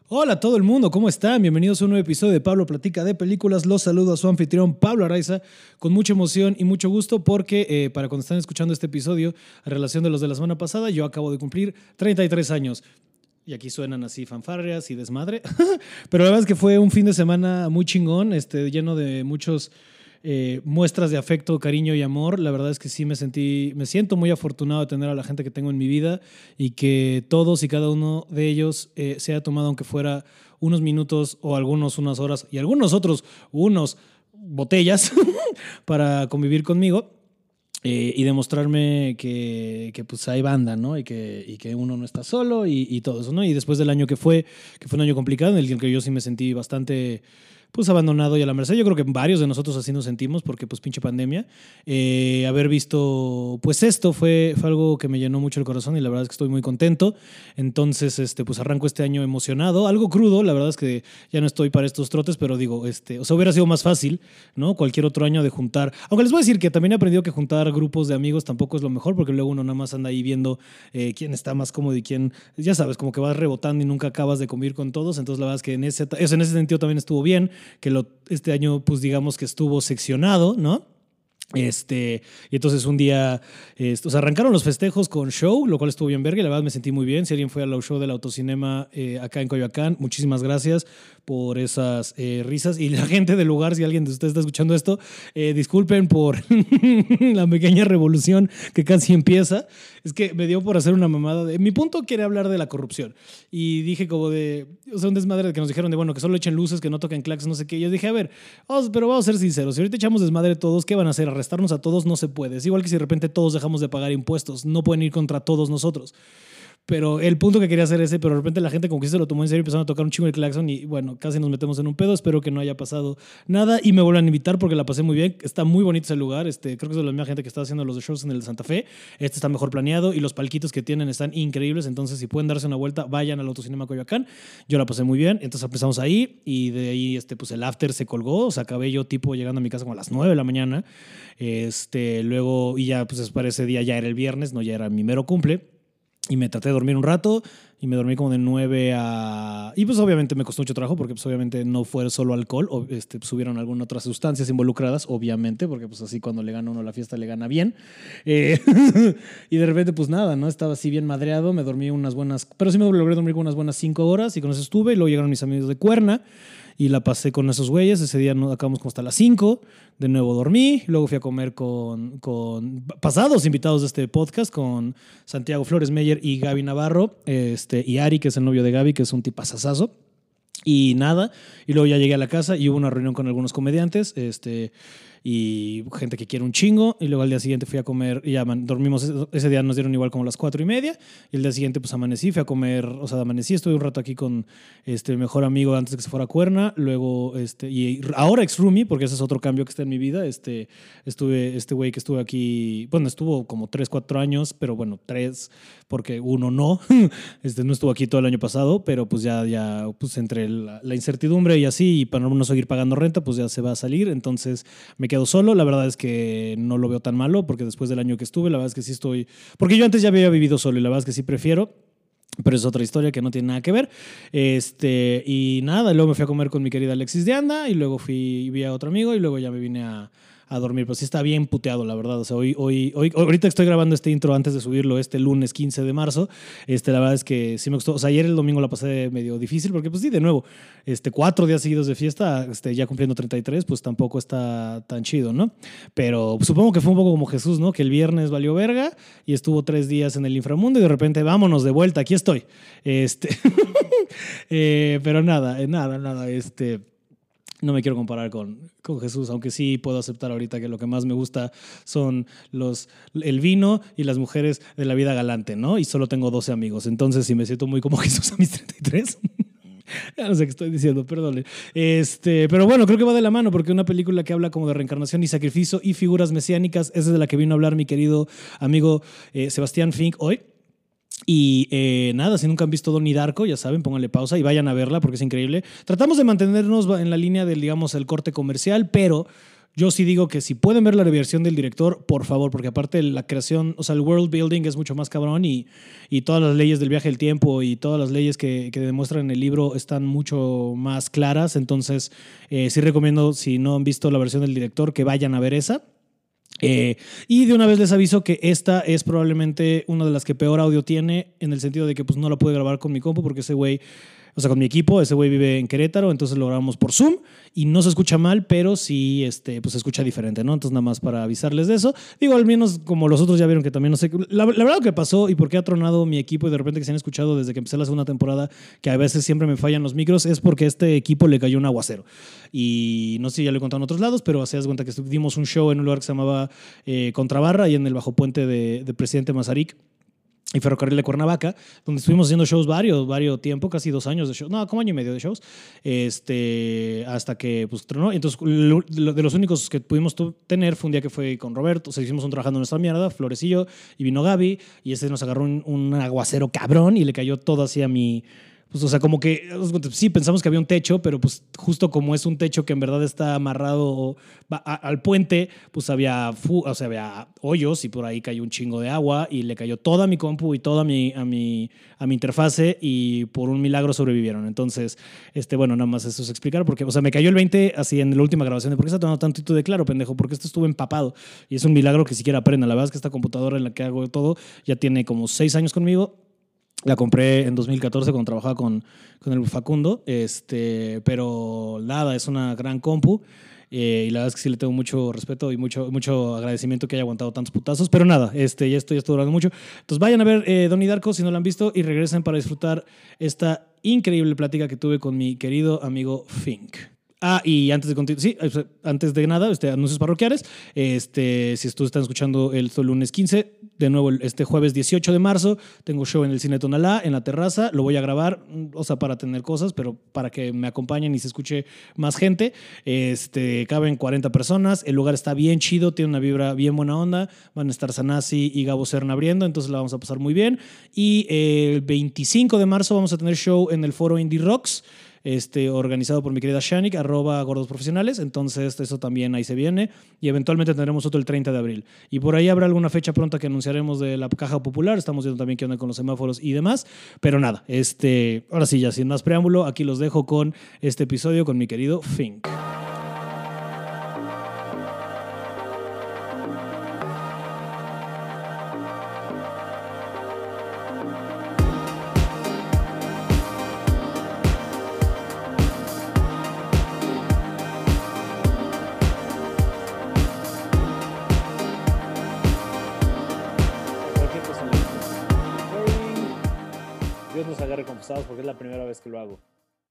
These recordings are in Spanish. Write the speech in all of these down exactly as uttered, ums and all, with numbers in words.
Hola a todo el mundo, ¿cómo están? Bienvenidos a un nuevo episodio de Pablo Platica de Películas. Los saludo a su anfitrión Pablo Araiza con mucha emoción y mucho gusto porque eh, para cuando están escuchando este episodio, a relación de los de la semana pasada, yo acabo de cumplir treinta y tres años. Y aquí suenan así fanfarrias y desmadre. Pero la verdad es que fue un fin de semana muy chingón, este, lleno de muchos eh, muestras de afecto, cariño y amor. La verdad es que sí me sentí, me siento muy afortunado de tener a la gente que tengo en mi vida y que todos y cada uno de ellos eh, se haya tomado, aunque fuera unos minutos o algunos unas horas y algunos otros unos botellas para convivir conmigo. Eh, y demostrarme que, que pues hay banda, ¿no? Y que, y que uno no está solo y, y todo eso, ¿no? Y después del año que fue, que fue un año complicado, en el que yo sí me sentí bastante, pues, abandonado y a la merced. Yo creo que varios de nosotros así nos sentimos porque, pues, pinche pandemia. Eh, haber visto, pues, esto fue, fue algo que me llenó mucho el corazón y la verdad es que estoy muy contento. Entonces, este, pues, arranco este año emocionado. Algo crudo, la verdad es que ya no estoy para estos trotes, pero digo, este, o sea, hubiera sido más fácil, ¿no? Cualquier otro año de juntar. Aunque les voy a decir que también he aprendido que juntar grupos de amigos tampoco es lo mejor, porque luego uno nada más anda ahí viendo eh, quién está más cómodo y quién, ya sabes, como que vas rebotando y nunca acabas de convivir con todos. Entonces, la verdad es que en ese, eso, en ese sentido también estuvo bien, que lo, este año, pues digamos que estuvo seccionado, ¿no? Este, y entonces un día, este, o sea, arrancaron los festejos con show, lo cual estuvo bien verga y la verdad me sentí muy bien. Si alguien fue al show del Autocinema eh, acá en Coyoacán, muchísimas gracias por esas eh, risas. Y la gente del lugar, si alguien de ustedes está escuchando esto, eh, disculpen por la pequeña revolución que casi empieza. Es que me dio por hacer una mamada. De, mi punto quiere hablar de la corrupción. Y dije como de, o sea, un desmadre de que nos dijeron de, bueno, que solo echen luces, que no toquen clacks, no sé qué. Y yo dije, a ver, vamos, pero vamos a ser sinceros. Si ahorita echamos desmadre todos, ¿qué van a hacer? Arrestarnos a todos no se puede. Es igual que si de repente todos dejamos de pagar impuestos. No pueden ir contra todos nosotros. Pero el punto que quería hacer ese, pero de repente la gente como que se lo tomó en serio y empezaron a tocar un chingo el claxon y bueno, casi nos metemos en un pedo. Espero que no haya pasado nada y me vuelvan a invitar porque la pasé muy bien. Está muy bonito ese lugar. Este, creo que es de la misma gente que está haciendo los de shows en el de Santa Fe. Este está mejor planeado y los palquitos que tienen están increíbles. Entonces, si pueden darse una vuelta, vayan al Autocinema Coyoacán. Yo la pasé muy bien. Entonces empezamos ahí y de ahí este, pues el after se colgó. O sea, acabé yo tipo llegando a mi casa como a las nueve de la mañana. Este, luego, y ya pues para ese día ya era el viernes, no ya era mi mero cumple. Y me traté de dormir un rato y me dormí como de nueve a... Y pues obviamente me costó mucho trabajo porque pues obviamente no fue solo alcohol, o este, pues hubieron algunas otras sustancias involucradas, obviamente, porque pues así cuando le gana uno la fiesta le gana bien. Eh, y de repente pues nada, ¿no? Estaba así bien madreado, me dormí unas buenas... Pero sí me logré dormir con unas buenas cinco horas y con eso estuve y luego llegaron mis amigos de Cuerna y la pasé con esos güeyes. Ese día no, acabamos como hasta las cinco. De nuevo dormí. Luego fui a comer con, con pasados invitados de este podcast, con Santiago Flores Meyer y Gaby Navarro. Este, y Ari, que es el novio de Gaby, que es un tipazazazo. Y nada. Y luego ya llegué a la casa y hubo una reunión con algunos comediantes. Este... y gente que quiere un chingo, y luego al día siguiente fui a comer y ya man, dormimos, ese día nos dieron igual como las cuatro y media, y el día siguiente pues amanecí, fui a comer, o sea, amanecí, estuve un rato aquí con este, mi mejor amigo antes de que se fuera a Cuerna, luego, este, y ahora ex roomie, porque ese es otro cambio que está en mi vida, este, estuve, este güey que estuvo aquí, bueno, estuvo como tres, cuatro años, pero bueno, tres, porque uno no, este, no estuvo aquí todo el año pasado, pero pues ya, ya, pues entre la, la incertidumbre y así, y para no seguir pagando renta, pues ya se va a salir, entonces me quedo solo. La verdad es que no lo veo tan malo porque después del año que estuve, la verdad es que sí estoy... Porque yo antes ya había vivido solo y la verdad es que sí prefiero, pero es otra historia que no tiene nada que ver. Este, y nada, luego me fui a comer con mi querida Alexis de Anda y luego fui y vi a otro amigo y luego ya me vine a... a dormir, pero sí está bien puteado, la verdad. O sea, hoy, hoy, hoy, ahorita estoy grabando este intro antes de subirlo este lunes quince de marzo. Este, la verdad es que sí me gustó. O sea, ayer el domingo la pasé medio difícil porque, pues sí, de nuevo, este, cuatro días seguidos de fiesta, este, ya cumpliendo treinta y tres, pues tampoco está tan chido, ¿no? Pero supongo que fue un poco como Jesús, ¿no? Que el viernes valió verga y estuvo tres días en el inframundo y de repente, vámonos de vuelta, aquí estoy. Este, eh, pero nada, nada, nada, este... No me quiero comparar con, con Jesús, aunque sí puedo aceptar ahorita que lo que más me gusta son los, el vino y las mujeres de la vida galante, ¿no? Y solo tengo doce amigos, entonces sí me siento muy como Jesús a mis treinta y tres. Ya no sé qué estoy diciendo, perdón. Este, pero bueno, creo que va de la mano porque una película que habla como de reencarnación y sacrificio y figuras mesiánicas, esa es de la que vino a hablar mi querido amigo eh, Sebastián Fink hoy. Y eh, nada, si nunca han visto Donnie Darko, ya saben, pónganle pausa y vayan a verla porque es increíble. Tratamos de mantenernos en la línea del, digamos, el corte comercial, pero yo sí digo que si pueden ver la versión del director, por favor, porque aparte la creación, o sea, el world building es mucho más cabrón y, y todas las leyes del viaje del tiempo y todas las leyes que, que demuestran en el libro están mucho más claras. Entonces, eh, sí recomiendo, si no han visto la versión del director, que vayan a ver esa. Eh, y de una vez les aviso que esta es probablemente una de las que peor audio tiene, en el sentido de que pues no la pude grabar con mi compu porque ese güey, o sea, con mi equipo, ese güey vive en Querétaro, entonces lo grabamos por Zoom y no se escucha mal, pero sí este, pues se escucha diferente, ¿no? Entonces nada más para avisarles de eso. Digo, al menos como los otros ya vieron que también no sé, la, la verdad que pasó y por qué ha tronado mi equipo y de repente que se han escuchado desde que empecé la segunda temporada que a veces siempre me fallan los micros, es porque a este equipo le cayó un aguacero. Y no sé si ya lo he contado en otros lados, pero se das cuenta que dimos un show en un lugar que se llamaba eh, Contrabarra y en el bajo puente de, de Presidente Mazarik y Ferrocarril de Cuernavaca, donde estuvimos haciendo shows varios, varios tiempo, casi dos años de shows, no, como año y medio de shows, este, hasta que pues tronó. Entonces, lo, lo, de los únicos que pudimos tu, tener fue un día que fue con Roberto, o sea, hicimos un trabajando en nuestra mierda, Florecillo, y vino Gaby, y este nos agarró un, un aguacero cabrón y le cayó todo así a mi... Pues, o sea, como que sí pensamos que había un techo, pero pues justo como es un techo que en verdad está amarrado a, a, al puente, pues había, fu o sea, había hoyos y por ahí cayó un chingo de agua y le cayó toda mi compu y toda mi, a, mi, a mi interfase y por un milagro sobrevivieron. Entonces, este, bueno, nada más eso es explicar porque, o sea, me cayó el veinte así en la última grabación de por qué está tomando tantito de claro, pendejo, porque esto estuvo empapado y es un milagro que siquiera aprenda. La verdad es que esta computadora en la que hago todo ya tiene como seis años conmigo. La compré en dos mil catorce cuando trabajaba con, con el Facundo, este, pero nada, es una gran compu eh, y la verdad es que sí le tengo mucho respeto y mucho, mucho agradecimiento que haya aguantado tantos putazos, pero nada, este, ya esto ya está durando mucho. Entonces vayan a ver eh, Donnie Darko si no lo han visto y regresen para disfrutar esta increíble plática que tuve con mi querido amigo Fink. Ah, y antes de continuar, sí, antes de nada, este, anuncios parroquiales. Este, si tú estás escuchando el lunes quince, de nuevo este jueves dieciocho de marzo, tengo show en el Cine Tonalá, en la terraza. Lo voy a grabar, o sea, para tener cosas, pero para que me acompañen y se escuche más gente. Este, caben cuarenta personas. El lugar está bien chido, tiene una vibra bien buena onda. Van a estar Sanasi y Gabo Serna abriendo, entonces la vamos a pasar muy bien. Y eh, el veinticinco de marzo vamos a tener show en el foro Indie Rocks. Este, organizado por mi querida Shanik, arroba gordos profesionales. Entonces, eso también ahí se viene. Y eventualmente tendremos otro el treinta de abril. Y por ahí habrá alguna fecha pronta que anunciaremos de la caja popular. Estamos viendo también qué onda con los semáforos y demás. Pero nada, este, ahora sí, ya sin más preámbulo, aquí los dejo con este episodio con mi querido Fink. Porque es la primera vez que lo hago.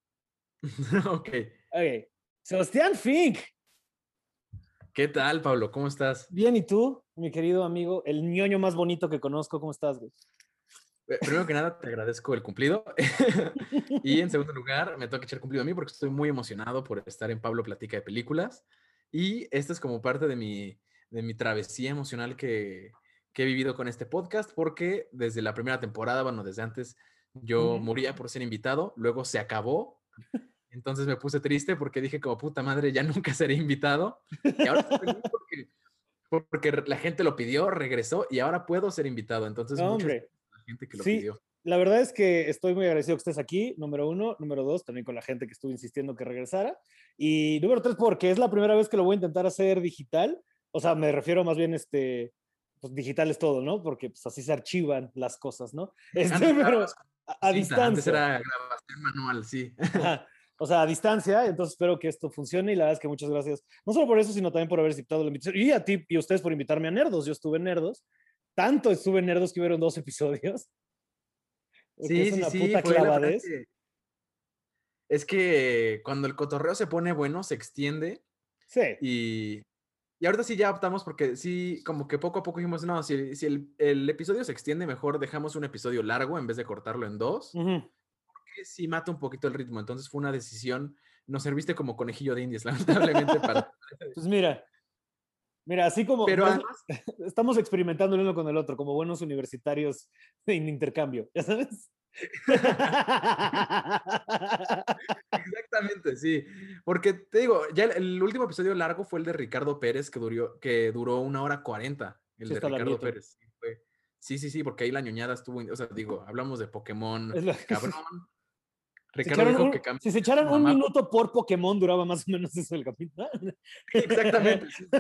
Ok. Ok. Sebastián Fink. ¿Qué tal, Pablo? ¿Cómo estás? Bien, ¿y tú? Mi querido amigo, el ñoño más bonito que conozco. ¿Cómo estás, güey? Primero que nada, te agradezco el cumplido. Y en segundo lugar, me toca echar cumplido a mí porque estoy muy emocionado por estar en Pablo Platica de Películas. Y esta es como parte de mi, de mi travesía emocional que, que he vivido con este podcast, porque desde la primera temporada, bueno, desde antes, yo uh-huh. moría por ser invitado, luego se acabó. Entonces me puse triste porque dije como puta madre, ya nunca seré invitado. Y ahora estoy feliz porque, porque la gente lo pidió, regresó y ahora puedo ser invitado. Entonces, no, muchas hombre. la gente que lo sí, pidió. La verdad es que estoy muy agradecido que estés aquí, número uno. Número dos, también con la gente que estuvo insistiendo que regresara. Y número tres, porque es la primera vez que lo voy a intentar hacer digital. O sea, me refiero más bien, este, pues digital es todo, ¿no? Porque pues así se archivan las cosas, ¿no? Este, antes pero a, a sí, distancia. Antes era grabación manual, sí. Ajá. O sea, a distancia, entonces espero que esto funcione y la verdad es que muchas gracias, no solo por eso, sino también por haber aceptado la invitación. Y a ti y a ustedes por invitarme a Nerdos. Yo estuve en Nerdos, tanto estuve en Nerdos que hubieron dos episodios. Sí, es sí, una sí, puta fue la clavadez. que... Es que cuando el cotorreo se pone bueno, se extiende. Sí. Y, y ahorita sí ya optamos porque sí, como que poco a poco dijimos, no, si, si el, el episodio se extiende, mejor dejamos un episodio largo en vez de cortarlo en dos. Uh-huh. Porque sí mata un poquito el ritmo. Entonces fue una decisión, nos serviste como conejillo de indias, lamentablemente. para... Pues mira, mira, así como Pero ¿ves? además, estamos experimentando el uno con el otro, como buenos universitarios en intercambio, ¿ya sabes? Exactamente, Sí, porque te digo, ya el, el último episodio largo fue el de Ricardo Pérez, que duró, que duró una hora cuarenta, el Sí, de está Ricardo larguito. Pérez. Sí, fue- sí, sí, sí, porque ahí la ñoñada estuvo, in- o sea, digo, hablamos de Pokémon Es lo- cabrón. Se Ricardo echaron dijo un- que cambió si se su echaran un mamá. minuto por Pokémon, duraba más o menos eso el capítulo. Exactamente, sí.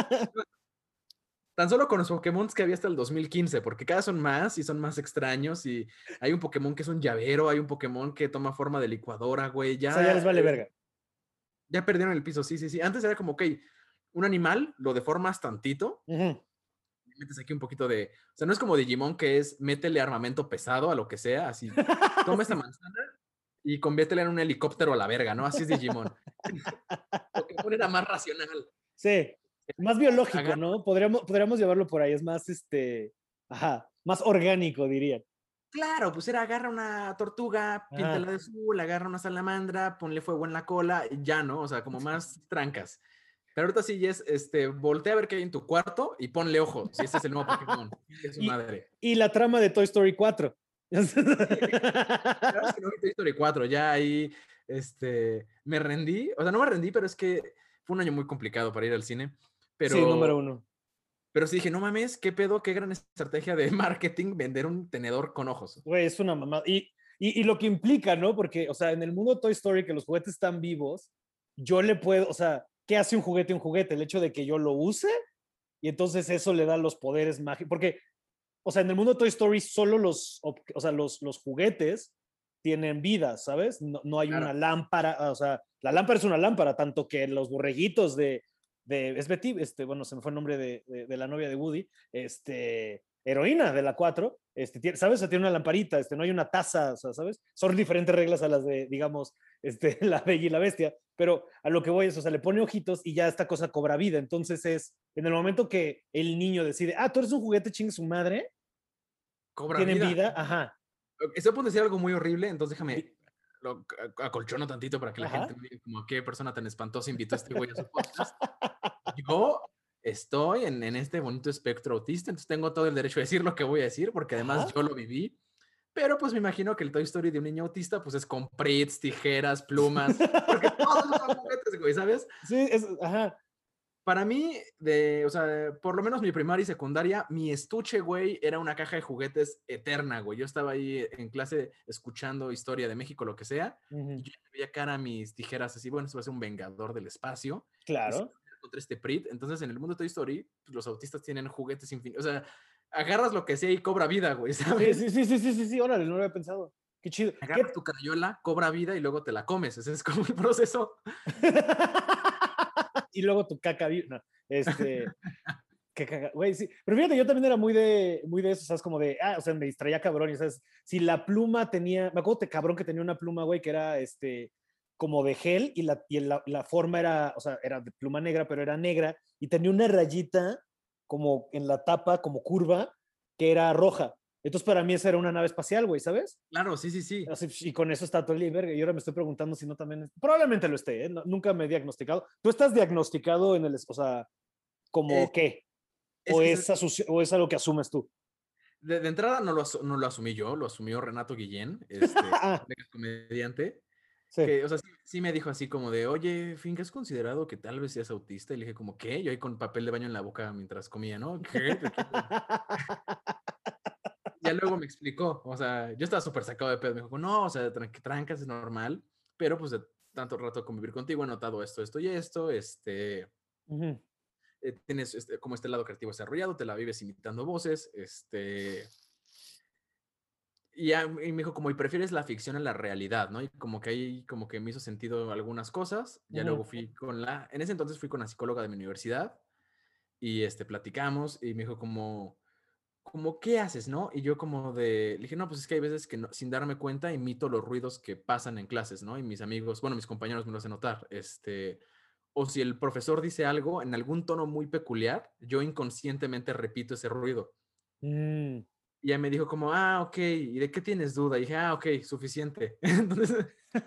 Tan solo con los Pokémon que había hasta el dos mil quince, porque cada son más y son más extraños. Y hay un Pokémon que es un llavero, hay un Pokémon que toma forma de licuadora, güey. O sea, ya Ya, les vale eh, verga. ya perdieron el piso, sí, sí, sí. Antes era como, ok, un animal lo deformas tantito, Ujú. y metes aquí un poquito de. O sea, no es como Digimon que es métele armamento pesado a lo que sea, así. Toma esta Sí. manzana y conviértela en un helicóptero a la verga, ¿no? Así es Digimon. Pokémon era más racional. Sí, más Como, biológico, agarra. ¿no? Podríamos, podríamos llevarlo por ahí, es más, este, ajá, más orgánico, dirían. Claro, pues era agarra una tortuga, píntala Ajá. de azul, agarra una salamandra, ponle fuego en la cola, y ya, ¿no? O sea, como más trancas. Pero ahorita sí es, este, voltea a ver qué hay en tu cuarto y ponle ojos. Y este es el nuevo Pokémon. Es su Y, madre. y la trama de Toy Story cuatro. Sí, la verdad es que no vi Toy Story cuatro, ya ahí, este, me rendí. O sea, no me rendí, pero es que fue un año muy complicado para ir al cine. Sí, número Pero, uno. pero sí dije, no mames, qué pedo, qué gran estrategia de marketing vender un tenedor con ojos. Güey, es una mamada. Y, y, y lo que implica, ¿no? Porque, o sea, en el mundo de Toy Story, que los juguetes están vivos, yo le puedo, o sea, ¿qué hace un juguete un juguete? El hecho de que yo lo use y entonces eso le da los poderes mágicos. Porque, o sea, en el mundo de Toy Story solo los, o sea, los, los juguetes tienen vida, ¿sabes? No, no hay una Claro. lámpara, o sea, la lámpara es una lámpara, tanto que los borreguitos de, de es Betty, este, bueno, se me fue el nombre de, de, de la novia de Woody, este, heroína de la cuatro, este, tiene, ¿sabes? O sea, tiene una lamparita, este, no hay una taza, o sea, ¿sabes? Son diferentes reglas a las de, digamos, este, la bella y la bestia, pero a lo que voy es, o sea, le pone ojitos y ya esta cosa cobra vida, entonces es, en el momento que el niño decide, ah, tú eres un juguete, chingue su madre, Cobra tienen vida. vida, ajá. Estoy a punto de decir algo muy horrible, entonces Di- déjame lo acolchono tantito para que la gente Ajá. no diga como qué persona tan espantosa invitó a este güey a su podcast. Yo estoy en, en este bonito espectro autista, entonces tengo todo el derecho a decir lo que voy a decir, porque además Ajá. yo lo viví. Pero pues me imagino que el Toy Story de un niño autista pues es con Pritz, tijeras, plumas, porque todos esos son juguetes, güey, ¿sabes? Sí, es, ajá. Para mí, de, o sea, por lo menos mi primaria y secundaria, mi estuche, güey, era una caja de juguetes eterna, güey. Yo estaba ahí en clase escuchando historia de México, lo que sea, y Ujú. yo ya le veía cara a mis tijeras así, bueno, esto va a ser un vengador del espacio, y sí, Claro. contra este Prit. Entonces, en el mundo de Toy Story, pues, los autistas tienen juguetes infinitos, o sea, agarras lo que sea y cobra vida, güey, Sí, ¿sabes? sí, sí, sí, sí, sí, sí, órale, no lo había pensado. Qué chido. Agarras ¿Qué? tu crayola, cobra vida y luego te la comes. Ese es como el proceso. Y luego tu caca, vi- no, este, qué caga, güey, sí. Pero fíjate, yo también era muy de, muy de eso, ¿sabes? Como de, ah, o sea, me distraía cabrón, y sabes, si la pluma tenía, me acuerdo de cabrón que tenía una pluma, güey, que era, este, como de gel y la, y la, la forma era, o sea, era de pluma negra, pero era negra y tenía una rayita como en la tapa, como curva, que era roja. Entonces, para mí esa era una nave espacial, güey, ¿sabes? Claro, sí, sí, sí. Así, y con eso está todo el día, verga. Y ahora me estoy preguntando si no también. Es- probablemente lo esté, ¿eh? No- nunca me he diagnosticado. ¿Tú estás diagnosticado en el. O sea, Eh, como qué? es ¿O que es, asoci- o es algo que asumes tú? De, de entrada no lo, asu- no lo asumí yo, lo asumió Renato Guillén, este Ah, colega comediante, sí. que, o sea, sí, sí me dijo así como de, oye, Fink, ¿has considerado que tal vez seas autista? Y le dije como, ¿qué? Yo ahí con papel de baño en la boca mientras comía, ¿no? ¿Qué? ¿De qué? Ya luego me explicó, o sea, yo estaba súper sacado de pedo, me dijo, no, o sea, tran- trancas es normal, pero pues de tanto rato convivir contigo he notado esto, esto y esto, este, Ujú. eh, tienes este, como este lado creativo desarrollado, te la vives imitando voces, este... Y, ya, y me dijo, como, y prefieres la ficción a la realidad, ¿no? Y como que ahí, como que me hizo sentido algunas cosas. Ya luego Ujú. fui con la, en ese entonces fui con la psicóloga de mi universidad y este, platicamos y me dijo como, como, ¿qué haces, no? Y yo como de, le dije, no, pues es que hay veces que no- sin darme cuenta imito los ruidos que pasan en clases, ¿no? Y mis amigos, bueno, mis compañeros me lo hacen notar, este, o si el profesor dice algo en algún tono muy peculiar, yo inconscientemente repito ese ruido. Mm. Y ya me dijo como, ah, ok, ¿y de qué tienes duda? Y dije, ah, ok, suficiente. Entonces,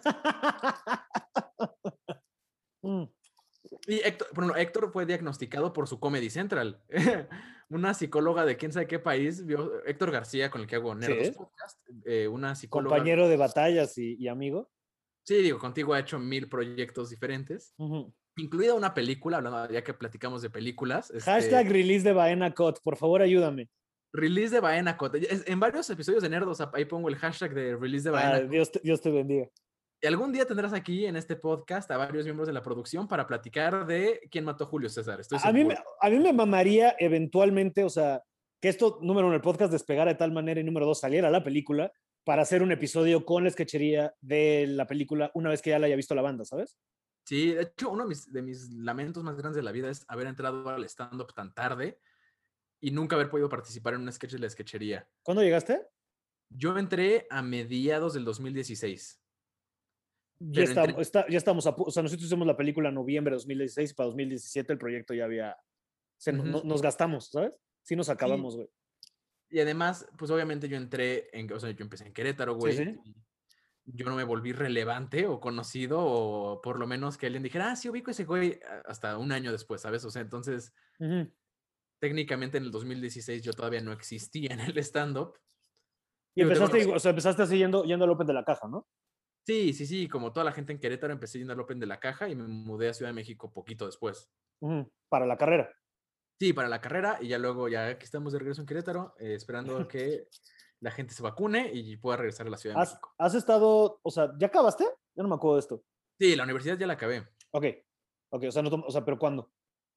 Mm. y Héctor, bueno, Héctor fue diagnosticado por su Comedy Central. Una psicóloga de quién sabe qué país, vio, Héctor García, con el que hago Nerdos Sí. Podcast, eh, una psicóloga, Compañero de batallas y, y amigo. Sí, digo, contigo ha hecho mil proyectos diferentes, Uh-huh. incluida una película, hablando ya que platicamos de películas. Este, Hashtag release de Baena Cot, por favor ayúdame. Release de Baena Cot. En varios episodios de Nerdos, ahí pongo el hashtag de release de Baena Ah, Cot. Dios, te, Dios te bendiga. Y algún día tendrás aquí en este podcast a varios miembros de la producción para platicar de quién mató a Julio César. Estoy A mí, me, seguro. a mí me mamaría eventualmente, o sea, que esto, número uno, el podcast despegara de tal manera y número dos, saliera la película para hacer un episodio con la sketchería de la película una vez que ya la haya visto la banda, ¿sabes? Sí, de hecho, uno de mis, de mis lamentos más grandes de la vida es haber entrado al stand-up tan tarde y nunca haber podido participar en un sketch de la sketchería. ¿Cuándo llegaste? Yo entré a mediados del dos mil dieciséis. Ya Pero estamos, entré... está, ya estamos, a, o sea, nosotros hicimos la película en noviembre de dos mil dieciséis y para dos mil diecisiete el proyecto ya había, se, uh-huh. no, nos gastamos, ¿sabes? Sí nos acabamos, güey. Sí. Y además, pues obviamente yo entré, en, o sea, yo empecé en Querétaro, güey. Sí, sí. Yo no me volví relevante o conocido, o por lo menos que alguien dijera, ah, sí, ubico a ese güey, hasta un año después, ¿sabes? O sea, entonces, uh-huh. técnicamente en el dos mil dieciséis yo todavía no existía en el stand-up. Y empezaste, o sea, empezaste así yendo, yendo al Open de la Caja, ¿no? Sí, sí, sí, como toda la gente en Querétaro empecé yendo al Open de la Caja y me mudé a Ciudad de México poquito después. Uh-huh. Para la carrera. Sí, para la carrera, y ya luego ya aquí estamos de regreso en Querétaro, eh, esperando a que la gente se vacune y pueda regresar a la Ciudad de ¿Has, México. ¿Has estado, o sea, ya acabaste? Ya no me acuerdo de esto. Sí, la universidad ya la acabé. Ok, ok, o sea, no, o sea, ¿pero cuándo?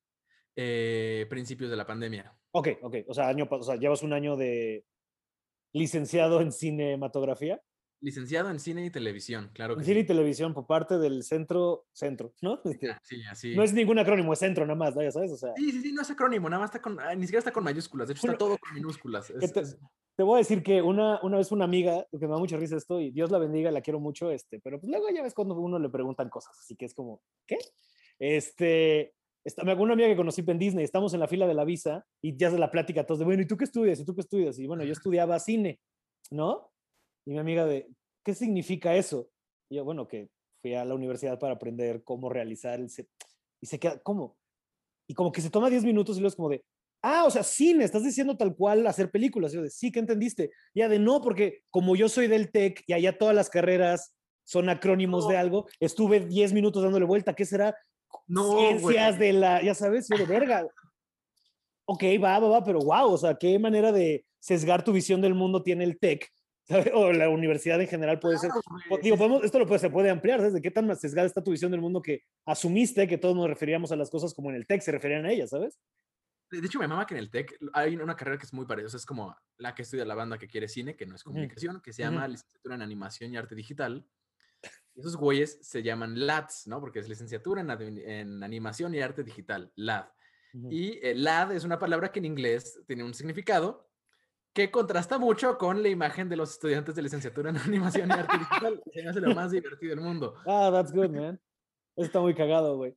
Eh, principios de la pandemia. Ok, ok, o sea, año, o sea, llevas un año de licenciado en cinematografía. Licenciado en cine y televisión, claro que en cine sí. y televisión por parte del centro, centro, ¿no? Este, sí, así. No es ningún acrónimo, es centro nada más, ¿no? Ya sabes, o sea. Sí, sí, sí, no es acrónimo, nada más está con, ni siquiera está con mayúsculas, de hecho está todo con minúsculas. Es, te, es... te voy a decir que una, una vez una amiga, que me da mucha risa esto, y Dios la bendiga, la quiero mucho, este, pero pues luego ya ves cuando uno le preguntan cosas, así que es como, ¿qué? Este, esta, me acuerdo una amiga que conocí en Disney, estamos en la fila de la visa, y ya se la plática a todos de, bueno, ¿y tú qué estudias? ¿Y tú qué estudias? Y bueno, yo estudiaba cine, ¿no? Y mi amiga de, ¿qué significa eso? Y yo, bueno, que fui a la universidad para aprender cómo realizar el set. Y se queda, ¿cómo? Y como que se toma diez minutos y luego es como de, ah, o sea, cine, estás diciendo tal cual hacer películas. Y yo de, sí, ¿qué entendiste? Y ya de, no, porque como yo soy del TEC y allá todas las carreras son acrónimos no. de algo, estuve diez minutos dándole vuelta, ¿qué será? No, Ciencias güey. de la, ya sabes, yo de verga. Ok, va, va, va, pero wow, o sea, qué manera de sesgar tu visión del mundo tiene el TEC, ¿sabes? O la universidad en general puede ser. Claro, digo, podemos, esto lo puede, se puede ampliar, ¿sabes? ¿De qué tan sesgada está tu visión del mundo que asumiste que todos nos referíamos a las cosas como en el TEC se referían a ellas, ¿sabes? De hecho, me mama que en el TEC hay una carrera que es muy parecida, es como la que estudia la banda que quiere cine, que no es comunicación, uh-huh. que se llama uh-huh. licenciatura en animación y arte digital. Esos güeyes se llaman L A Ds, ¿no? Porque es licenciatura en, en animación y arte digital, L A D. Uh-huh. Y eh, L A D es una palabra que en inglés tiene un significado que contrasta mucho con la imagen de los estudiantes de licenciatura en animación y arte digital. Se me hace lo más divertido del mundo. Ah, that's good, man. Eso está muy cagado, güey.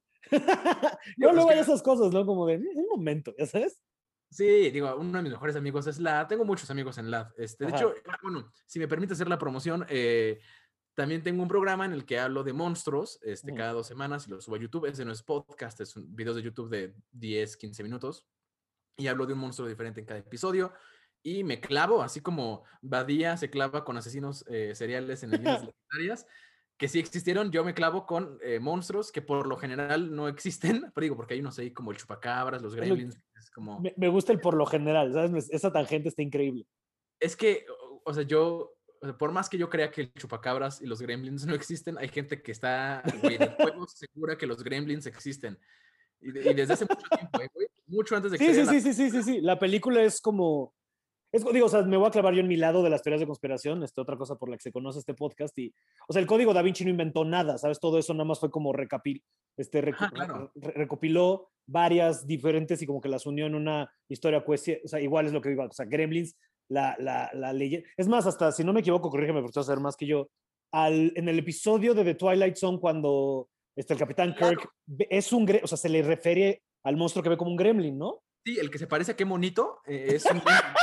No, luego hay esas cosas, ¿no? Como de un momento, ¿ya sabes? Sí, digo, uno de mis mejores amigos es L A D. Tengo muchos amigos en L A D. Este, de hecho, bueno, si me permite hacer la promoción, eh, también tengo un programa en el que hablo de monstruos este, uh-huh. cada dos semanas y lo subo a YouTube. Ese no es podcast, es un, videos de YouTube de diez, quince minutos. Y hablo de un monstruo diferente en cada episodio. Y me clavo, así como Badía se clava con asesinos eh, seriales en leyendas legendarias, que sí existieron, yo me clavo con eh, monstruos que por lo general no existen, pero digo, porque hay unos ahí como el chupacabras, los gremlins, es como... Me, me gusta el por lo general, ¿sabes? Esa tangente está increíble. Es que, o sea, yo, o sea, por más que yo crea que el chupacabras y los gremlins no existen, hay gente que está, güey, en el juego segura que los gremlins existen. Y, de, y desde hace mucho tiempo, ¿eh, güey? Mucho antes de que sí, sí, la... sí, sí, sí, sí, sí. La película es como... Es, digo, o sea, me voy a clavar yo en mi lado de las teorías de conspiración, este, otra cosa por la que se conoce este podcast. Y, o sea, el código Da Vinci no inventó nada, ¿sabes? Todo eso nada más fue como recapil, este, reco ah, claro. re recopiló varias diferentes y como que las unió en una historia, pues, o sea, igual es lo que digo, o sea, Gremlins, la, la, la leyenda. Es más, hasta si no me equivoco, corrígeme porque vas a saber más que yo, al, en el episodio de The Twilight Zone, cuando este, el Capitán Kirk claro. es un, o sea, se le refiere al monstruo que ve como un gremlin, ¿no? Sí, el que se parece a qué monito eh, es un gremlin.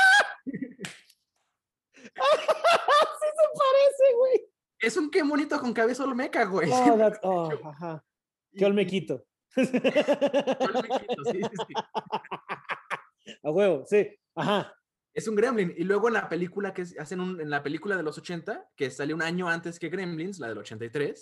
Sí se parece, güey. Es un qué monito con cabeza olmeca, güey. Oh, that's, oh, ajá. Qué olmequito. Qué olmequito, sí, sí, sí. A huevo, sí. Ajá. Es un gremlin. Y luego en la película que hacen un, en la película de los ochenta, que salió un año antes que Gremlins, la del ochenta y tres,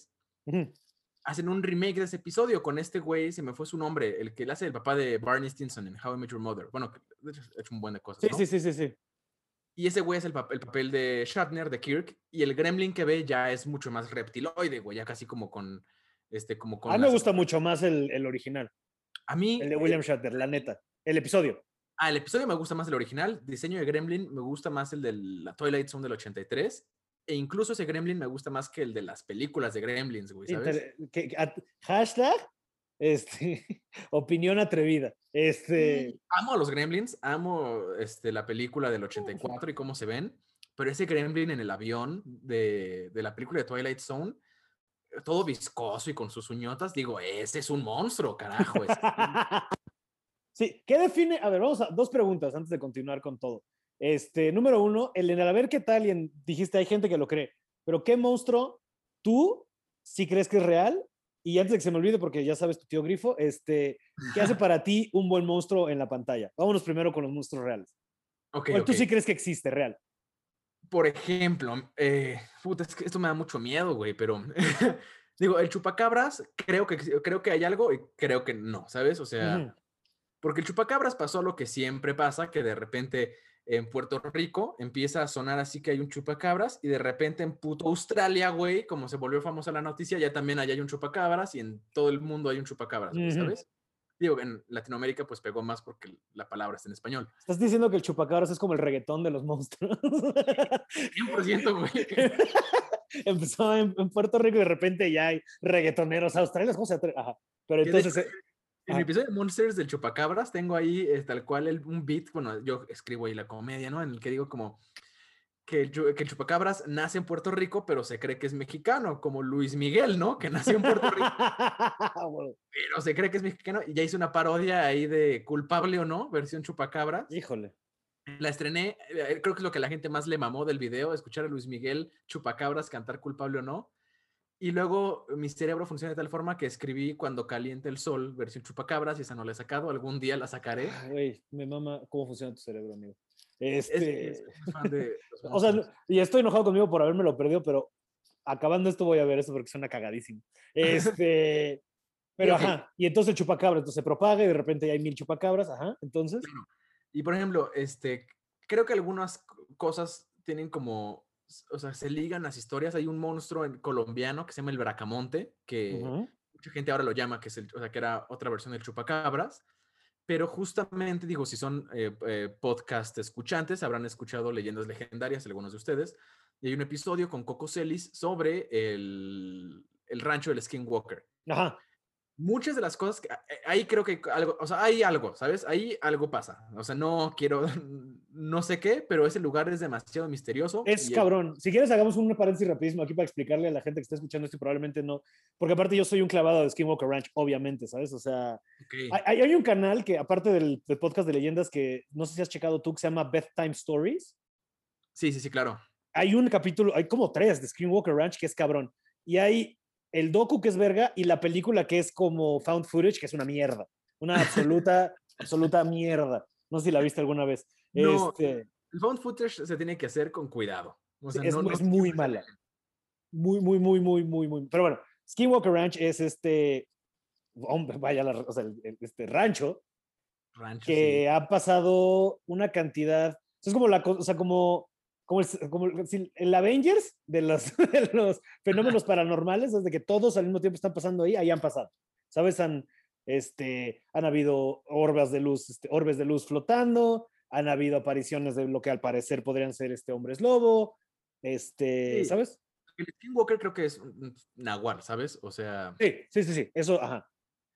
Uh-huh. Hacen un remake de ese episodio con este güey, se me fue su nombre, el que le hace el papá de Barney Stinson en How I Met Your Mother. Bueno, de hecho, ha hecho un buen de cosas, Sí, ¿no? sí, sí, sí, sí. Y ese güey es el, pap el papel de Shatner, de Kirk, y el gremlin que ve ya es mucho más reptiloide, güey, ya casi como con, este, como A con mí me las... gusta mucho más el, el original, A mí, el de eh, William Shatner, la neta. El episodio. ah, el episodio me gusta más el original, diseño de gremlin me gusta más el de la Twilight Zone del ochenta y tres, e incluso ese gremlin me gusta más que el de las películas de Gremlins, güey, ¿sabes? Inter que, que, hashtag, este, opinión atrevida. Este... Sí, amo a los Gremlins, amo este, la película del ochenta y cuatro y cómo se ven, pero ese Gremlin en el avión de, de la película de Twilight Zone, todo viscoso y con sus uñotas, digo, ese es un monstruo, carajo. Ese es un... Sí, ¿qué define? A ver, vamos a dos preguntas antes de continuar con todo. Este, número uno, el en el a ver qué tal, y en, dijiste, hay gente que lo cree, pero ¿qué monstruo tú sí crees que es real? Y antes de que se me olvide, porque ya sabes tu tío Grifo, este, ¿qué hace para ti un buen monstruo en la pantalla? Vámonos primero con los monstruos reales. Ok, ¿Cuál ok. tú sí crees que existe, real? Por ejemplo, eh, puta, es que esto me da mucho miedo, güey, pero digo, el chupacabras, creo que, creo que hay algo y creo que no, ¿sabes? O Uh sea, -huh. porque el chupacabras pasó lo que siempre pasa, que de repente en Puerto Rico empieza a sonar así que hay un chupacabras y de repente en puto Australia, güey, como se volvió famosa la noticia, ya también allá hay un chupacabras y en todo el mundo hay un chupacabras, Uh güey, -huh. ¿sabes? Digo, en Latinoamérica pues pegó más porque la palabra está en español. Estás diciendo que el chupacabras es como el reggaetón de los monstruos. cien por ciento, güey. Empezó en, en, Puerto Rico y de repente ya hay reggaetoneros australianos. ¿Cómo se atreve? Ajá. Pero Que de entonces... hecho, Eh, en mi episodio de Monsters del Chupacabras tengo ahí eh, tal cual el, un beat, bueno, yo escribo ahí la comedia, ¿no? En el que digo como que el, que el Chupacabras nace en Puerto Rico, pero se cree que es mexicano, como Luis Miguel, ¿no? Que nació en Puerto Rico, bueno, pero se cree que es mexicano. Y ya hice una parodia ahí de Culpable o No, versión Chupacabras. híjole. La estrené, eh, creo que es lo que la gente más le mamó del video, escuchar a Luis Miguel Chupacabras cantar Culpable o No. Y luego mi cerebro funciona de tal forma que escribí Cuando caliente el sol, versión chupacabras, y esa no la he sacado, algún día la sacaré. Güey, me mama cómo funciona tu cerebro, amigo. Es que Este... soy muy fan de los o sea, monstruos. y estoy enojado conmigo por haberme lo perdido, pero acabando esto voy a ver eso porque suena cagadísimo. Este... Y pero ok, ajá, y entonces el chupacabra, entonces se propaga y de repente ya hay mil chupacabras, ajá, entonces... claro. Y por ejemplo, este, creo que algunas cosas tienen como, o sea, se ligan las historias. Hay un monstruo en, colombiano que se llama el Bracamonte, Uh que -huh. mucha gente ahora lo llama, que es el, o sea, que era otra versión del chupacabras. Pero justamente, digo, si son eh, eh, podcast escuchantes, habrán escuchado Leyendas Legendarias, algunos de ustedes, y hay un episodio con Coco Celis sobre el, el rancho del Skinwalker. Ajá. Muchas de las cosas, que, ahí creo que algo, o sea, hay algo, ¿sabes? Ahí algo pasa. O sea, no quiero, no sé qué, pero ese lugar es demasiado misterioso. Es Y el, cabrón. Si quieres, hagamos un paréntesis rapidísimo aquí para explicarle a la gente que está escuchando esto y probablemente no. Porque aparte yo soy un clavado de Skinwalker Ranch, obviamente, ¿sabes? O sea, okay. hay, hay un canal que, aparte del, del podcast de leyendas, que no sé si has checado tú, que se llama Bedtime Stories. Sí, sí, sí, claro. Hay un capítulo, hay como tres de Skinwalker Ranch que es cabrón. Y hay el docu que es verga y la película que es como found footage, que es una mierda. Una absoluta, absoluta mierda. No sé si la viste alguna vez. No, Este, el found footage se tiene que hacer con cuidado. O sea, es, no, no es muy siempre mala. Muy, muy, muy, muy, muy, muy. Pero bueno, Skinwalker Ranch es este, hombre, vaya, la, o sea, el, el, este rancho rancho, sí. que ha pasado una cantidad, es como la, o sea, como, como, el, como el, el Avengers de los, de los fenómenos paranormales, desde que todos al mismo tiempo están pasando ahí, ahí han pasado. ¿Sabes? Han, este, han habido orbes de luz, este, orbes de luz flotando, han habido apariciones de lo que al parecer podrían ser este hombres lobo, este, Sí. ¿sabes? El Skinwalker creo que es un nahual, ¿sabes? O sea. Sí, sí, sí, sí, eso, ajá.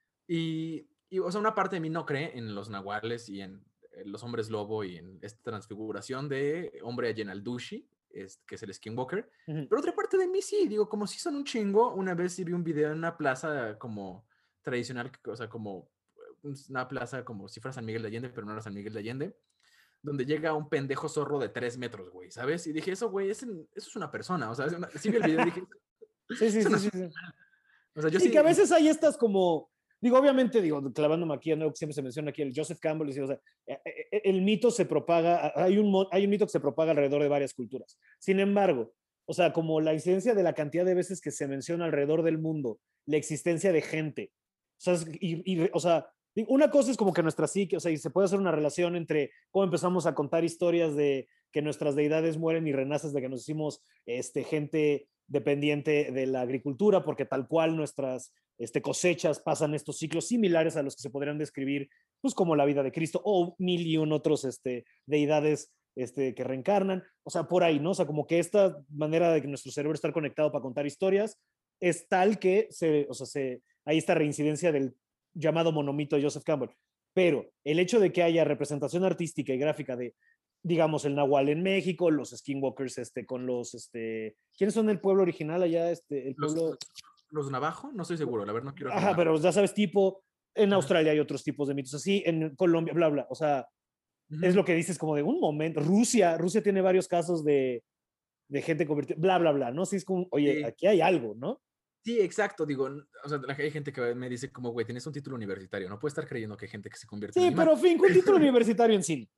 Y, y, o sea, una parte de mí no cree en los nahuales y en, en los hombres lobo y en esta transfiguración de hombre Ayenaldushi, es, que es el Skinwalker. Uh-huh. Pero otra parte de mí sí, digo, como si son un chingo. Una vez sí vi un video en una plaza como tradicional, o sea, como una plaza como si fuera San Miguel de Allende, pero no era San Miguel de Allende, donde llega un pendejo zorro de tres metros, güey, ¿sabes? Y dije, eso, güey, eso es una persona, o sea, una, sí vi el video y dije, sí, sí, es una sí, sí, sí. O sea, yo sí, sí. que a veces hay estas como, digo, obviamente, digo, clavándome aquí, ¿no? Siempre se menciona aquí el Joseph Campbell, dice, o sea, el mito se propaga, hay un, hay un mito que se propaga alrededor de varias culturas. Sin embargo, o sea, como la incidencia de la cantidad de veces que se menciona alrededor del mundo, la existencia de gente. O sea, y, y, o sea, una cosa es como que nuestra psique, o sea, y se puede hacer una relación entre cómo empezamos a contar historias de que nuestras deidades mueren y renacen de que nos hicimos este, gente dependiente de la agricultura, porque tal cual nuestras este, cosechas pasan estos ciclos similares a los que se podrían describir, pues como la vida de Cristo o mil y un otros este, deidades este, que reencarnan, o sea, por ahí, ¿no? O sea, como que esta manera de que nuestro cerebro está conectado para contar historias es tal que se, o sea, se, hay esta reincidencia del llamado monomito de Joseph Campbell. Pero el hecho de que haya representación artística y gráfica de, digamos, el Nahual en México, los Skinwalkers este, con los, este, ¿quiénes son el pueblo original allá? Este, el pueblo... Los, los Navajo, no estoy seguro, la verdad no quiero... Ajá, pero ya sabes, tipo, en Australia hay otros tipos de mitos así, en Colombia, bla, bla, o sea, uh-huh. Es lo que dices como de un momento, Rusia, Rusia tiene varios casos de, de gente convertida, bla, bla, bla, ¿no? Sí, es como, oye, sí. Aquí hay algo, ¿no? Sí, exacto, digo, o sea, hay gente que me dice como, güey, tienes un título universitario, no puedes estar creyendo que hay gente que se convierte sí, en animal. Sí, pero fin, un título universitario en cine.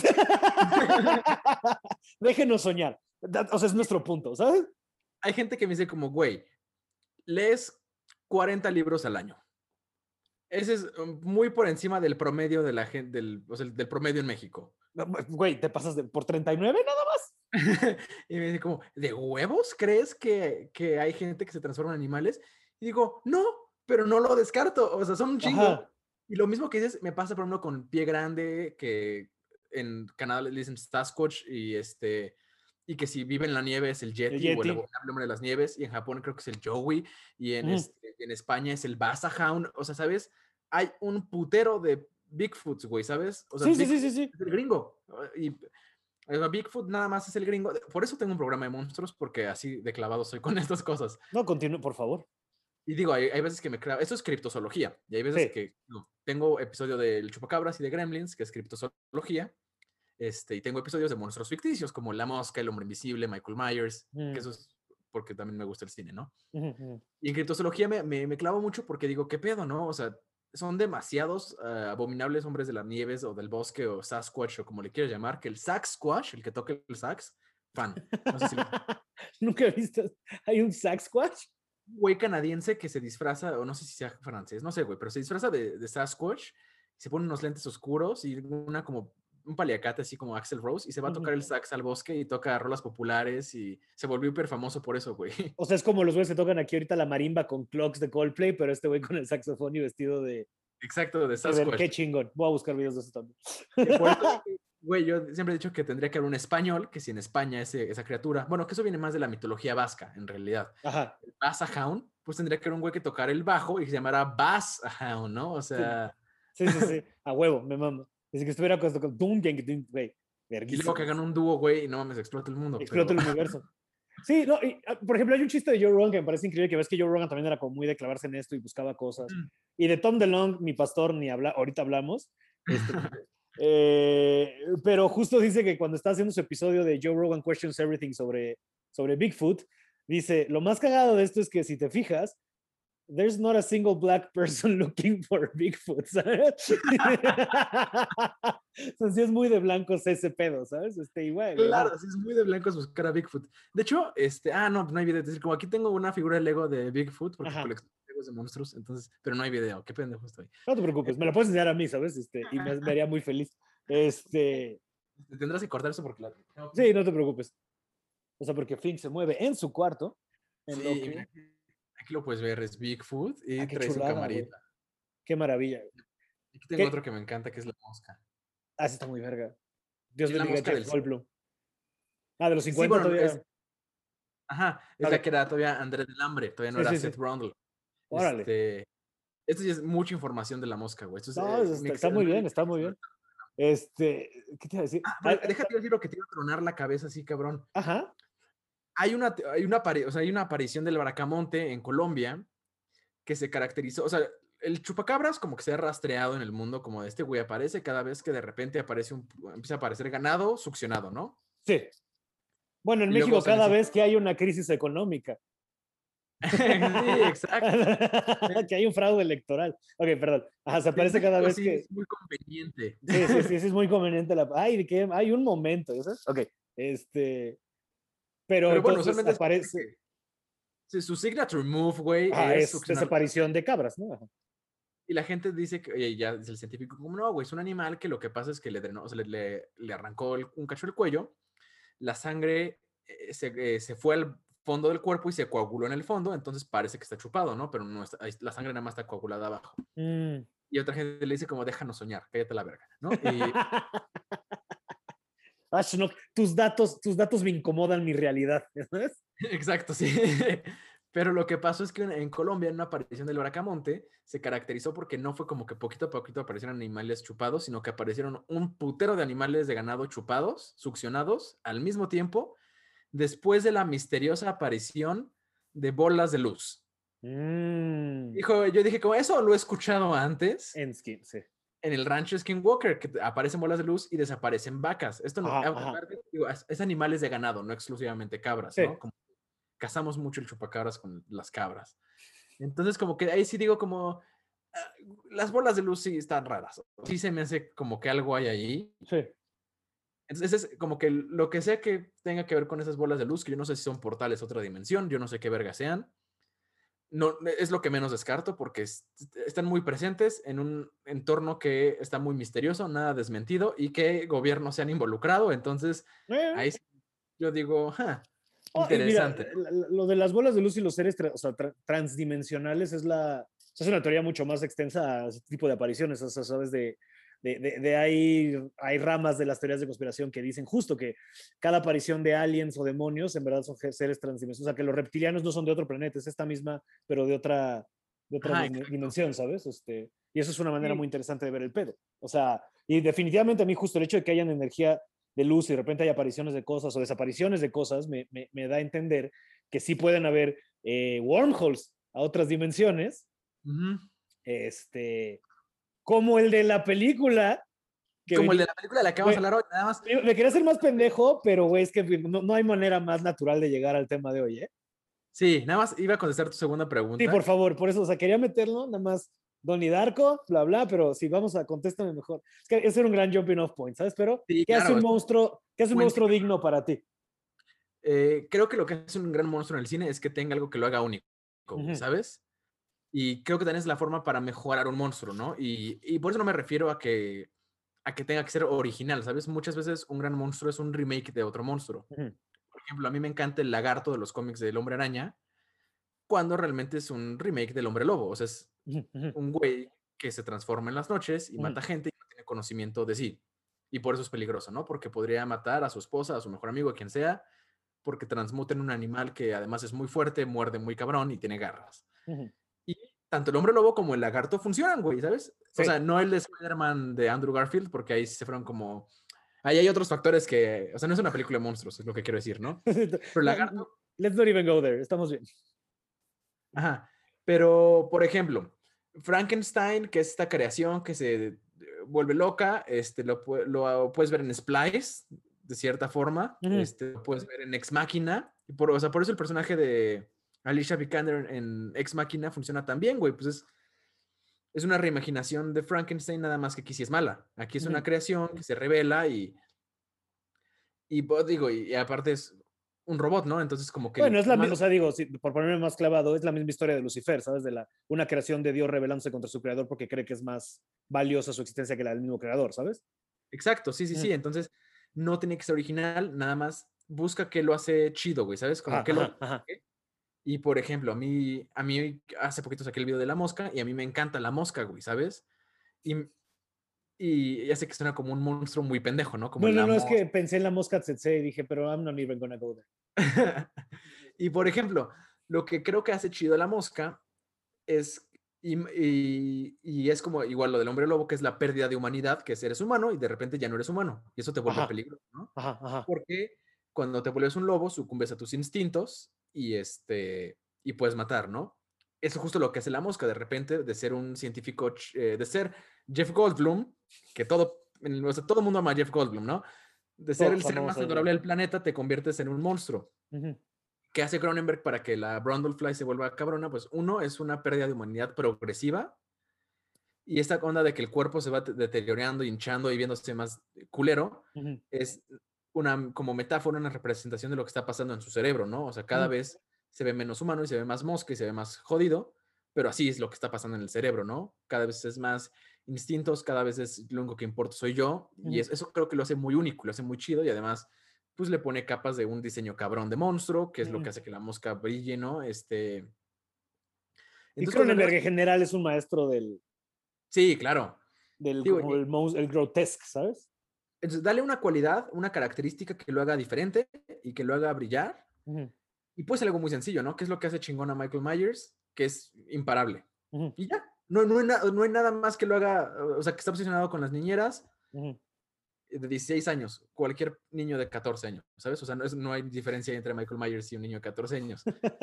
Déjenos soñar, o sea, es nuestro punto, ¿sabes? Hay gente que me dice como, güey, lees cuarenta libros al año. Ese es muy por encima del promedio de la gente, del, o sea, del promedio en México. Güey, ¿te pasas de, por treinta y nueve nada más? Y me dice como, ¿de huevos crees que, que hay gente que se transforma en animales? Y digo, no, pero no lo descarto, o sea, son un chingo. Ajá. Y lo mismo que dices, me pasa por ejemplo con Pie Grande, que en Canadá le dicen Sasquatch, y este... y que si vive en la nieve es el Yeti, el Yeti. O el abominable hombre de las nieves, y en Japón creo que es el Joey, y en, mm. este, en España es el Basahound, o sea, ¿sabes? Hay un putero de Bigfoots, güey, ¿sabes? O sea, sí, sí, sí, sí, sí. Es el gringo, y Bigfoot nada más es el gringo, por eso tengo un programa de monstruos, porque así de clavado soy con estas cosas. No, continúe, por favor. Y digo, hay, hay veces que me clavo, esto es criptozoología, y hay veces sí. que no, tengo episodio del Chupacabras y de Gremlins, que es criptozoología, Este, y tengo episodios de monstruos ficticios como La Mosca, El Hombre Invisible, Michael Myers, mm. que eso es porque también me gusta el cine, ¿no? Mm-hmm. Y en criptozoología me, me, me clavo mucho porque digo, ¿qué pedo, no? O sea, son demasiados uh, abominables hombres de las nieves o del bosque o Sasquatch o como le quieras llamar, que el Saxquatch, el que toca el sax, fan. No sé si lo... Nunca he visto. ¿Hay un Saxquatch? Un güey canadiense que se disfraza, o no sé si sea francés, no sé, güey, pero se disfraza de, de Sasquatch, se pone unos lentes oscuros y una como un paliacate así como Axl Rose y se va a tocar el sax al bosque y toca rolas populares y se volvió hiper famoso por eso, güey. O sea, es como los güeyes que tocan aquí ahorita la marimba con clocks de Coldplay, pero este güey con el saxofón y vestido de... Exacto, de Sasquatch. Qué chingón. Voy a buscar videos de eso también. Güey, yo siempre he dicho que tendría que haber un español, que si en España ese, esa criatura, bueno, que eso viene más de la mitología vasca, en realidad. Ajá. El Basahound, pues tendría que haber un güey que tocara el bajo y que se llamara Basahound, ¿no? O sea... Sí, sí, sí, sí. A huevo, me mamo. Desde que estuviera con Doom, güey. Y luego que hagan un dúo, güey, y no mames, explota el mundo. Explota pero... el universo. Sí, no, y, por ejemplo, hay un chiste de Joe Rogan que me parece increíble, que ves que Joe Rogan también era como muy de clavarse en esto y buscaba cosas. Mm. Y de Tom DeLonge, mi pastor, ni habla, ahorita hablamos. Este, eh, pero justo dice que cuando está haciendo su episodio de Joe Rogan Questions Everything sobre, sobre Bigfoot, dice, lo más cagado de esto es que si te fijas, there's not a single black person looking for Bigfoot, ¿sabes? O sea, sí es muy de blancos ese pedo, ¿sabes? Este, igual. Claro, sí es muy de blancos buscar a Bigfoot. De hecho, este, ah, no, no hay video. Es decir, como aquí tengo una figura de Lego de Bigfoot, porque colecciono Legos de monstruos, entonces, pero no hay video. Qué pendejo estoy. No te preocupes, me lo puedes enseñar a mí, ¿sabes? Este, y me, me haría muy feliz. Este... Tendrás que cortar eso porque la... Sí, no te preocupes. O sea, porque Fink se mueve en su cuarto. En sí, lo que... Aquí lo puedes ver, es Bigfoot y ah, trae su camarita. Wey. Qué maravilla. Aquí tengo ¿Qué? Otro que me encanta, que es la mosca. Ah, sí está muy verga. Dios bendiga a Jeff Goldblum. Ah, de los cincuenta sí, bueno, todavía. Es... Ajá, es vale. La que era todavía Andrés del Hambre, todavía no sí, era sí, Seth sí. Brundle. Órale. Este... Esto sí es mucha información de la mosca, güey. Esto es, no, eh, está, está muy bien, está muy bien. Este, ¿qué te iba a decir? Ah, déjate decir lo que te iba a tronar la cabeza así, cabrón. Ajá. Hay una, hay una, o sea, hay una aparición del bracamonte en Colombia que se caracterizó, o sea, el chupacabras como que se ha rastreado en el mundo como este güey aparece cada vez que de repente aparece un, empieza a aparecer ganado succionado, ¿no? Sí. Bueno, en y México cada vez dice... que hay una crisis económica. Sí, exacto. Que hay un fraude electoral. Ok, perdón. Ajá, se aparece cada vez sí, que... Es muy conveniente. Sí, sí, sí, sí, es muy conveniente. La... Ay, ¿de qué? Hay un momento, ¿sabes? Ok, este... Pero, Pero bueno, entonces usualmente es aparece. porque sí, su signature move, güey, Ah, es es succionar. desaparición de cabras, ¿no? Ajá. Y la gente dice que, oye, ya dice el científico, como no, güey, es un animal que lo que pasa es que le drenó, o sea, le, le, le arrancó el- un cacho del cuello, la sangre eh, se, eh, se fue al fondo del cuerpo y se coaguló en el fondo, entonces parece que está chupado, ¿no? Pero no está, ahí la sangre nada más está coagulada abajo. Mm. Y otra gente le dice como, déjanos soñar, cállate la verga, ¿no? Y Ash, no, tus datos, tus datos me incomodan mi realidad, ¿sabes? exacto, sí. Pero lo que pasó es que en en Colombia, en una aparición del Bracamonte, se caracterizó porque no fue como que poquito a poquito aparecieron animales chupados, sino que aparecieron un putero de animales de ganado chupados, succionados, al mismo tiempo, después de la misteriosa aparición de bolas de luz. Mm. Hijo, yo dije, como eso lo he escuchado antes En skin, sí. en el rancho Skinwalker, que aparecen bolas de luz y desaparecen vacas. Esto no, Ajá, ajá. aparte, digo, es, es animales de ganado, no exclusivamente cabras, Sí. ¿no? Como cazamos mucho el chupacabras con las cabras. Entonces, como que ahí sí digo como, ah, las bolas de luz sí están raras. Sí se me hace como que algo hay ahí. Sí. Entonces, es como que lo que sea que tenga que ver con esas bolas de luz, que yo no sé si son portales, otra dimensión, yo no sé qué verga sean, no, es lo que menos descarto porque es- están muy presentes en un entorno que está muy misterioso, nada desmentido y que gobiernos se han involucrado. Entonces, Eh. ahí sí yo digo, "Ja, Oh, y mira, interesante, ¿no?". la- la- lo de las bolas de luz y los seres tra- o sea, tra- transdimensionales es la o sea, es una teoría mucho más extensa a ese tipo de apariciones. O sea, sabes, de, de, de, de ahí hay ramas de las teorías de conspiración que dicen justo que cada aparición de aliens o demonios en verdad son ge- seres transdimensionales. O sea, que los reptilianos no son de otro planeta, es esta misma, pero de otra, de otra Ajá, dim- exacto. dimensión, ¿sabes? Este, y eso es una manera Sí. muy interesante de ver el pedo. O sea, y definitivamente a mí justo el hecho de que hayan energía de luz y de repente hay apariciones de cosas o desapariciones de cosas, me, me, me da a entender que sí pueden haber eh, wormholes a otras dimensiones, Ujú. este, como el de la película. Que Como el venía, de la película de la que vamos a güey, hablar hoy, nada más. me, me quería hacer más pendejo, pero güey, es que no, no hay manera más natural de llegar al tema de hoy, ¿eh? Sí, nada más iba a contestar tu segunda Sí, por pregunta. favor, por eso, o sea, quería meterlo, nada más Donnie Darko, bla, bla, pero si vamos a contéstame mejor. Es que ese era un gran jumping off point, ¿sabes? Pero, Sí, ¿qué hace claro, un es un monstruo, qué hace un puente. monstruo digno para ti? Eh, creo que lo que hace un gran monstruo en el cine es que tenga algo que lo haga único, güey, Ujú. ¿sabes? Y creo que también es la forma para mejorar un monstruo, ¿no? Y, y por eso no me refiero a que, a que tenga que ser original, ¿sabes? Muchas veces un gran monstruo es un remake de otro monstruo. Ujú. Por ejemplo, a mí me encanta el lagarto de los cómics del Hombre Araña, cuando realmente es un remake del Hombre Lobo. O sea, es Ujú. Ujú. un güey que se transforma en las noches y Ujú. mata gente y no tiene conocimiento de sí. Y por eso es peligroso, ¿no? Porque podría matar a su esposa, a su mejor amigo, a quien sea, porque transmuta en un animal que además es muy fuerte, muerde muy cabrón y tiene garras. Ujú. Y tanto el hombre lobo como el lagarto funcionan, güey, ¿sabes? O Sí. sea, no el de Spider-Man de Andrew Garfield, porque ahí se fueron como... Ahí hay otros factores que... O sea, no es una película de monstruos, es lo que quiero decir, ¿no? Pero el No, lagarto... let's not even go there, estamos bien. Ajá. Pero, por ejemplo, Frankenstein, que es esta creación que se eh, vuelve loca, este, lo, pu- lo puedes ver en Splice, de cierta forma, Ujú. este, lo puedes ver en Ex Machina, y por, o sea, por eso el personaje de Alicia Vikander en Ex Machina funciona tan bien, güey, pues es, es una reimaginación de Frankenstein, nada más que aquí sí es mala. Aquí es una Ujú. creación que se revela y, y pues, digo, y, y aparte es un robot, ¿no? Entonces como que Bueno, el es la, mi- más... o sea, digo, si- por ponerme más clavado, es la misma historia de Lucifer, ¿sabes? De la, una creación de Dios rebelándose contra su creador porque cree que es más valiosa su existencia que la del mismo creador, ¿sabes? Exacto, sí, sí, Ujú. sí. Entonces, no tiene que ser original, nada más busca que lo hace chido, güey, ¿sabes? Como Ajá, que lo... ajá, ajá. Y por ejemplo, a mí, a mí hace poquito saqué el video de la mosca y a mí me encanta la mosca, güey, ¿sabes? Y, y ya sé que suena como un monstruo muy pendejo, ¿no? Como No, no, la no, es que mosca. pensé en la mosca tsetse y dije, pero I'm not even gonna go there. Y por ejemplo, lo que creo que hace chido la mosca es, y, y- y es como igual lo del hombre lobo, que es la pérdida de humanidad, que es eres humano y de repente ya no eres humano. Y eso te vuelve Ajá, peligroso, ¿no? ajá, ajá. Porque cuando te vuelves un lobo, sucumbes a tus instintos y, este, y puedes matar, ¿no? Eso es justo lo que hace la mosca, de repente, de ser un científico, ch- eh, de ser Jeff Goldblum, que todo, en- o sea, todo el mundo ama a Jeff Goldblum, ¿no? De ser el Todos ser amamos más a adorable del planeta, te conviertes en un monstruo. Ujú. ¿Qué hace Cronenberg para que la Brundlefly se vuelva cabrona? Pues uno es una pérdida de humanidad progresiva y esta onda de que el cuerpo se va te- deteriorando, hinchando y viéndose más culero, Ujú. es una como metáfora, una representación de lo que está pasando en su cerebro, ¿no? O sea, cada Mm. vez se ve menos humano y se ve más mosca y se ve más jodido, pero así es lo que está pasando en el cerebro, ¿no? Cada vez es más instintos, cada vez es lo único que importa soy yo, y Ujú. es- eso creo que lo hace muy único, lo hace muy chido y además, pues le pone capas de un diseño cabrón de monstruo, que es lo Ujú. que hace que la mosca brille, ¿no? Este, Y entonces cuando Cronenberg agregas, en general es un maestro del, sí, claro, del sí, güey, como el, mous- el grotesque, ¿sabes? entonces dale una cualidad, una característica que lo haga diferente y que lo haga brillar. Ujú, Y puede ser algo muy sencillo, ¿no? ¿Qué es lo que hace chingón a Michael Myers? Que es imparable. ujú, Y ya. No, no, hay na- no hay nada más que lo haga, o sea, que está obsesionado con las niñeras ujú. de dieciséis años, cualquier niño de catorce años, ¿sabes? O sea, no, es, no hay diferencia entre Michael Myers y un niño de catorce años.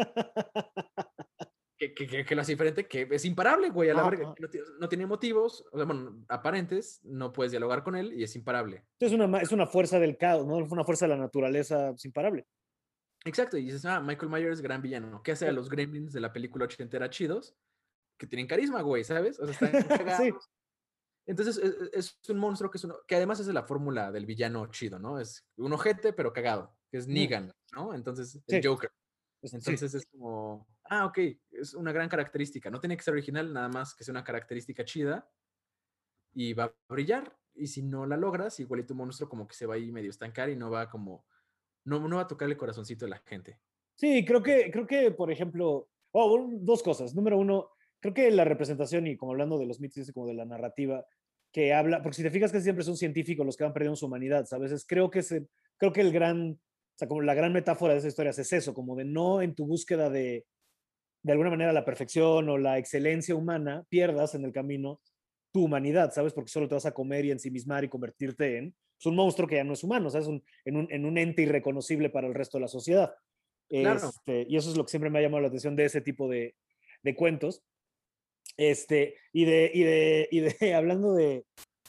Que, que, que, que lo hace diferente, que es imparable, güey, a la Ajá, verga. ajá. No, tiene- no tiene motivos, o sea, bueno, aparentes, no puedes dialogar con él y es imparable. Es una, ma- es una fuerza del caos, ¿no? Es una fuerza de la naturaleza pues, imparable. Exacto, y dices, ah, Michael Myers, gran villano. ¿Qué hace a los gremlins de la película ochentera chidos? Que tienen carisma, güey, ¿sabes? O sea, están Sí. cagados. Entonces es, es un monstruo que es uno, que además es de la fórmula del villano chido, ¿no? Es un ojete, pero cagado, que es Ujú. Negan, ¿no? Entonces, el Sí. Joker. Es- sí. Entonces es como, ah, ok, es una gran característica. No tiene que ser original, nada más que sea una característica chida y va a brillar. Y si no la logras, igual y tu monstruo como que se va a ir medio estancar y no va como, no, no va a tocar el corazoncito de la gente. Sí, creo que, creo que, por ejemplo, oh, un- dos cosas. Número uno, creo que la representación, y como hablando de los mitos y como de la narrativa, que habla, porque si te fijas que siempre son científicos los que van perdiendo su humanidad, ¿sabes? Es- creo que, se, creo que el gran, o sea, como la gran metáfora de esa historia es eso, como de no en tu búsqueda de, de alguna manera, la perfección o la excelencia humana, pierdas en el camino tu humanidad, ¿sabes? Porque solo te vas a comer y ensimismar y convertirte en pues, un monstruo que ya no es humano, ¿sabes? Un, en, un, en un ente irreconocible para el resto de la sociedad. Claro, Este, y eso es lo que siempre me ha llamado la atención de ese tipo de, de cuentos. Este, y de, y de, y de, hablando de,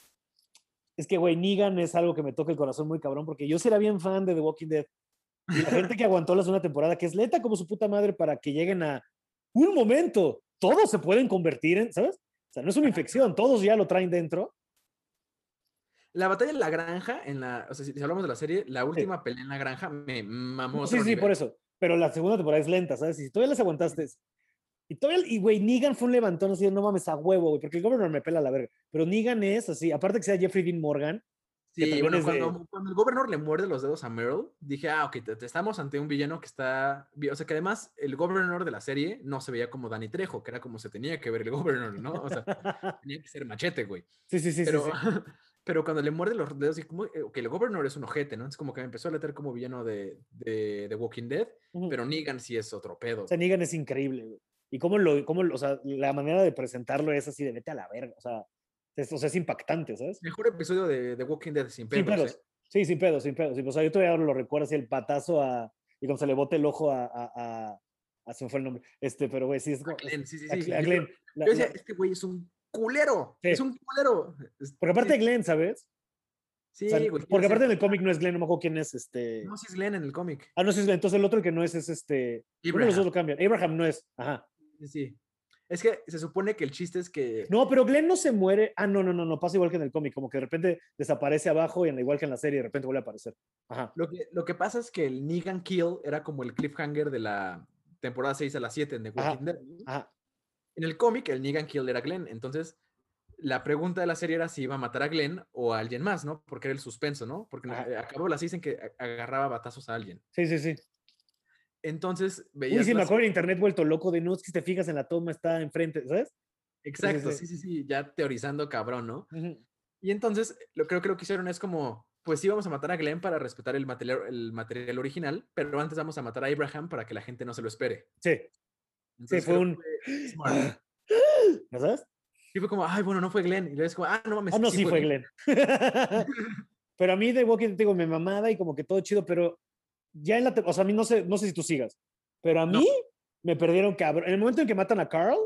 es que, güey, Negan es algo que me toca el corazón muy cabrón, porque yo sí era bien fan de The Walking Dead. Y la gente que aguantó la segunda temporada, que es lenta como su puta madre para que lleguen a un momento, todos se pueden convertir en, ¿sabes? O sea, no es una infección, todos ya lo traen dentro. la batalla en la granja, en la, o sea, si, si hablamos de la serie, la Sí. última pelea en la granja me mamó No, sí, otro sí, por nivel. eso. Pero la segunda temporada es lenta, ¿sabes? Y si todavía las aguantaste, y todavía, y güey, Negan fue un levantón así, de, no mames, a huevo, güey, porque el Governor me pela la verga. Pero Negan es así, aparte que sea Jeffrey Dean Morgan, que Sí, también bueno, es de. cuando, cuando el gobernador le muerde los dedos a Meryl, dije, ah, ok, te, te estamos ante un villano que está, o sea, que además el gobernador de la serie no se veía como Danny Trejo, que era como se tenía que ver el gobernador, ¿no? O sea, tenía que ser Machete, güey. Sí, sí, sí, sí, Pero, sí. pero cuando le muerde los dedos, y como, eh, ok, el gobernador es un ojete, ¿no? Es como que me empezó a leer como villano de, de, de Walking Dead, Ujú. pero Negan sí es otro O pedo. sea, Negan es increíble, güey. Y cómo lo, cómo, lo- o sea, la manera de presentarlo es así de vete a la verga, o sea, es, o sea, es impactante, ¿sabes? Mejor episodio de, de Walking Dead sin Sin pedos, ¿eh? pedos. Sí, sin pedos, sin pedos. O sea, yo todavía lo recuerdo así el patazo a. Y cuando se le bota el ojo a. a, a, a se me fue el nombre. Este, pero güey, sí, es, A como- es- Glenn, sí, sí, a, sí. a Yo, Glenn. La- yo decía, la- este güey es un culero, es sí. un culero. Es- Porque aparte Sí, de Glenn, ¿sabes? O sea, sí, güey, quiero porque ser. aparte en el cómic no es Glenn, no me acuerdo quién es este. No, sí es Glenn en el cómic. Ah, no, sí es Glenn. Entonces el otro que no es es este. Uno de los dos Abraham. lo cambian. Abraham no es. Ajá. Sí, sí. Es que se supone que el chiste es que. No, pero Glenn no se muere. Ah, no, no, no, no. Pasa igual que en el cómic. Como que de repente desaparece abajo y en, igual que en la serie, de repente vuelve a aparecer. Ajá. Lo que, lo que pasa es que el Negan Kill era como el cliffhanger de la temporada seis a la siete en The Walking Ajá. Dead, ¿no? Ajá. En el cómic, el Negan Kill era Glenn. Entonces, la pregunta de la serie era si iba a matar a Glenn o a alguien más, ¿no? Porque era el suspenso, ¿no? Porque Ajá. eh, acabó la seis en que a- agarraba batazos a alguien. Sí, sí, sí. Entonces, Uy, veías sí, me la acuerdo serie. en internet vuelto loco de no, es que si te fijas en la toma, está enfrente, ¿sabes? Sí, sí, Exacto, sí. sí, sí, sí, ya teorizando cabrón, ¿no? Ujú. Y entonces, lo, creo que lo que hicieron es como, pues sí, vamos a matar a Glenn para respetar el material, el material original, pero antes vamos a matar a Abraham para que la gente no se lo espere. Sí, sí, Entonces fue creo que un. fue smart. ¿Ya sabes? Sí fue como, ay, bueno, no fue Glenn. Y luego es como, ah, no Ah, mames, no, sí sí fue fue Glenn. Glenn. Pero a mí de Walking Dead, digo, me mamada y como que todo chido, pero ya en la. te- O sea, a mí no sé, no sé si tú sigas, pero a No. mí me perdieron cabrón. En el momento en que matan a Carl,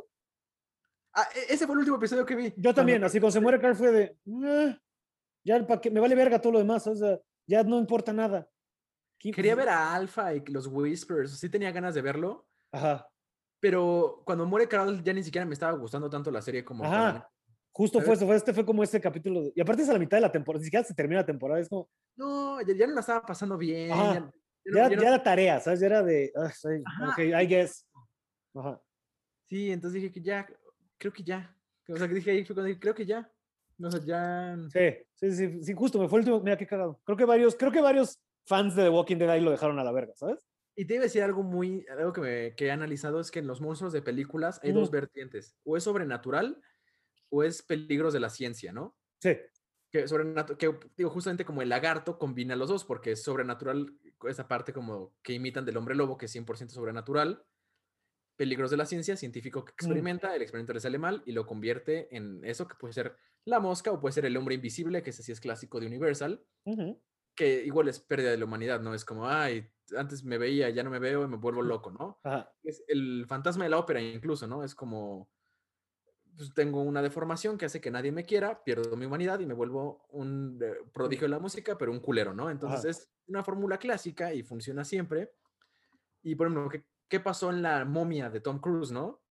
Ah, e- ese fue el último episodio que vi. yo Cuando- también, así cuando se muere Carl fue de. "Eh, ya, ¿para qué? Me vale verga todo lo demás, o sea, ya no importa nada. ¿Qué- Quería ver a Alpha y los Whispers, sí tenía ganas de verlo, Ajá, pero cuando muere Carl ya ni siquiera me estaba gustando tanto la serie como para... ajá. Justo fue ¿sabes? eso, fue, este fue como este capítulo. de- y aparte es a la mitad de la temporada, ni siquiera se termina la temporada, es como, No, ya, ya no la estaba pasando bien. Ya, Ajá. ya no- Ya, ya no- ya era tarea, ¿sabes? Ya era de, ah, sí, ok, Ajá, I guess. Ajá. sí, entonces dije que ya, creo que ya. O sea, que dije ahí, fue cuando dije, creo que ya. O sea, ya. Sí, sí, sí, sí, justo, me fue el último, mira qué cagado. Creo que varios, creo que varios fans de The Walking Dead ahí lo dejaron a la verga, ¿sabes? Y te iba a decir algo muy, algo que, me, que he analizado es que en los monstruos de películas hay dos Ujú. vertientes. O es sobrenatural o es peligros de la ciencia, ¿no? Sí. Que, sobrenatu- que digo, justamente como el lagarto combina los dos, porque es sobrenatural, esa parte como que imitan del hombre lobo, que es cien por ciento sobrenatural. Peligros de la ciencia, científico que Mm. experimenta, el experimento le sale mal y lo convierte en eso que puede ser la mosca o puede ser el hombre invisible, que ese sí es clásico de Universal, Ujú. que igual es pérdida de la humanidad, ¿no? Es como, ay, antes me veía, ya no me veo y me vuelvo loco, ¿no? Ajá. Es el fantasma de la ópera incluso, ¿no? Es como, pues tengo una deformación que hace que nadie me quiera, pierdo mi humanidad y me vuelvo un eh, prodigio de la música, pero un culero, ¿no? Entonces Ajá. es una fórmula clásica y funciona siempre. Y por ejemplo, ¿qué, qué pasó en la momia de Tom Cruise, no?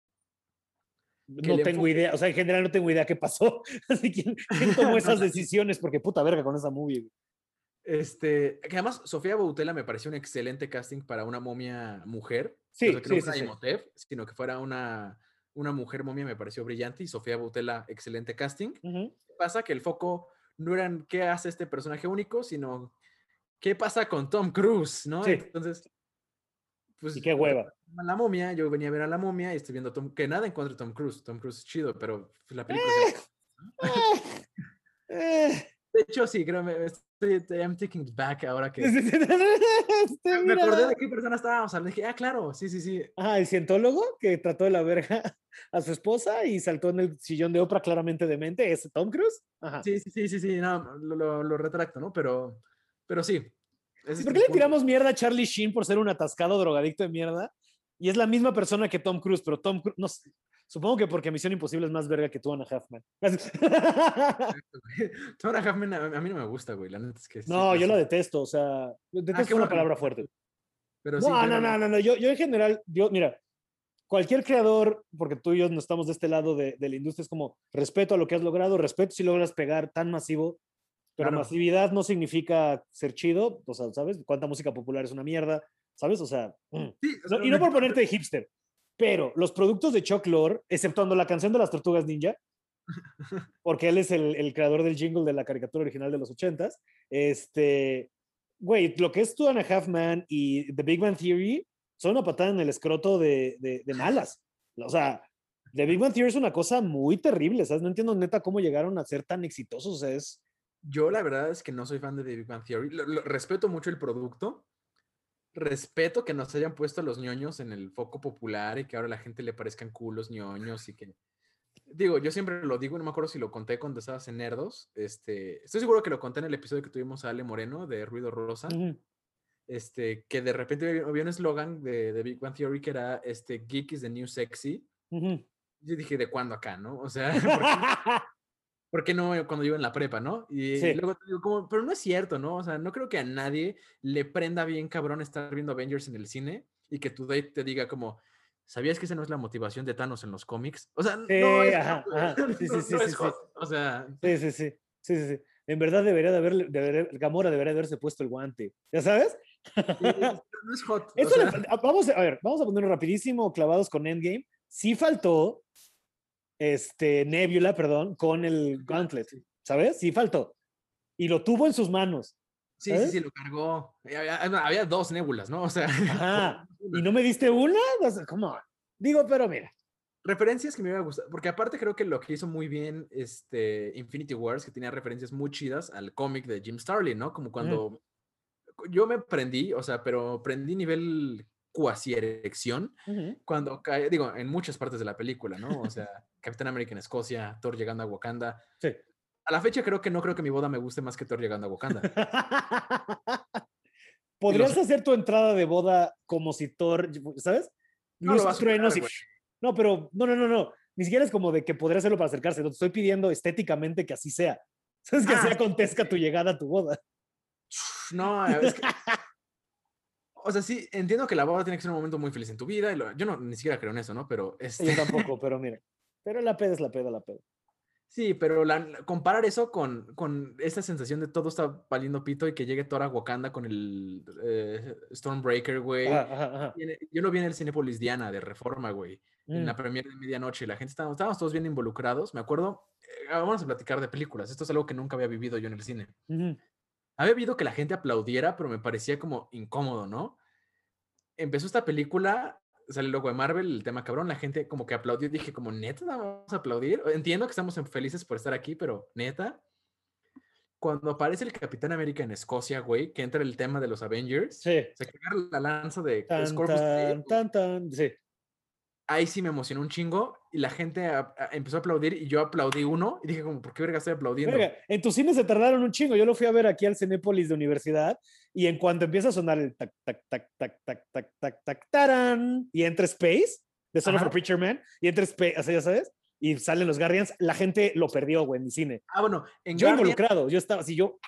Que el No tengo enfoque... idea, o sea, en general no tengo idea qué pasó. Así, ¿quién, quién tomó no, esas decisiones? Porque puta verga con esa movie. Güey. este, que además Sofía Boutella me pareció un excelente casting para una momia mujer. O sea, Sí, que no sí, sí, fuera sí. Imhotep, sino que fuera una, una mujer momia, me pareció brillante. Y Sofía Boutella, excelente casting. Ujú. ¿Qué pasa? Que el foco no era en qué hace este personaje único, sino qué pasa con Tom Cruise, ¿no? Sí, Entonces, y pues qué hueva. la momia, yo venía a ver a la momia y estoy viendo a Tom, que nada en contra de Tom Cruise. Tom Cruise es chido, pero pues, la película se... Eh, eh, eh. De hecho, sí, creo que estoy, I'm taking it back ahora que Este, me acordé mira. de qué persona estábamos hablando. Dije, ah, claro, sí, sí, sí. Ajá, el cientólogo que trató de la verga a su esposa y saltó en el sillón de Oprah claramente demente, ¿es Tom Cruise? Ajá. Sí, sí, sí, sí, sí, no, lo, lo, lo retracto, ¿no? Pero, pero sí, ese ¿Y es por qué mi le punto. tiramos mierda a Charlie Sheen por ser un atascado drogadicto de mierda? Y es la misma persona que Tom Cruise, pero Tom Cruise, no sé, supongo que porque Misión Imposible es más verga que tú, Anna Halfman. Tora Halfman a, a mí no me gusta, güey, la neta es que sí, No, yo es la un... detesto, o sea, Ah, detesto qué es una bueno que le palabra gusta, fuerte. pero sí, No, no, créeme. no, no, no, yo, yo en general, yo, mira, cualquier creador, porque tú y yo no estamos de este lado de, de la industria, es como respeto a lo que has logrado, respeto si logras pegar tan masivo, pero Claro. masividad no significa ser chido, o sea, ¿sabes? Cuánta música popular es una mierda, ¿sabes? O sea, mm. Sí, o sea, no, y no por ponerte de hipster, pero los productos de Chuck Lorre, exceptuando la canción de las Tortugas Ninja, porque él es el, el creador del jingle de la caricatura original de los ochentas, este, güey, lo que es Two and a Half Man y The Big Bang Theory son una patada en el escroto de, de, de malas. O sea, The Big Bang Theory es una cosa muy terrible, ¿sabes? No entiendo neta cómo llegaron a ser tan exitosos, o sea, es... yo la verdad es que no soy fan de The Big Bang Theory. Lo, lo, respeto mucho el producto. Respeto que nos hayan puesto a los ñoños en el foco popular y que ahora a la gente le parezcan cool los ñoños y que... Digo, yo siempre lo digo, no me acuerdo si lo conté cuando estabas en Nerdos. Este, estoy seguro que lo conté en el episodio que tuvimos a Ale Moreno de Ruido Rosa. Uh -huh. Este, que de repente había un eslogan de, de Big Bang Theory que era este, Geek is the new sexy. Uh -huh. Yo dije, ¿de cuándo acá, no? O sea, ¿por qué, ¿por qué no cuando yo en la prepa, no? Y, sí. y luego te digo, como, pero no es cierto, ¿no? O sea, no creo que a nadie le prenda bien cabrón estar viendo Avengers en el cine y que tu date te diga como, ¿sabías que esa no es la motivación de Thanos en los cómics? O sea, sí, no es ajá, hot, ajá. Sí, no, sí, sí, no sí, es hot. Sí. O sea... Sí, sí, sí. Sí, sí, sí. En verdad debería de haber, debería, Gamora debería de haberse puesto el guante. ¿Ya sabes? Sí, no es hot. Eso o sea... le, vamos, a ver, vamos a ponerlo rapidísimo, clavados con Endgame. Sí faltó este, Nebula, perdón, con el Gauntlet, sí. ¿Sabes? Sí faltó. Y lo tuvo en sus manos. Sí, ¿sabes? sí, sí, lo cargó. Había, había dos nébulas, ¿no? O sea. Ajá. ¿Y no me diste una? ¿Cómo? Digo, pero mira. Referencias que me iba a gustar, porque aparte creo que lo que hizo muy bien este, Infinity Wars, que tenía referencias muy chidas al cómic de Jim Starlin, ¿no? Como cuando mm. yo me prendí, o sea, pero prendí nivel cuasi erección, uh -huh. cuando cae, digo, en muchas partes de la película, ¿no? O sea, Capitán América en Escocia, Thor llegando a Wakanda. Sí. A la fecha creo que no creo que mi boda me guste más que Thor llegando a Wakanda. ¿Podrías hacer tu entrada de boda como si Thor, ¿sabes? No, Luces, truenos y... No, pero no, no, no, no. Ni siquiera es como de que podría hacerlo para acercarse. No te estoy pidiendo estéticamente que así sea. ¿Sabes? Que ah, así acontezca sí. tu llegada a tu boda. No, es que... O sea, sí, entiendo que la boda tiene que ser un momento muy feliz en tu vida. Y lo, yo no ni siquiera creo en eso, ¿no? Pero... Este... Yo tampoco, pero mira. Pero la peda es la peda, la peda. Sí, pero la, la- comparar eso con, con esa sensación de todo está valiendo pito y que llegue Thor a Wakanda con el eh, Stormbreaker, güey. Ajá, ajá, ajá. Y en- Yo lo vi en el Cinépolis Diana de Reforma, güey, en Mm, la premiere de medianoche. La gente estábamos, estábamos todos bien involucrados. Me acuerdo, eh, vamos a platicar de películas. Esto es algo que nunca había vivido yo en el cine. ujú. Había vivido que la gente aplaudiera, pero me parecía como incómodo, ¿no? Empezó esta película, sale el logo de Marvel, el tema cabrón, la gente como que aplaudió. Dije, como, ¿neta vamos a aplaudir? Entiendo que estamos felices por estar aquí, pero ¿neta? Cuando aparece el Capitán América en Escocia, güey, que entra el tema de los Avengers, Sí. se carga la lanza de Tan, Corpus Day, tan, tan, tan. Sí. ahí sí me emocionó un chingo y la gente a- a- empezó a aplaudir y yo aplaudí uno y dije como, ¿por qué verga estoy aplaudiendo? Verga, en tu cine se tardaron un chingo. Yo lo fui a ver aquí al Cinépolis de universidad y en cuanto empieza a sonar el tac, tac, tac, tac, tac, tac, tac, tac, tarán, y entra Space, de Son of a Ajá. Preacher Man, y entra Space, o sea, ya sabes, y salen los Guardians, la gente lo perdió, güey, en mi cine. Ah, bueno, en Yo Guardians, involucrado, yo estaba así, yo,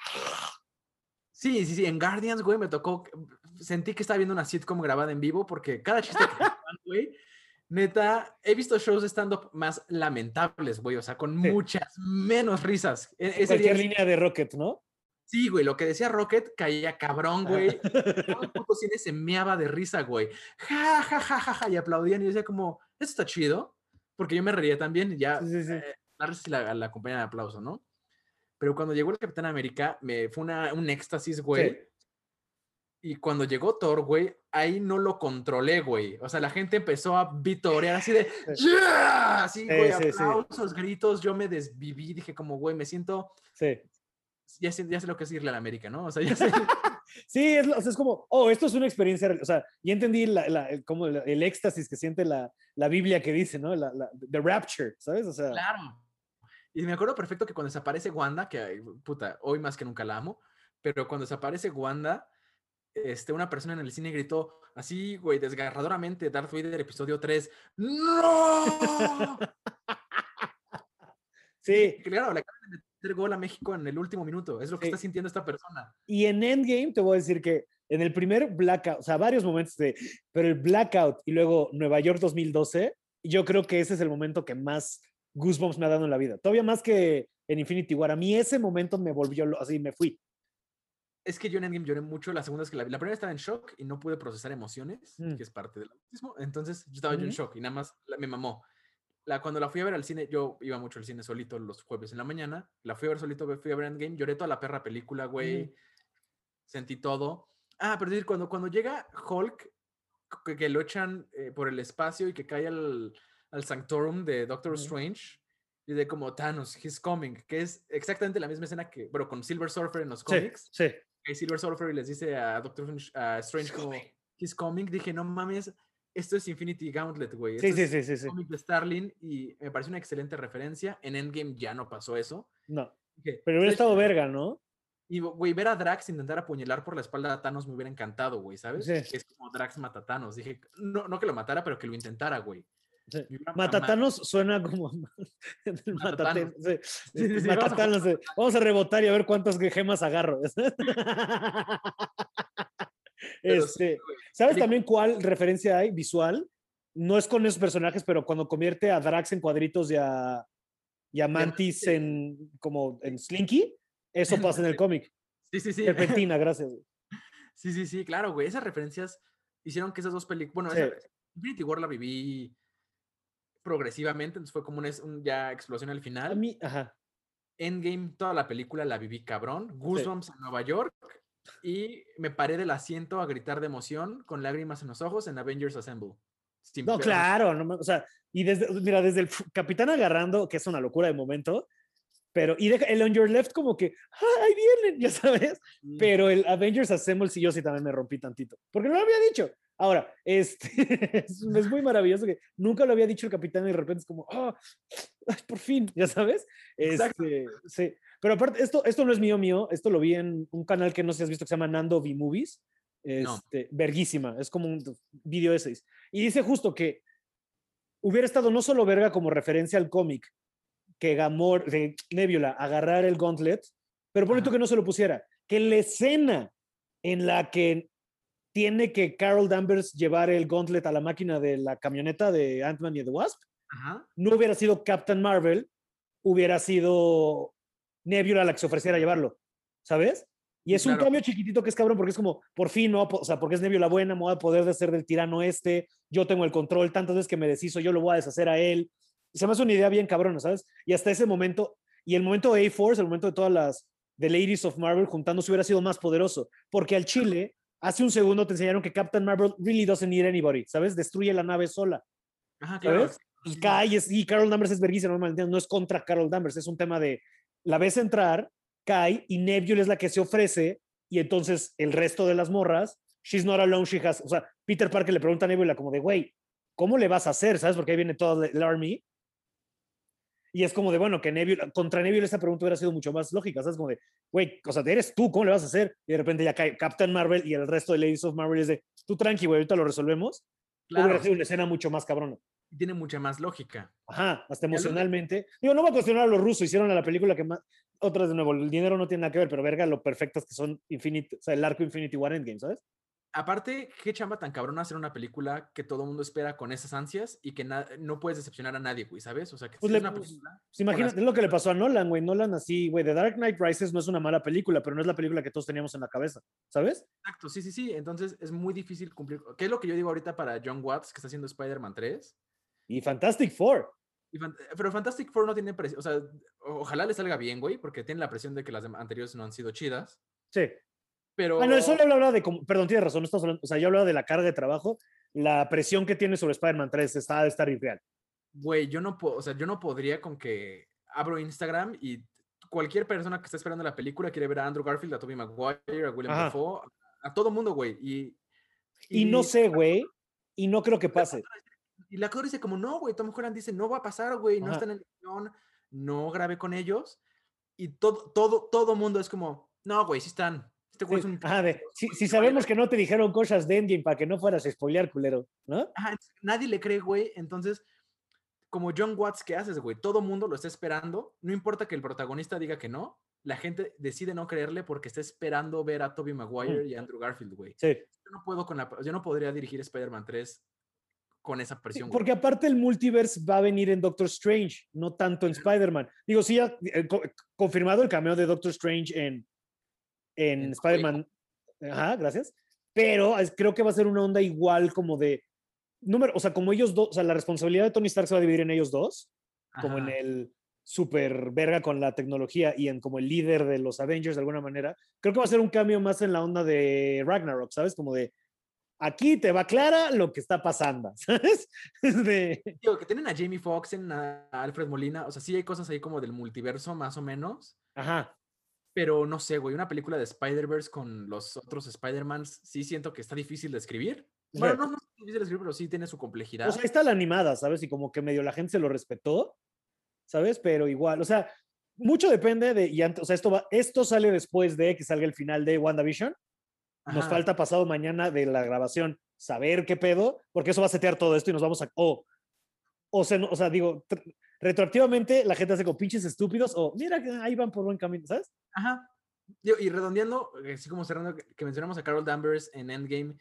sí, sí, sí, en Guardians, güey, me tocó, sentí que estaba viendo una sitcom grabada en vivo porque cada chiste que hacían, güey, neta, he visto shows de stand-up más lamentables, güey, o sea, con Sí. muchas menos risas. E- Ese cualquier día, línea de Rocket, ¿no? sí, güey, lo que decía Rocket caía cabrón, güey. Todo el puto cine se meaba de risa, güey. Ja, ja, ja, ja, ja, y aplaudían y yo decía como, esto está chido, porque yo me reía también y ya, Sí, sí, sí. eh, la risa sí la, la acompaña de aplauso, ¿no? Pero cuando llegó el Capitán América, me fue una, un éxtasis, Sí. güey. Y cuando llegó Thor, güey, ahí no lo controlé, güey. O sea, la gente empezó a vitorear así de Sí. ¡Yeah! Así, Sí, güey, sí, sí. aplausos, gritos. Yo me desviví, dije como, güey, me siento, Sí. ya sé, ya sé lo que es irle a la América, ¿no? O sea, ya sé. Sí, es, lo- o sea, es como, oh, esto es una experiencia, real. O sea, ya entendí la, la- el, como el, el éxtasis que siente la, la Biblia que dice, ¿no? La, la, the rapture, ¿sabes? O sea, Claro. Y me acuerdo perfecto que cuando desaparece Wanda, que, ay, puta, hoy más que nunca la amo, pero cuando desaparece Wanda, este, una persona en el cine gritó así, güey, desgarradoramente, Darth Vader, episodio tres, ¡no! sí, Dije, claro, le acaban de meter gol a México en el último minuto. Es lo que sí. está sintiendo esta persona. Y en Endgame te voy a decir que en el primer blackout, o sea, varios momentos de, pero el blackout y luego Nueva York dos mil doce, yo creo que ese es el momento que más goosebumps me ha dado en la vida. Todavía más que en Infinity War. A mí ese momento me volvió, lo- así me fui. Es que yo en Endgame lloré mucho la segunda vez que la vi. La primera estaba en shock y no pude procesar emociones, Mm. que es parte del autismo. Entonces yo estaba yo en Ujú. shock y nada más la- me mamó. La, cuando la fui a ver al cine, yo iba mucho al cine solito los jueves en la mañana. La fui a ver solito, fui a ver Endgame, lloré toda la perra película, güey. Ujú. Sentí todo. Ah, pero es decir, cuando, cuando llega Hulk, que, que lo echan eh, por el espacio y que cae al, al Sanctorum de Doctor Ujú. Strange, y de como Thanos, he's coming, que es exactamente la misma escena que, bueno, con Silver Surfer en los Sí, cómics, sí. que Silver Surfer y les dice a Doctor Strange, a Strange como, he's coming, dije, no mames, esto es Infinity Gauntlet, güey, Sí, esto sí, es sí, sí, sí. cómic de Starling, y me parece una excelente referencia. En Endgame ya no pasó eso. No. Dije, Pero está hubiera estado chido. verga, ¿no? Y, güey, ver a Drax intentar apuñalar por la espalda a Thanos me hubiera encantado, güey, ¿sabes? Sí, Que es como Drax mata a Thanos. Dije, no, no que lo matara, pero que lo intentara, güey. sí. Me hubiera mamado. Matatanos suena como el Matatanos. mataten. Sí, Sí, sí, sí, vamos a matatanos. jugar. de, Vamos a rebotar y a ver cuántas gemas agarro. Pero sí, Este, güey. ¿sabes Película- también cuál referencia hay visual? No es con esos personajes, pero cuando convierte a Drax en cuadritos y a, y a Mantis en como en Slinky, eso pasa en el cómic. Sí, sí, sí. Serpentina, gracias. Sí, sí, sí, claro, güey. Esas referencias hicieron que esas dos películas. Bueno, Sí. esa, Infinity War la viví progresivamente, entonces fue como una un, ya explosión al A final. mí, ajá. Endgame, toda la película la viví cabrón. Goosebumps en Nueva York. Y me paré del asiento a gritar de emoción con lágrimas en los ojos en Avengers Assemble. Sin No, pe- o sea, claro, no, me- o sea, y desde, mira, desde el Capitán agarrando, que es una locura de momento, pero, y deja, el On Your Left como que, ¡ah, ahí vienen! Ya sabes, sí. pero el Avengers Assemble sí yo sí también me rompí tantito, porque no lo había dicho. Ahora, este, es, es muy maravilloso que nunca lo había dicho el Capitán y de repente es como, ¡ah, ay, por fin! Ya sabes. Exacto. Este, sí, pero aparte, esto, esto no es mío, mío, esto lo vi en un canal que no sé si has visto que se llama Nando V Movies. No. Este, verguísima, es como un video essays. Y dice justo que hubiera estado no solo verga como referencia al cómic, que Gamor, de Nebula, agarrar el gauntlet, pero por tú que no se lo pusiera, que la escena en la que tiene que Carol Danvers llevar el gauntlet a la máquina de la camioneta de Ant-Man y The Wasp, Ajá. no hubiera sido Captain Marvel, hubiera sido Nebula la que se ofreciera a llevarlo, ¿sabes? Y es Claro. un cambio chiquitito que es cabrón porque es como, por fin, no, o sea, porque es Nebula buena, me voy a poder deshacer del tirano este, yo tengo el control, tantas veces que me deshizo, yo lo voy a deshacer a él. Se me hace una idea bien cabrona, ¿sabes? Y hasta ese momento, y el momento de A-Force, el momento de todas las The Ladies of Marvel juntándose hubiera sido más poderoso, porque al chile, hace un segundo te enseñaron que Captain Marvel really doesn't need anybody, ¿sabes? Destruye la nave sola, Ajá, claro. ¿sabes? Pues cae, es- y Carol Danvers es verguísima, no, no es contra Carol Danvers, es un tema de, la ves entrar, cae, y Nebula es la que se ofrece, y entonces el resto de las morras, she's not alone, she has, o sea, Peter Parker le pregunta a Nebula como de, güey, ¿cómo le vas a hacer? ¿Sabes? Porque ahí viene todo el army. Y es como de, bueno, que Nebula, contra Nebula esta pregunta hubiera sido mucho más lógica, ¿sabes? Como de, güey, o sea, eres tú, ¿cómo le vas a hacer? Y de repente ya cae Captain Marvel y el resto de Ladies of Marvel es de, tú tranqui, güey, ahorita lo resolvemos. Claro, Hubiera sido sí, una escena mucho más cabrona. tiene mucha más lógica. Ajá, hasta Ya lo- emocionalmente. Digo, no voy a cuestionar a los rusos, hicieron a la película que más, otras de nuevo, el dinero no tiene nada que ver, pero verga lo perfectas que son Infinity, o sea, el arco Infinity War Endgame, ¿sabes? Aparte, qué chamba tan cabrona hacer una película que todo el mundo espera con esas ansias y que na- no puedes decepcionar a nadie, güey, ¿sabes? O sea, que Pues, es le, una pues, película. pues con imagínate, las- es lo que le pasó a Nolan, güey. Nolan así, güey, The Dark Knight Rises no es una mala película, pero no es la película que todos teníamos en la cabeza, ¿sabes? Exacto, sí, sí, sí. Entonces es muy difícil cumplir. ¿Qué es lo que yo digo ahorita para John Watts, que está haciendo Spider-Man tres? Y Fantastic Four. Y fan- Pero Fantastic Four no tiene presión. O sea, o- ojalá le salga bien, güey, porque tiene la presión de que las dem- anteriores no han sido chidas. Sí. Pero, Ah, no, eso yo hablaba de, como, perdón, tienes razón, no estás hablando, o sea, yo hablaba de la carga de trabajo, la presión que tiene sobre Spider-Man tres está de estar irreal. güey, yo no puedo, o sea, yo no podría con que abro Instagram y cualquier persona que esté esperando la película quiere ver a Andrew Garfield, a Tobey Maguire, a Willem Ajá. Dafoe, a, a todo mundo, güey. Y, Y no y, sé, güey, y no creo que pase. y el actor dice como, no, güey, Tom Holland dice, no va a pasar, güey, no Ajá. están en el guión, no grabé con ellos. Y todo, todo, todo mundo es como, no, güey, sí están. Este güey Sí, es un... ajá, de, si, güey, si te vale sabemos ver". que no te dijeron cosas de Endgame para que no fueras a spoilear, culero, ¿no? Ajá, nadie le cree, güey. Entonces, como John Watts, ¿qué haces, güey? Todo mundo lo está esperando. No importa que el protagonista diga que no. La gente decide no creerle porque está esperando ver a Tobey Maguire Mm. y a Andrew Garfield, güey. Sí. Yo no puedo con la... Yo no podría dirigir Spider-Man tres con esa Sí, presión, güey. porque aparte el multiverse va a venir en Doctor Strange, no tanto en Spider-Man. Digo, sí, ya eh, co- confirmado el cameo de Doctor Strange en, en En Spider-Man. Ajá, gracias. Pero es- creo que va a ser una onda igual como de número, o sea, como ellos dos, o sea, la responsabilidad de Tony Stark se va a dividir en ellos dos, como en Ajá. el super verga con la tecnología y en como el líder de los Avengers de alguna manera. Creo que va a ser un cambio más en la onda de Ragnarok, ¿sabes? Como de aquí te va clara lo que está pasando, ¿sabes? De, Digo, que tienen a Jamie Foxx, en a Alfred Molina. O sea, sí hay cosas ahí como del multiverso, más o menos. ajá. Pero no sé, güey, una película de Spider-Verse con los otros Spider-Mans, sí siento que está difícil de escribir. Bueno, no, no es difícil de escribir, pero sí tiene su complejidad. O sea, ahí está la animada, ¿sabes? Y como que medio la gente se lo respetó, ¿sabes? Pero igual, o sea, mucho depende de, y antes, o sea, esto, va, esto sale después de que salga el final de WandaVision. Nos Ajá. falta pasado mañana de la grabación saber qué pedo, porque eso va a setear todo esto y nos vamos a, o, o, se, o sea, digo, tr- retroactivamente la gente hace como pinches estúpidos, o mira que ahí van por buen camino, ¿sabes? Ajá. Digo, y redondeando, así como cerrando, que, que mencionamos a Carol Danvers en Endgame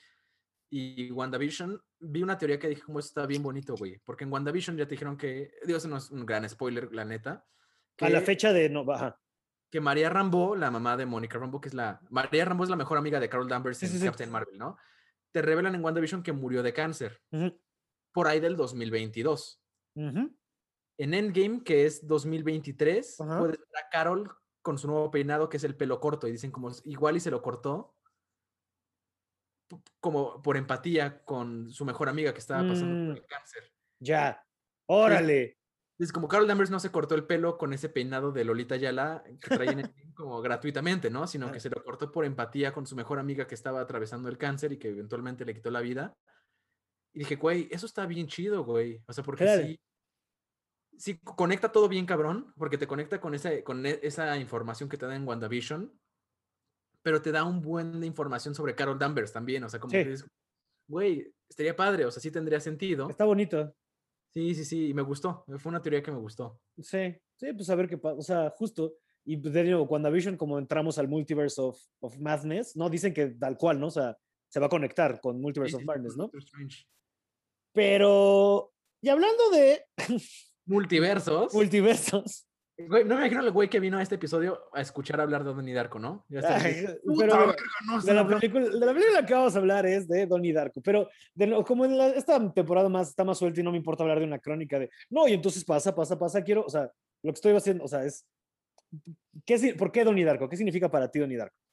y WandaVision, vi una teoría que dije como esto está bien bonito, güey. Porque en WandaVision ya te dijeron que, digo, eso no es un gran spoiler, la neta, que, A la fecha de, no, ajá. que María Rambeau, la mamá de Mónica Rambeau, que es la... María Rambeau es la mejor amiga de Carol Danvers Sí, en sí, sí. Captain Marvel, ¿no? Te revelan en WandaVision que murió de cáncer, Ujú, por ahí del dos mil veintidós. ujú, En Endgame, que es dos mil veintitrés, Ajá. puedes ver a Carol con su nuevo peinado, que es el pelo corto, y dicen como igual y se lo cortó p- como por empatía con su mejor amiga que estaba pasando por Mm, el cáncer. ya. Órale. Es como Carol Danvers no se cortó el pelo con ese peinado de Lolita Ayala que traía en Endgame como gratuitamente, ¿no? Sino que Ajá. se lo cortó por empatía con su mejor amiga que estaba atravesando el cáncer y que eventualmente le quitó la vida. Y dije, güey, eso está bien chido, güey. O sea, porque Claro. sí, sí conecta todo bien cabrón, porque te conecta con esa, con e- esa información que te da en WandaVision, pero te da un buen de información sobre Carol Danvers también. O sea, como Sí. que dices, güey, estaría padre, o sea, sí tendría sentido. Está bonito. Sí, sí, sí, y me gustó. Fue una teoría que me gustó. Sí, sí, pues a ver qué pasa. O sea, justo. Y pues, de nuevo, WandaVision, como entramos al Multiverse of, of Madness, ¿no? Dicen que tal cual, ¿no? O sea, se va a conectar con Sí, Multiverse sí, of sí, Madness, con ¿no? Doctor Strange. Pero, y hablando de Multiversos. multiversos, Güey, no me imagino el güey que vino a este episodio a escuchar hablar de Donnie Darko, ¿no? Ya está. Ay, Diciendo, pero "Puta de, verga, no de sé la hablar". película, de la película que vamos a hablar es de Donnie Darko, pero de nuevo, como en la- esta temporada más está más suelta y no me importa hablar de una crónica de, no, y entonces pasa, pasa, pasa, quiero, o sea, lo que estoy haciendo, o sea, es, ¿qué, si- ¿por qué Donnie Darko? ¿Qué significa para ti Donnie Darko?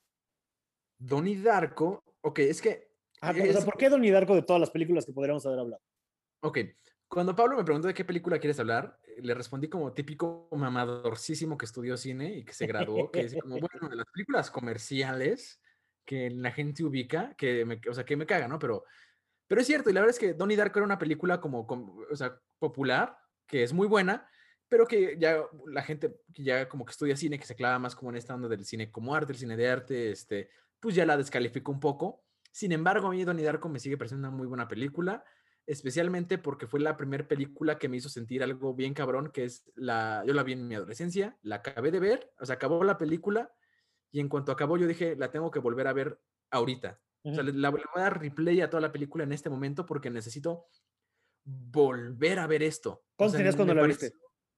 Donnie Darko, ok, es que Ah, o sea, es, ¿por qué Donnie Darko de todas las películas que podríamos haber hablado? ok, cuando Pablo me preguntó de qué película quieres hablar, eh, le respondí como típico mamadorcísimo que estudió cine y que se graduó, que dice como, bueno, de las películas comerciales que la gente ubica, que me, o sea, que me caga, ¿no? Pero, pero es cierto, y la verdad es que Donnie Darko era una película como, como, o sea, popular, que es muy buena, pero que ya la gente que ya como que estudia cine, que se clava más como en esta onda del cine como arte, el cine de arte, este, pues ya la descalificó un poco. Sin embargo, a mí Donnie Darko me sigue pareciendo una muy buena película, especialmente porque fue la primera película que me hizo sentir algo bien cabrón, que es la, yo la vi en mi adolescencia, la acabé de ver, o sea, acabó la película y en cuanto acabó yo dije, la tengo que volver a ver ahorita. O sea, Ujú. le, la, le voy a dar replay a toda la película en este momento porque necesito volver a ver esto. O ¿Cuántos sea, tenías cuando me la pareció, viste?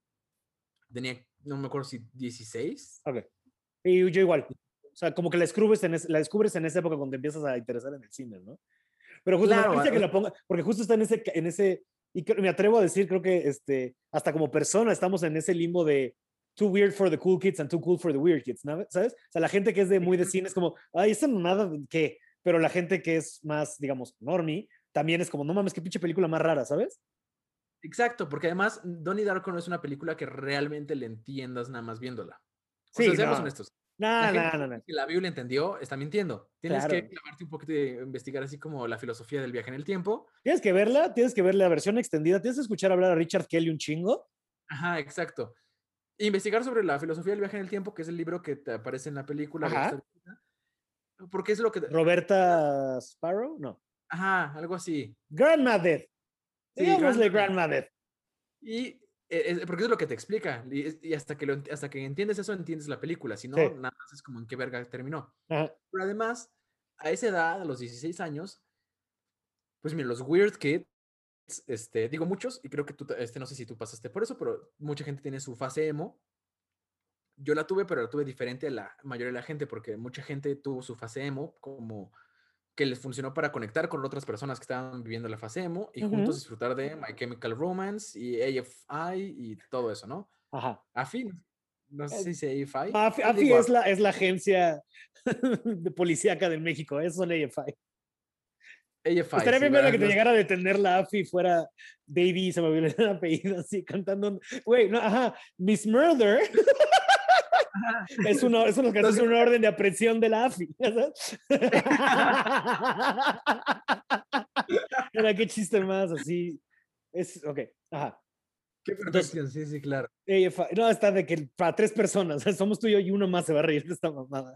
tenía, no me acuerdo si dieciséis. Ok. Y yo igual. O sea, como que la descubres en, es- la descubres en esa época cuando te empiezas a interesar en el cine, ¿no? Pero justo me da Claro, risa que o- la ponga, porque justo está en ese, en ese, y creo- me atrevo a decir, creo que este, hasta como persona estamos en ese limbo de too weird for the cool kids and too cool for the weird kids, ¿no? ¿Sabes? O sea, la gente que es de muy de cine es como, ay, esa nada, ¿qué? Pero la gente que es más, digamos, normie, también es como, no mames, qué pinche película más rara, ¿sabes? exacto, porque además Donnie Darko no es una película que realmente le entiendas nada más viéndola. O sea, Sí, seamos no. honestos. La No, gente no, no, no. que la vio y la entendió está mintiendo. Tienes que Claro. clavarte un poquito de investigar así como la filosofía del viaje en el tiempo. Tienes que verla, tienes que ver la versión extendida, tienes que escuchar hablar a Richard Kelly un chingo. Ajá, exacto. Investigar sobre la filosofía del viaje en el tiempo, que es el libro que te aparece en la película de esta Ajá. película, porque es lo que... Roberta Sparrow, no. Ajá, algo así. Grandmother. Sí, Digámosle Grandmother. Grandmother. Y eh, es- porque es lo que te explica. Y, y hasta, que lo, ent- hasta que entiendes eso, entiendes la película. Si no, Sí. nada más es como en qué verga terminó. Ajá. Pero además, a esa edad, a los dieciséis años, pues mira, los Weird Kids, este, digo muchos, y creo que tú, este, no sé si tú pasaste por eso, pero mucha gente tiene su fase emo. Yo la tuve, pero la tuve diferente a la mayoría de la gente, porque mucha gente tuvo su fase emo como que les funcionó para conectar con otras personas que estaban viviendo la fase emo y juntos Ujú. disfrutar de My Chemical Romance y A F I y todo eso, ¿no? Ajá. AFI, no sé Eh, si dice A F I, no, AFI, yo le AFI digo es AFI. la, es la agencia de policíaca de México, eso son A F I. AFI, Estaría sí, bien ver ¿verdad? que te Los- llegara a detener la AFI fuera Baby, se me olvidó el apellido, así cantando. Güey, no, ajá, Miss Murder es una, es una canción, los- es una orden de aprehensión de la AFI. ¿Sabes? Era qué chiste más así. Es, ok, ajá. Qué Entonces, perfección, sí, sí, claro. A F I, no, está de que para tres personas, somos tú y yo y uno más se va a reír de esta mamada.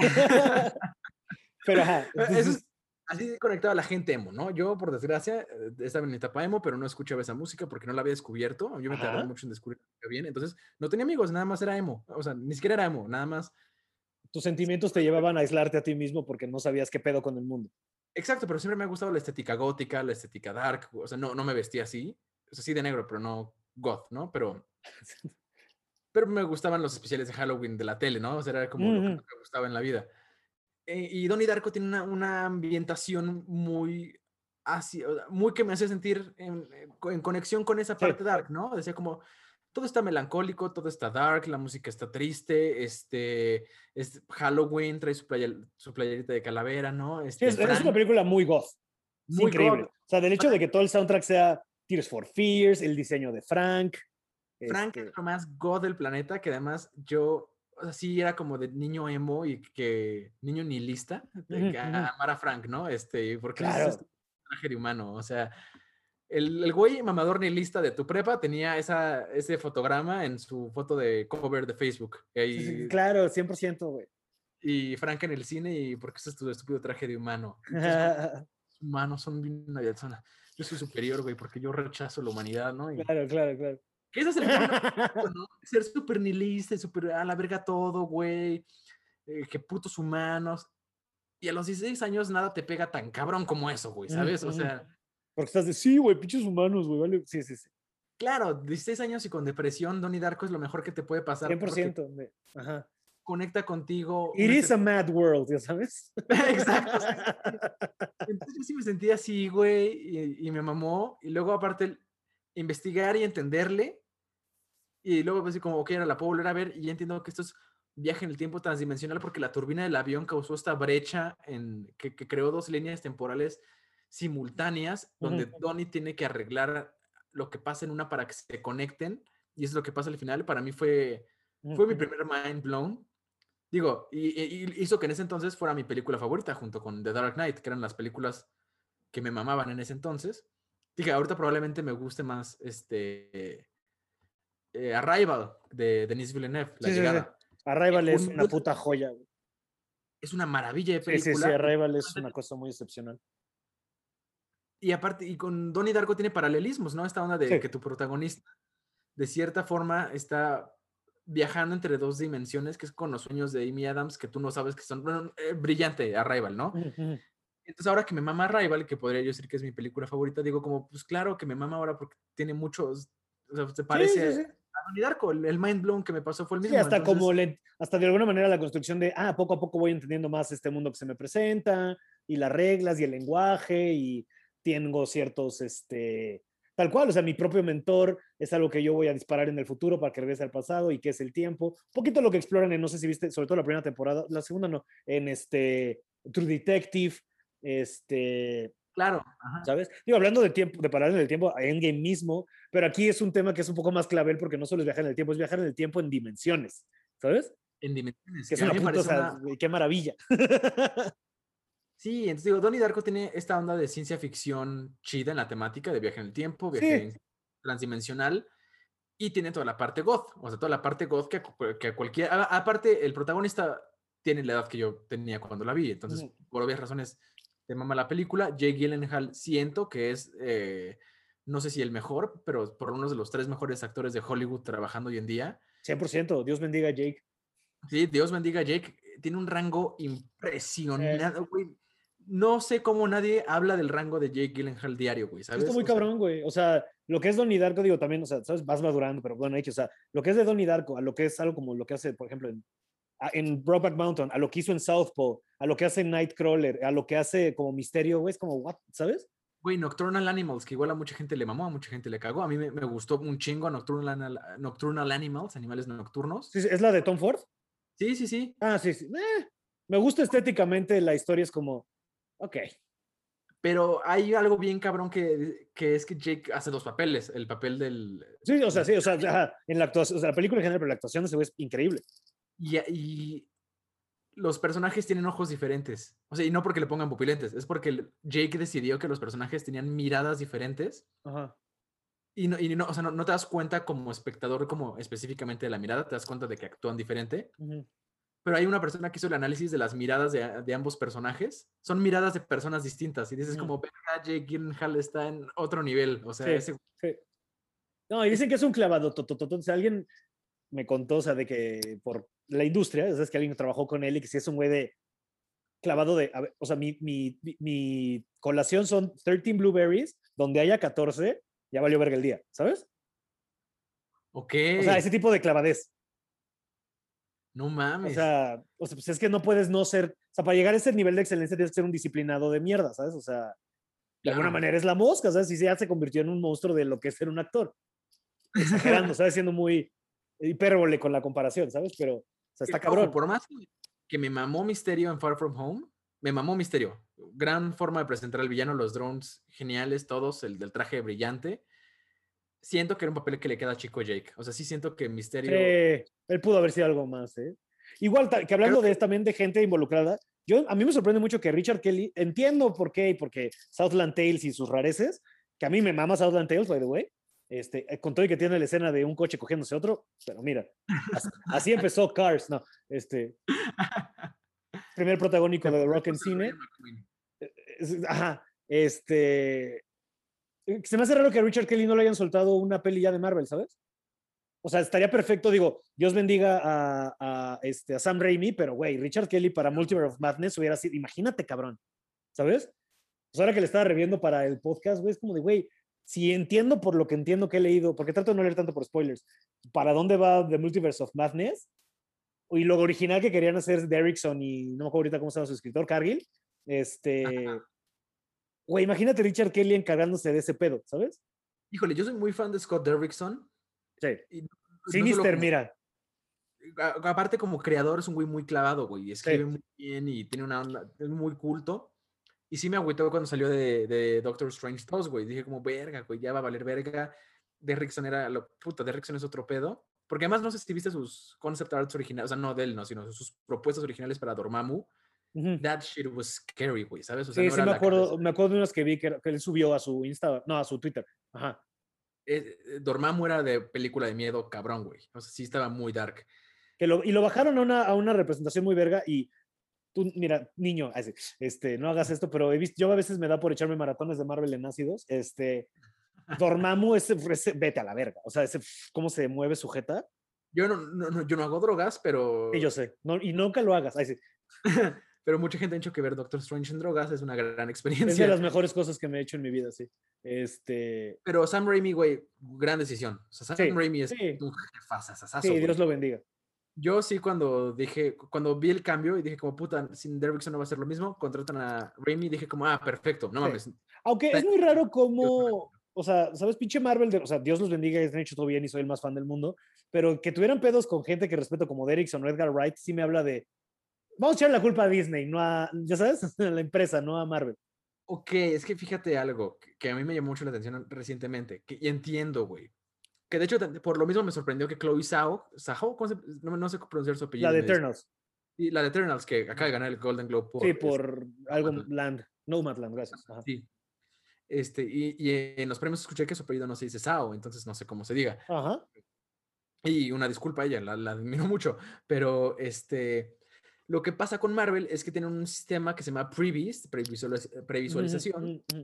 Pero ajá, Eso es entonces, así conectado a la gente emo, ¿no? Yo, por desgracia, eh, estaba en mi etapa emo, pero no escuchaba esa música porque no la había descubierto. Yo me tardé ajá, mucho en descubrir bien, entonces no tenía amigos, nada más era emo. O sea, ni siquiera era emo, nada más. tus sentimientos te llevaban a aislarte a ti mismo porque no sabías qué pedo con el mundo. Exacto, pero siempre me ha gustado la estética gótica, la estética dark. O sea, no, no me vestía así. O sea, sí de negro, pero no goth, ¿no? Pero, pero me gustaban los especiales de Halloween de la tele, ¿no? O sea, era como lo que Ujú. más me gustaba en la vida. Eh, y Donnie Darko tiene una, una ambientación muy así, o sea, muy que me hace sentir en, en conexión con esa Sí, parte dark, ¿no? Decía como, todo está melancólico, todo está dark, la música está triste, este, es Halloween, trae su, playa, su playerita de calavera, ¿no? sí Este, es, es una Frank, película muy goth. Es muy increíble. god. O sea, del hecho de Frank, que todo el soundtrack sea Tears for Fears, el diseño de Frank. Frank es Este, lo más god del planeta, que además yo, o sea, sí era como de niño emo y que, niño nihilista, de ujú, que ujú. amar a Frank, ¿no? Este, porque es este Claro. traje de humano, o sea, el, el güey mamador nihilista de tu prepa tenía esa, ese fotograma en su foto de cover de Facebook. Sí, sí, Y, claro, cien por ciento, güey. y Frank en el cine y porque ese es tu estúpido traje de humano. Entonces, como, los humanos son bien una zona. Yo soy superior, güey, porque yo rechazo la humanidad, ¿no? Y Claro, claro, claro. que ese es el camino, ¿no? Ser súper nihilista, súper a la verga todo, güey. Eh, que putos humanos. Y a los dieciséis años nada te pega tan cabrón como eso, güey, Ujú, ¿sabes? O ujú. sea, Porque estás de, sí, güey, pinches humanos, güey, vale. Sí, sí, sí. claro, dieciséis años y con depresión, Donnie Darko es lo mejor que te puede pasar. cien por porque ciento. De, ajá. conecta contigo. It una is a cer- mad world, ¿ya sabes? Exacto. O sea, sí. Entonces yo sí me sentí así, güey, y, y me mamó. Y luego aparte el investigar y entenderle. Y luego así como, ok, ahora la puedo volver a ver y ya entiendo que esto es viaje en el tiempo transdimensional porque la turbina del avión causó esta brecha en, que, que creó dos líneas temporales simultáneas donde Ujú. Donnie tiene que arreglar lo que pasa en una para que se conecten y eso es lo que pasa al final. Para mí fue, fue mi Ujú. primer mind blown. Digo, y, y- y hizo que en ese entonces fuera mi película favorita junto con The Dark Knight, que eran las películas que me mamaban en ese entonces. Dije, ahorita probablemente me guste más este eh, Arrival de Denis Villeneuve, La Sí, sí, sí. Llegada. Eh, Arrival es una curiosamente, puta joya. Güey. es una maravilla de Sí, sí, sí, película. Y, Arrival es una cosa muy excepcional. y aparte, y con Donnie Darko tiene paralelismos, ¿no? Esta onda de Sí. que tu protagonista, de cierta forma, está viajando entre dos dimensiones, que es con los sueños de Amy Adams, que tú no sabes que son. Bueno, eh, brillante, Arrival, ¿no? Ujú. Entonces, ahora que me mama Arrival, que podría yo decir que es mi película favorita, digo, como, pues claro que me mama ahora porque tiene muchos. O sea, se Sí, sí, parece sí. a Donnie Darko. El, el mind blown que me pasó fue el Sí, mismo. hasta como Entonces, le, hasta de alguna manera la construcción de, ah, poco a poco voy entendiendo más este mundo que se me presenta y las reglas y el lenguaje y tengo ciertos, este, tal cual, o sea, mi propio mentor es algo que yo voy a disparar en el futuro para que regrese al pasado y qué es el tiempo. Un poquito lo que exploran en, no sé si viste, sobre todo la primera temporada, la segunda no, en este True Detective, este, claro. Ajá. ¿sabes? Digo, hablando de tiempo, de parar en el tiempo, a Endgame mismo, pero aquí es un tema que es un poco más clavel porque no solo es viajar en el tiempo, es viajar en el tiempo en dimensiones, ¿sabes? En dimensiones, Que es que a mí una me puta, o parece sea, una. qué maravilla. Sí, entonces digo, Donnie Darko tiene esta onda de ciencia ficción chida en la temática de viaje en el tiempo, viaje Sí, en- transdimensional, y tiene toda la parte goth, o sea, toda la parte goth que, cu- que cualquier... a- Aparte, el protagonista tiene la edad que yo tenía cuando la vi, entonces, ujú. por obvias razones, te mama la película. Jake Gyllenhaal siento que es, eh, no sé si el mejor, pero por uno de los tres mejores actores de Hollywood trabajando hoy en día. cien por ciento, Dios bendiga a Jake. Sí, Dios bendiga a Jake. Tiene un rango Eh, impresionante, güey. No sé cómo nadie habla del rango de Jake Gyllenhaal diario, güey, sí está ¿sabes? muy O sea, cabrón, güey. O sea, lo que es Donnie Darko, digo, también, o sea, ¿sabes? Vas madurando, pero bueno, hay que, o sea, lo que es de Donnie Darko, a lo que es algo como lo que hace, por ejemplo, en, a- en Brokeback Mountain, a lo que hizo en Southpaw, a lo que hace en Nightcrawler, a lo que hace como Misterio, güey, es como, what, ¿sabes? güey, Nocturnal Animals, que igual a mucha gente le mamó, a mucha gente le cagó. A mí me, me gustó un chingo Nocturnal, Nocturnal Animals, animales nocturnos. Sí, sí, ¿es la de Tom Ford? Sí, sí, sí. Ah, sí, sí. Eh, me gusta estéticamente, la historia es como, ok. Pero hay algo bien cabrón que, que es que Jake hace dos papeles. El papel del... Sí, o sea, del- sí, o sea, ajá, en la actuación, o sea, la película en general, pero la actuación de ese güey es increíble. y, y los personajes tienen ojos diferentes. O sea, y no porque le pongan pupilentes, es porque el- Jake decidió que los personajes tenían miradas diferentes. Ajá. Y no, y no, o sea, no, no te das cuenta como espectador, como específicamente de la mirada, te das cuenta de que actúan diferente. Ujú. Pero hay una persona que hizo el análisis de las miradas de, de ambos personajes. Son miradas de personas distintas. Y dices Ujú. como, verga, Jake Gyllenhaal está en otro nivel. O sea, Sí, ese... sí. No, y es- dicen que es un clavado, totototo. O sea, alguien me contó, o sea, de que por la industria, o sea, es que alguien trabajó con él y que si es un güey de clavado de, a ver, o sea, mi, mi, mi, mi colación son trece blueberries, donde haya catorce, ya valió verga el día, ¿sabes? ok, O sea, ese tipo de clavadez. no O mames. sea, o sea, pues es que no puedes no ser, o sea, para llegar a ese nivel de excelencia tienes que ser un disciplinado de mierda, ¿sabes? O sea, de alguna Claro. manera es la mosca, ¿sabes? Y ya se convirtió en un monstruo de lo que es ser un actor. Exagerando, ¿sabes? Siendo muy hipérbole con la comparación, ¿sabes? Pero, o sea, Que, está ojo, cabrón. por más que, que me mamó Misterio en Far From Home, me mamó Misterio. Gran forma de presentar al villano, los drones geniales, todos, el del traje brillante. Siento que era un papel que le queda chico a Jake. O sea, sí siento que Sí, Misterio. él pudo haber sido algo más, ¿eh? Igual, ta- que Creo hablando de que. también de gente involucrada, yo, a mí me sorprende mucho que Richard Kelly, entiendo por qué, y porque Southland Tales y sus rareces, que a mí me mama Southland Tales, by the way, este, eh, con todo y que tiene la escena de un coche cogiéndose otro, pero mira, así, así empezó Cars, ¿no? Este, primer protagónico Se de The volvió Rock en esposa de cine. Rayo McQueen. Es- ajá, este, se me hace raro que a Richard Kelly no le hayan soltado una peli ya de Marvel, ¿sabes? O sea, estaría perfecto, digo, Dios bendiga a, a, este, a Sam Raimi, pero güey, Richard Kelly para Multiverse of Madness hubiera sido, imagínate, cabrón, ¿sabes? Pues ahora que le estaba reviendo para el podcast, güey, es como de, güey, si entiendo por lo que entiendo que he leído, porque trato de no leer tanto por spoilers, para dónde va The Multiverse of Madness, y lo original que querían hacer Derrickson y no me acuerdo ahorita cómo se llama su escritor, Cargill, este, güey, imagínate Richard Kelly encargándose de ese pedo, ¿sabes? Híjole, yo soy muy fan de Scott Derrickson. Sí. Y no, no Sinister, como, mira. A, aparte, como creador, es un güey muy clavado, güey. Y escribe Sí. muy bien y tiene una onda, es muy culto. Y sí me agüitó cuando salió de, de Doctor Strange dos, güey. Dije como, verga, güey, ya va a valer verga. Derrickson era, lo, puta, Derrickson es otro pedo. Porque además no sé si viste sus concept arts originales, o sea, no de él, no, sino sus propuestas originales para Dormammu. Uh-huh. That shit was scary, güey, ¿sabes? O sí, sea, no sí era me la acuerdo, cabeza. me acuerdo de unas que vi que, que él subió a su Insta, no, a su Twitter. Ajá. Eh, Dormammu era de película de miedo cabrón, güey. O sea, sí estaba muy dark. Que lo, y lo bajaron a una, a una representación muy verga y tú, mira, niño, este, no hagas esto, pero he visto, yo a veces me da por echarme maratones de Marvel en ácidos. Este, Dormammu, ese, ese, vete a la verga. O sea, ese, cómo se mueve sujeta. Yo no, no, no, yo no hago drogas, pero... Sí, yo sé. No, y nunca lo hagas. Ay, sí. Pero mucha gente ha dicho que ver Doctor Strange en drogas es una gran experiencia. Es de las mejores cosas que me he hecho en mi vida, sí. Este... Pero Sam Raimi, güey, gran decisión. O sea, Sam sí, Raimi es sí. un jefazazazo, Sí, güey. Dios lo bendiga. Yo sí cuando dije, cuando vi el cambio y dije como, puta, sin Derrickson no va a ser lo mismo, contratan a Raimi, dije como, ah, perfecto, no mames. Sí. Aunque es muy raro como, o sea, ¿sabes? Pinche Marvel, de, o sea, Dios los bendiga, han hecho todo bien y soy el más fan del mundo, pero que tuvieran pedos con gente que respeto como Derrickson o Edgar Wright, sí me habla de, vamos a echar la culpa a Disney, no a, ya sabes, a la empresa, no a Marvel. Ok, es que fíjate algo que, que a mí me llamó mucho la atención recientemente, que, y entiendo, güey. Que de hecho, por lo mismo me sorprendió que Chloe Zhao, Zhao ¿cómo se, no, no sé pronunciar su apellido. La de Eternals. Y la de Eternals, que acaba de ganar el Golden Globe por... Sí, por este, algo Land, Nomadland, gracias. Ajá. Sí. Este, y, y, en los premios escuché que su apellido no se dice Zhao, entonces no sé cómo se diga. Ajá. Y una disculpa a ella, la, la admiro mucho, pero este... Lo que pasa con Marvel es que tiene un sistema que se llama Previs, previsualiz previsualización, uh-huh, uh-huh.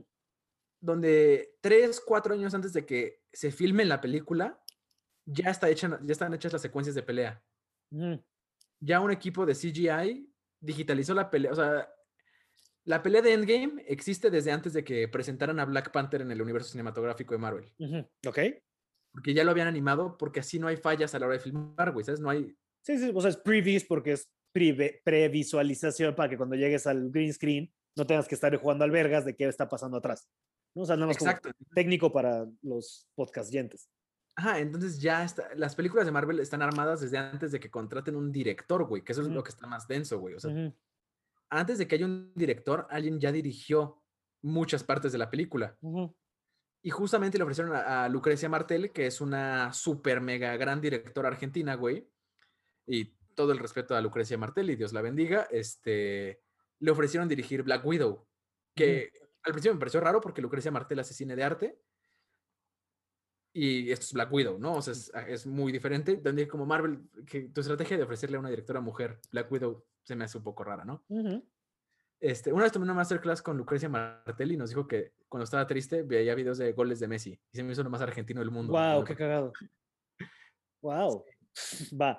donde tres, cuatro años antes de que se filme la película, ya, está hecha, ya están hechas las secuencias de pelea. Uh-huh. Ya un equipo de C G I digitalizó la pelea. O sea, la pelea de Endgame existe desde antes de que presentaran a Black Panther en el universo cinematográfico de Marvel. Uh-huh. Ok. Porque ya lo habían animado, porque así no hay fallas a la hora de filmar, güey, ¿sabes? No hay... Sí, sí, o sea, es previs porque es pre previsualización para que cuando llegues al green screen no tengas que estar jugando albergas de qué está pasando atrás. ¿No? O sea, nada más Exacto. como técnico para los podcastyentes. Ajá, entonces ya está, las películas de Marvel están armadas desde antes de que contraten un director, güey, que eso es uh-huh. lo que está más denso, güey. O sea, uh-huh. antes de que haya un director, alguien ya dirigió muchas partes de la película. Uh-huh. Y justamente le ofrecieron a, a Lucrecia Martel, que es una super mega gran directora argentina, güey. Y todo el respeto a Lucrecia Martel y Dios la bendiga, este, le ofrecieron dirigir Black Widow, que uh-huh. al principio me pareció raro porque Lucrecia Martel hace cine de arte y esto es Black Widow, ¿no? O sea, es, es muy diferente. Donde como Marvel, que tu estrategia de ofrecerle a una directora mujer Black Widow se me hace un poco rara, ¿no? Uh-huh. Este, una vez tomé una masterclass con Lucrecia Martel y nos dijo que cuando estaba triste veía videos de goles de Messi y se me hizo lo más argentino del mundo. Wow, qué cagado. Wow. Va.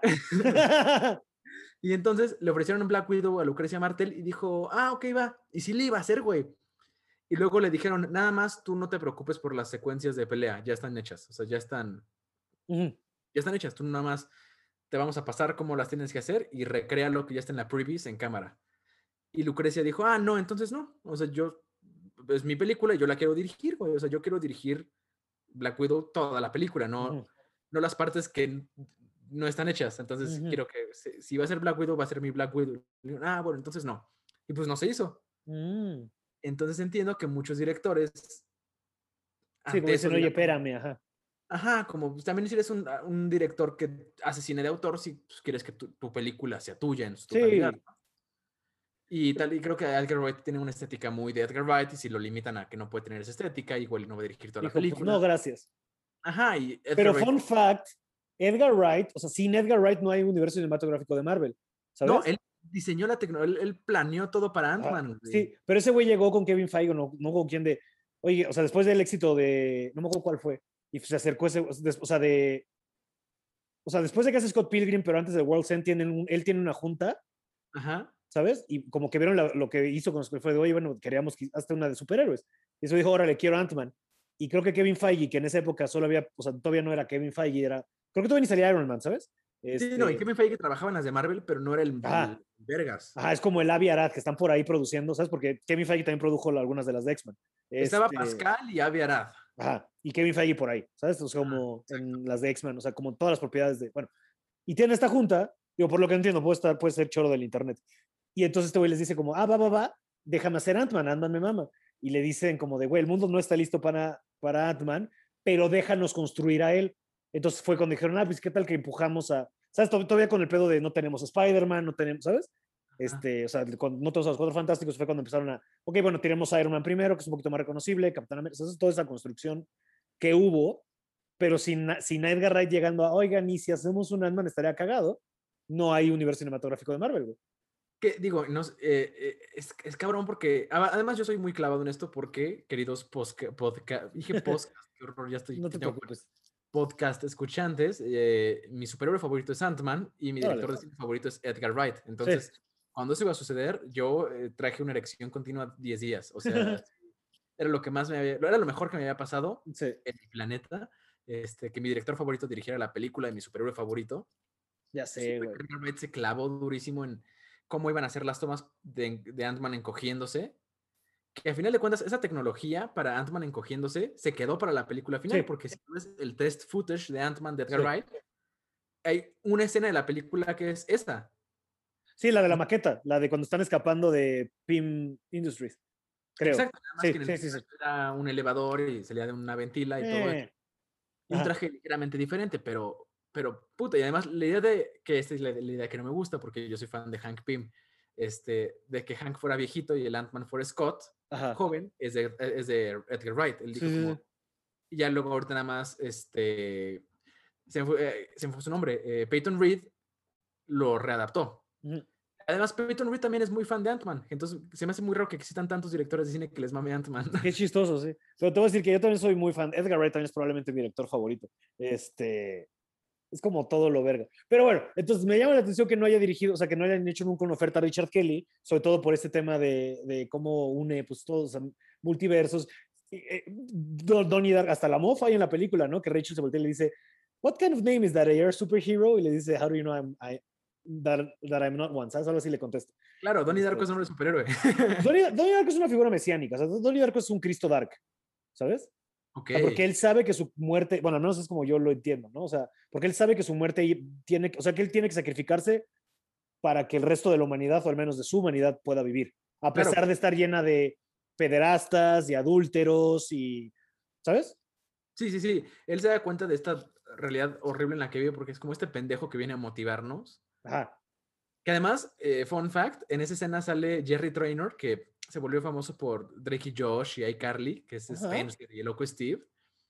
Y entonces le ofrecieron un Black Widow a Lucrecia Martel y dijo, ah, ok, va. Y sí le iba a hacer, güey. Y luego le dijeron, nada más tú no te preocupes por las secuencias de pelea, ya están hechas. O sea, ya están, uh-huh. ya están hechas. Tú nada más te vamos a pasar cómo las tienes que hacer y recrea lo que ya está en la previs en cámara. Y Lucrecia dijo, ah, no, entonces no. O sea, yo, es mi película y yo la quiero dirigir, güey. O sea, yo quiero dirigir Black Widow toda la película, no, uh-huh. no las partes que no están hechas. Entonces, uh-huh. quiero que, si, si va a ser Black Widow, va a ser mi Black Widow. Digo, ah, bueno, entonces no. Y pues no se hizo. Uh-huh. Entonces entiendo que muchos directores... Sí, como dicen, oye, espérame, ajá. Ajá, como pues, también si eres un, un director que hace cine de autor, si pues, quieres que tu, tu película sea tuya en su totalidad. Sí. ¿No? Y tal, y creo que Edgar Wright tiene una estética muy de Edgar Wright, y si lo limitan a que no puede tener esa estética, igual no va a dirigir toda Dijo, la película. Pues, no, gracias. Ajá, y Edgar Pero Wright, fun fact, Edgar Wright, o sea, sin Edgar Wright no hay un universo cinematográfico de Marvel, ¿sabes? No, él diseñó la tecnología, él, él planeó todo para Ant-Man. Sí, pero ese güey llegó con Kevin Feige, no, no con quien de, oye, o sea, después del éxito de, no me acuerdo cuál fue, y se acercó ese, o sea, de, o sea, después de que hace Scott Pilgrim, pero antes de World's End, tienen un, él tiene una junta, ajá, ¿sabes? Y como que vieron la, lo que hizo con fue de, oye, bueno, queríamos hasta una de superhéroes. Y eso dijo, órale, quiero Ant-Man. y creo que Kevin Feige, que en esa época solo había, o sea, todavía no era Kevin Feige, era, creo que todavía ni salía Iron Man, ¿sabes? Sí, no, y Este, Kevin Feige trabajaba en las de Marvel, pero no era el, ajá, el vergas. ajá, es como el Avi Arad, que están por ahí produciendo, ¿sabes? Porque Kevin Feige también produjo algunas de las de X-Men. Estaba Este, Pascal y Avi Arad. ajá, y Kevin Feige por ahí, ¿sabes? O sea, como Ajá, en las de X-Men, o sea, como todas las propiedades de, bueno, y tiene esta junta, digo, por lo que entiendo, puede, estar, puede ser choro del internet. Y entonces este güey les dice como, ah, va, va, va, déjame hacer Ant-Man, Ant-Man me mama. Y le dicen como de, güey, el mundo no está listo para, para Ant-Man, pero déjanos construir a él. Entonces fue cuando dijeron, ah, pues qué tal que empujamos a, ¿sabes? Todavía con el pedo de no tenemos a Spider-Man, no tenemos, ¿sabes? Este, o sea, cuando no tenemos a los Cuatro Fantásticos fue cuando empezaron a, ok, bueno, tiremos a Iron Man primero, que es un poquito más reconocible, Capitán América, o sea, toda esa construcción que hubo, pero sin, sin Edgar Wright llegando a, oigan, y si hacemos un Ant-Man estaría cagado, no hay universo cinematográfico de Marvel, güey. Que digo, no, sé, eh, eh, es, es cabrón porque, a- además yo soy muy clavado en esto porque, queridos podcast, podca, dije podcast, qué horror, ya estoy, No te tengo preocupes. podcast escuchantes, eh, mi superhéroe favorito es Ant-Man y mi Órale. director de cine favorito es Edgar Wright. Sí. Entonces, cuando eso iba a suceder, yo eh, traje una erección continua diez días. O sea, era lo que más me había, era lo mejor que me había pasado Sí, en mi planeta. Este, que mi director favorito dirigiera la película de mi superhéroe favorito. ya Sí, sé, güey, güey. Edgar Wright se clavó durísimo en cómo iban a ser las tomas de, de Ant-Man encogiéndose. Que a final de cuentas, esa tecnología para Ant-Man encogiéndose se quedó para la película final, Sí, porque si ves el test footage de Ant-Man de Edgar sí. Wright, hay una escena de la película que es esta. Sí, la de la maqueta, la de cuando están escapando de Pym Industries, creo. Exacto, nada más Sí, que en el sí, sí, sí. era un elevador y salía de una ventila y todo. Eh, Y un ajá. traje ligeramente diferente, pero, pero puta, y además la idea de, que esta es la, la idea que no me gusta, porque yo soy fan de Hank Pym, este, de que Hank fuera viejito y el Ant-Man fuera Scott, Ajá. joven, es de, es de Edgar Wright. Él Sí, dijo sí, como, y ya luego ahorita nada más, este, se me fue, eh, se me fue su nombre, eh, Peyton Reed lo readaptó. sí. Ujú. Además, Peyton Reed también es muy fan de Ant-Man, entonces se me hace muy raro que existan tantos directores de cine que les mame Ant-Man. Qué chistoso, sí. Pero te voy a decir que yo también soy muy fan. Edgar Wright también es probablemente mi director favorito. Este, es como todo lo verga. Pero bueno, entonces me llama la atención que no haya dirigido, o sea, que no hayan hecho nunca una oferta a Richard Kelly, sobre todo por este tema de, de cómo une pues todos los multiversos. Eh, Don- Donnie Darko, hasta la mofa hay en la película, ¿no? Que Rachel se voltea y le dice, "What kind of name is that? Are you a superhero?" Y le dice, "How do you know I'm, I, that, that I'm not one?" ¿Sabes? Algo así le contesta. Claro, Donnie Darko Este, es nombre de superhéroe. Donnie, Donnie Darko es una figura mesiánica, o sea, Donnie Darko es un Cristo Dark, ¿sabes? Ok. O sea, porque él sabe que su muerte, bueno, al menos es como yo lo entiendo, ¿no? O sea, porque él sabe que su muerte tiene, o sea, que él tiene que sacrificarse para que el resto de la humanidad, o al menos de su humanidad, pueda vivir. A Claro. pesar de estar llena de pederastas y adúlteros y, ¿sabes? Sí, sí, sí. Él se da cuenta de esta realidad horrible en la que vive porque es como este pendejo que viene a motivarnos. Ajá. Que además, eh, fun fact, en esa escena sale Jerry Traynor, que se volvió famoso por Drake y Josh y iCarly, que es Ajá. Spencer y el loco Steve.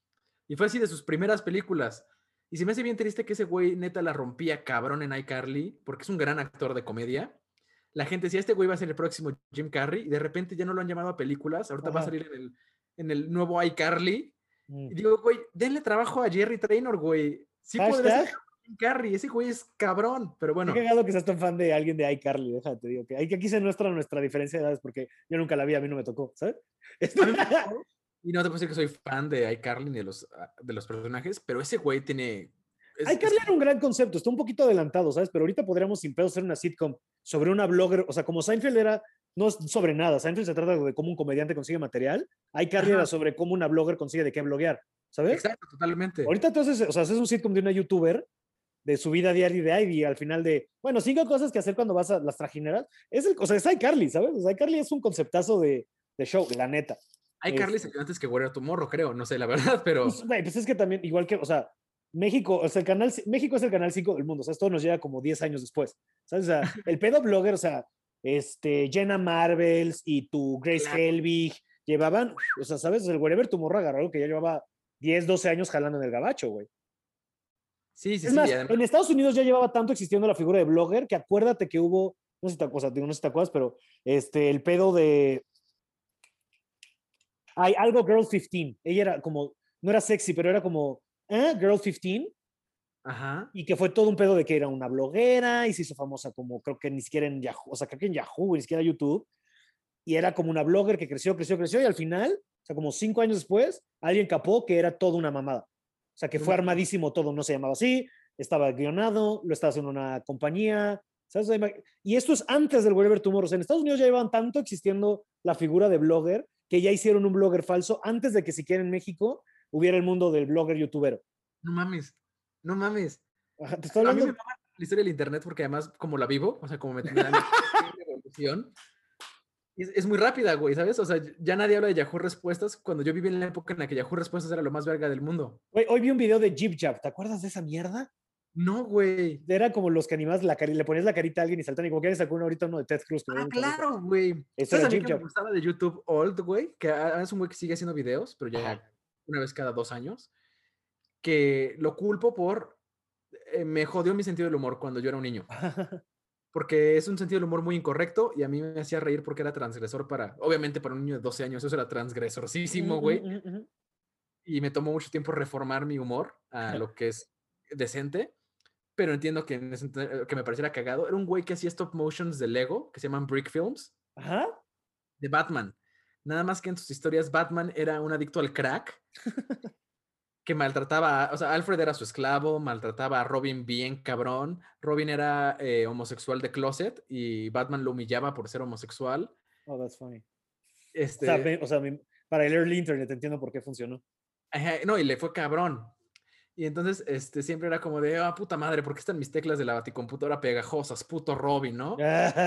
Y fue así de sus primeras películas. Y se me hace bien triste que ese güey neta la rompía cabrón en iCarly, porque es un gran actor de comedia. La gente decía, este güey va a ser el próximo Jim Carrey, y de repente ya no lo han llamado a películas, ahorita va a Ajá. salir en el, en el nuevo iCarly. Mm. Y digo, güey, denle trabajo a Jerry Traynor, güey. Sí podría ser Hashtag. Jim Carrey, ese güey es cabrón, pero Qué bueno. cagado que seas tan fan de alguien de iCarly, déjate, digo, que aquí se muestra nuestra diferencia de edades porque yo nunca la vi, a mí no me tocó, ¿sabes? A mí me tocó, y no te puedo decir que soy fan de iCarly ni de los, ah, de los personajes, pero ese güey tiene... Es, iCarly es- era un gran concepto, está un poquito adelantado, ¿sabes? Pero ahorita podríamos sin pedo hacer una sitcom sobre una blogger, o sea, como Seinfeld era, no es sobre nada, Seinfeld se trata de cómo un comediante consigue material, iCarly Ajá. era sobre cómo una blogger consigue de qué bloguear, ¿sabes? Exacto, totalmente. Ahorita entonces, o sea, haces un sitcom de una youtuber de su vida diaria y de ahí, y al final de, bueno, cinco cosas que hacer cuando vas a las trajineras, es el, o sea, es iCarly, ¿sabes? O sea, iCarly es un conceptazo de, de show, la neta. iCarly Este, salió antes que Warrior Tomorrow, creo, no sé la verdad, pero... Pues, güey, pues es que también, igual que, o sea, México, o sea, el canal, México es el canal cinco del mundo, o sea, esto nos llega como diez años después, ¿sabes? O sea, el pedo blogger, o sea, este, Jenna Marbles y tu Grace Claro. Helbig llevaban, o sea, ¿sabes? El Wherever Tomorrow agarró algo que ya llevaba diez, doce años jalando en el gabacho, güey. Sí, sí, Es sí, más, y además... en Estados Unidos ya llevaba tanto existiendo la figura de blogger que acuérdate que hubo, no sé si te, o sea, digo, no sé si te acuerdas, pero este, el pedo de, hay algo Girl quince, ella era como, no era sexy, pero era como, ¿eh? Girl quince, Ajá. y que fue todo un pedo de que era una bloguera y se hizo famosa como, creo que ni siquiera en Yahoo, o sea, creo que en Yahoo, ni siquiera YouTube, y era como una blogger que creció, creció, creció, y al final sea, como cinco años después, alguien capó que era toda una mamada. O sea, que No fue mames. armadísimo todo, no se llamaba así, estaba guionado, lo estaba haciendo una compañía, ¿sabes? Y esto es antes del Wherever Tomorrow. O sea, en Estados Unidos ya llevaban tanto existiendo la figura de blogger que ya hicieron un blogger falso antes de que siquiera en México hubiera el mundo del blogger youtubero. No mames, no mames. Ajá, te estoy A mí me hablando. mama la historia del internet porque además como la vivo, o sea, como me, me da la evolución, es, es muy rápida, güey, ¿sabes? O sea, ya nadie habla de Yahoo Respuestas cuando yo viví en la época en la que Yahoo Respuestas era lo más verga del mundo. Hoy, hoy vi un video de Jib Jab. ¿Te acuerdas de esa mierda? No, güey. Era como los que animas la cari le ponías la carita a alguien y saltan y como que sacó uno ahorita uno de Ted Cruz. Que me dio Ah, mucha risa. claro, güey. Ese ¿Sabes era a mí Jib que me Jab. gustaba de YouTube Old, güey? Que ah, es un güey que sigue haciendo videos, pero ya Ajá. una vez cada dos años. Que lo culpo por... eh, me jodió mi sentido del humor cuando yo era un niño. Porque es un sentido del humor muy incorrecto y a mí me hacía reír porque era transgresor para... Obviamente para un niño de doce años eso era transgresorcísimo, güey. Ujú, ujú, ujú. Y me tomó mucho tiempo reformar mi humor a lo que es decente. Pero entiendo que, en ese ente- que me pareciera cagado. Era un güey que hacía stop motions de Lego, que se llaman Brick Films, Ajá. de Batman. Nada más que en sus historias Batman era un adicto al crack que maltrataba, a- o sea, Alfred era su esclavo, maltrataba a Robin bien cabrón. Robin era eh, homosexual de closet y Batman lo humillaba por ser homosexual. Oh, that's funny. O sea, Este, me- o sea, me- para el early internet entiendo por qué funcionó. ajá, no, y le fue cabrón. Y entonces, este, siempre era como de, ah, puta madre, ¿por qué están mis teclas de la baticomputadora pegajosas? Puto Robin, ¿no?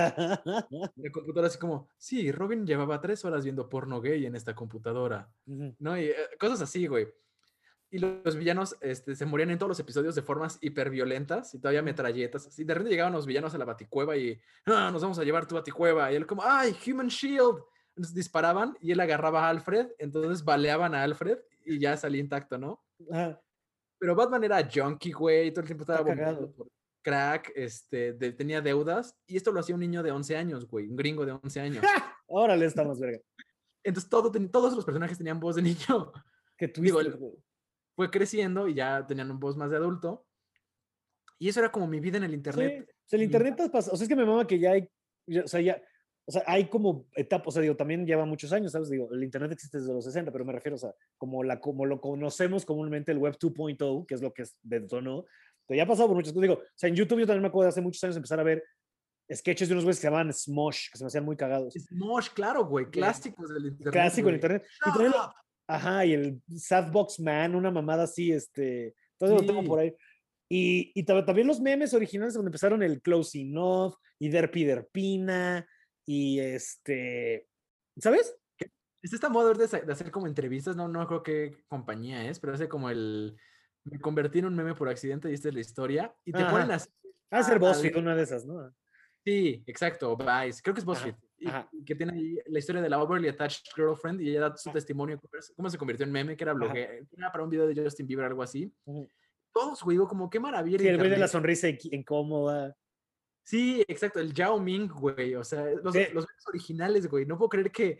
La computadora así como, sí, Robin llevaba tres horas viendo porno gay en esta computadora, Ujú. ¿no? Y eh, cosas así, güey. Y los, los villanos este, se morían en todos los episodios de formas hiperviolentas y todavía metralletas. Así, de repente llegaban los villanos a la baticueva y, ah, nos vamos a llevar tu baticueva. Y él como, ay, Human Shield. Entonces disparaban y él agarraba a Alfred, entonces baleaban a Alfred y ya salía intacto, ¿no? Ajá. Pero Batman era junkie, güey, todo el tiempo Está estaba vomitando cagado. por crack, este, de- tenía deudas, y esto lo hacía un niño de once años, güey, un gringo de once años. Órale, está más verga. Entonces todo, ten- todos los personajes tenían voz de niño. Qué Digo, twisted, él güey. fue creciendo y ya tenían un voz más de adulto. Y eso era como mi vida en el Sí, internet. o sea, el Y- internet has pasado, o sea, es que me mama que ya hay, ya- o sea, ya, o sea, hay como etapas, o sea, digo, también lleva muchos años, ¿sabes? Digo, el internet existe desde los sesenta, pero me refiero, o sea, como, la, como lo conocemos comúnmente, el web dos punto cero, que es lo que es detonó, pero ya ha pasado por muchas cosas, digo, o sea, en YouTube yo también me acuerdo de hace muchos años empezar a ver sketches de unos güeyes que se llamaban Smosh, que se me hacían muy cagados. Smosh, claro, güey, clásicos del internet. Clásico en güey. internet. Y Shut también lo- up. ajá, y el Sadbox Man, una mamada así, este, todo lo tengo Sí. por ahí. Y, y ta- también los memes originales donde empezaron el Closing Off y Derpy Derpina y este, ¿sabes? Es esta moda ahorita de, sa- de hacer como entrevistas, no, no creo qué compañía es, pero hace como el... Me convertí en un meme por accidente y esta es la historia. Y te Ajá. ponen así... Va a ser a- BuzzFeed, a- una de esas, ¿no? Sí, exacto, Vice. Creo que es Ajá, BuzzFeed. Y ajá. y que tiene ahí la historia de la overly attached girlfriend y ella da su Ah. testimonio, cómo es- cómo se convirtió en meme, que era Ajá. bloguera, era para un video de Justin Bieber, algo así. Ujú. Todos, güey, digo, como qué maravilla Sí, el güey de la internet. sonrisa inqui- incómoda. Sí, exacto, el Yao Ming, güey. O sea, los, Sí. los memes originales, güey. No puedo creer que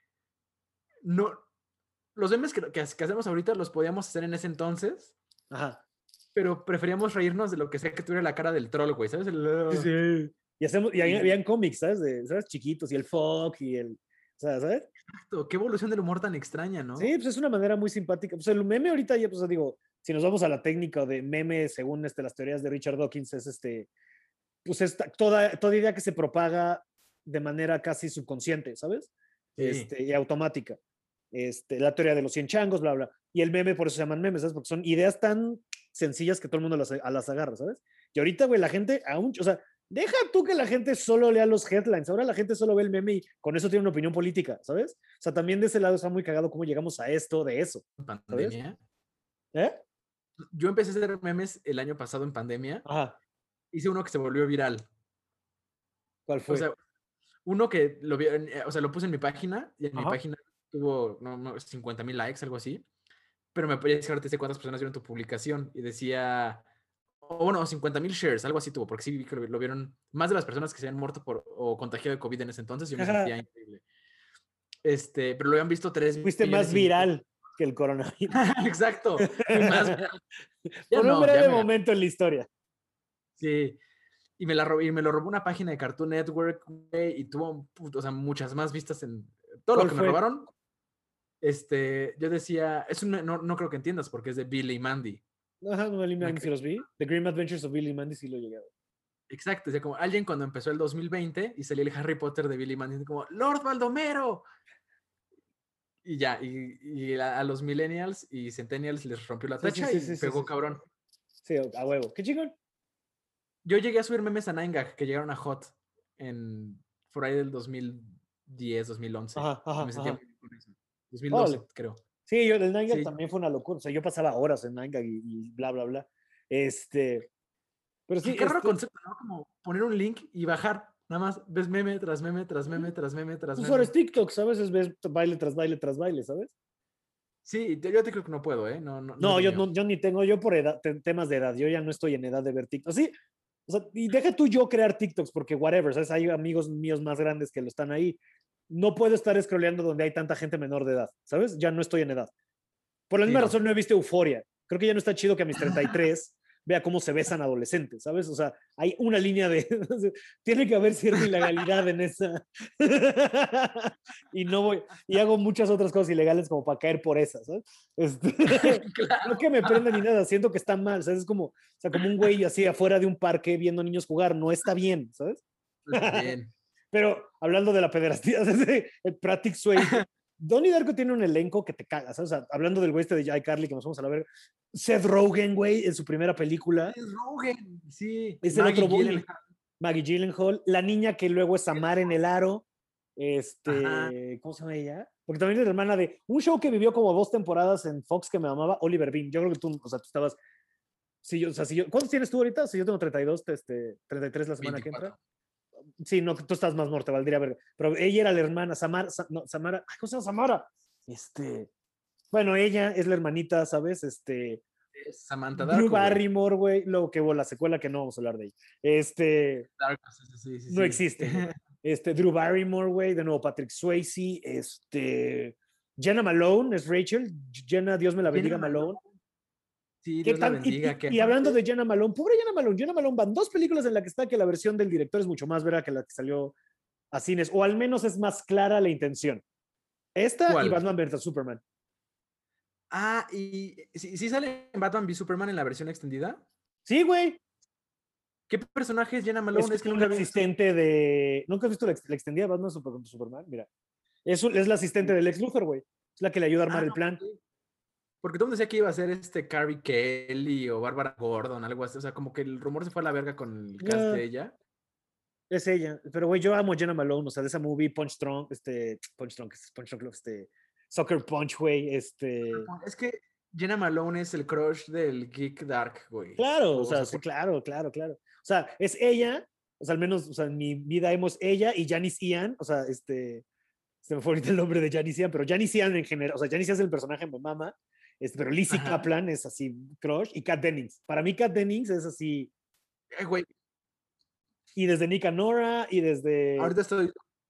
no. Los memes que, que, que hacemos ahorita los podíamos hacer en ese entonces, Ajá. pero preferíamos reírnos de lo que sea que tuviera la cara del troll, güey. ¿Sabes? El, Sí, sí. Y, hacemos, y Y- habían cómics, ¿sabes? De, ¿sabes? Chiquitos y el Fog y el, o sea, ¿sabes? Exacto, qué evolución del humor tan extraña, ¿no? Sí, pues es una manera muy simpática. Pues el meme ahorita ya, pues digo, si nos vamos a la técnica de meme según este, las teorías de Richard Dawkins, es este, pues es toda, toda idea que se propaga de manera casi subconsciente, ¿sabes? Sí. Este, y automática. Este, la teoría de los cien changos, bla, bla. Y el meme, por eso se llaman memes, ¿sabes? Porque son ideas tan sencillas que todo el mundo las, a las agarra, ¿sabes? Y ahorita, güey, la gente, aún, o sea, deja tú que la gente solo lea los headlines. Ahora la gente solo ve el meme y con eso tiene una opinión política, ¿sabes? O sea, también de ese lado está muy cagado cómo llegamos a esto, de eso. Pandemia. ¿Eh? Yo empecé a hacer memes el año pasado en pandemia. Ajá. Hice uno que se volvió viral. ¿Cuál fue? O sea, uno que lo vi, en- eh, o sea, lo puse en mi página y en mi Ajá. página tuvo no, no, cincuenta mil likes, algo así. Pero me podía decir, te sé cuántas personas vieron tu publicación y decía, o bueno, cincuenta mil shares, algo así tuvo, porque sí vi que lo, lo vieron más de las personas que se habían muerto por, o contagiado de COVID en ese entonces. Yo me Ajá. sentía increíble. Este, pero lo habían visto tres Fuiste más millones y- viral que el coronavirus. Exacto. fui más viral. Ya Por no, un ya breve me- momento en la historia. Sí. Y me, la robé, y me lo robó una página de Cartoon Network, güey, y tuvo, put- o sea, muchas más vistas en todo lo ¿Cuál que fue? me robaron. este, yo decía, es una, no, no creo que entiendas porque es de Billy y Mandy. Ajá, no, Billy y Me Mandy sí cre- los vi. The Grim Adventures of Billy y Mandy sí lo llegué a ver. Exacto, o sea, como alguien cuando empezó el dos mil veinte y salió el Harry Potter de Billy y Mandy, como, Lord Baldomero. Y ya, y, y a, a los millennials y centennials les rompió la Sí, sí, tacha sí, y sí, sí, pegó sí. cabrón. Sí, a huevo. Qué chingón. Yo llegué a subir memes a nine gag que llegaron a Hot en por ahí del dos mil diez, dos mil once. Ajá, Y ajá, me sentía ajá. muy bien con eso. dos mil doce, Órale. creo. Sí, yo, el Nine Gag Sí, también fue una locura. O sea, yo pasaba horas en Nine Gag y, y bla, bla, bla. Este, pero qué, sí, qué raro este, concepto, ¿no? Como poner un link y bajar. Nada más ves meme tras meme, tras meme, tras meme, tras pues ahora es meme. TikTok, ¿sabes? Es ves baile tras baile tras baile, ¿sabes? Sí, yo yo te creo que no puedo, ¿eh? No, no, no es No, lo yo, mío. no, yo ni tengo, yo por edad, te- temas de edad, yo ya no estoy en edad de ver TikTok. Sí, o sea, y deja tú yo crear TikToks, porque whatever, ¿sabes? Hay amigos míos más grandes que lo están ahí. No puedo estar scrolleando donde hay tanta gente menor de edad, ¿sabes? Ya no estoy en edad. Por la Sí, misma no. razón no he visto Euforia. Creo que ya no está chido que a mis treinta y tres vea cómo se besan adolescentes, ¿sabes? O sea, hay una línea de... tiene que haber cierta ilegalidad en esa. y no voy... Y hago muchas otras cosas ilegales como para caer por esas, ¿sabes? Este, no que me prenda ni nada, siento que está mal, ¿sabes? Es como, o sea, como un güey así afuera de un parque viendo niños jugar, no está bien, ¿sabes? No está bien. Pero hablando de la pederastía, el Pratic Swayze, Donnie Darko tiene un elenco que te cagas, ¿sabes? O sea, hablando del güey este de iCarly que nos vamos a la ver, Seth Rogen, güey, en su primera película, Es Rogen, sí. es el Maggie otro Gyllenhaal. bully, Maggie Gyllenhaal, la niña que luego es Amar en el Aro, Ajá. este, ¿cómo se llama ella? Porque también es la hermana de un show que vivió como dos temporadas en Fox que me amaba, Oliver Bean. Yo creo que tú, o sea, tú estabas, si yo, o sea, si yo, ¿cuántos tienes tú ahorita? Si yo tengo treinta y dos, este, treinta y tres la semana que entra. veinticuatro. Sí, no, tú estás más muerto, valdría ver. Pero ella era la hermana, Samara, Sa- no, Samara, ay, ¿cómo se llama Samara? Este, bueno, ella es la hermanita, ¿sabes? Este, Es Samantha Drew Darko, güey. Barrymore, güey, luego que hubo la secuela que no vamos a hablar de ella. Este, Darko, sí, sí, sí, sí, no sí. existe, güey. Este, Drew Barrymore, güey, de nuevo Patrick Swayze, este, Jenna Malone es Rachel, Jenna, Dios me la bendiga, Jenna Malone. Sí, ¿Qué Dios la tan? Y, bendiga. y- Que y hablando aparte, de Jenna Malone, pobre Jenna Malone, Jenna Malone van dos películas en las que está que la versión del director es mucho más vera que la que salió a cines, o al menos es más clara la intención. Esta y ¿cuál? Batman versus Superman. Ah, y sí, sí sale en Batman v Superman en la versión extendida. Sí, güey. ¿Qué personaje es Jenna Es Malone? Es que un nunca vi. asistente de. ¿Nunca has visto la, ex- la extendida de Batman Super- contra Superman? Mira. Es, un- es la asistente del ex Luthor, güey. Es la que le ayuda a armar Ah, el plan. ok. Porque todo el mundo decía que iba a ser este Carrie Kelly o Barbara Gordon, algo así. O sea, como que el rumor se fue a la verga con el cast No, de ella. es ella. Pero, güey, yo amo a Jenna Malone. O sea, de esa movie, Punch Drunk, este. Punch Drunk, Punch Drunk, este. Soccer Punch, güey. Este. Es que Jenna Malone es el crush del Geek Dark, güey. Claro, o O, o sea, sea, sí, por- claro, claro, claro. O sea, es ella. O sea, al menos, o sea, en mi vida hemos ella y Janice Ian. O sea, este. Se me fue ahorita el nombre de Janice Ian, pero Janice Ian en general, o sea, Janice Ian es el personaje me mama, este, pero Lizzie Ajá. Kaplan es así, crush, y Kat Dennings. Para mí Kat Dennings es así, Ay, güey, y desde Nika Nora, y desde... ahorita estoy.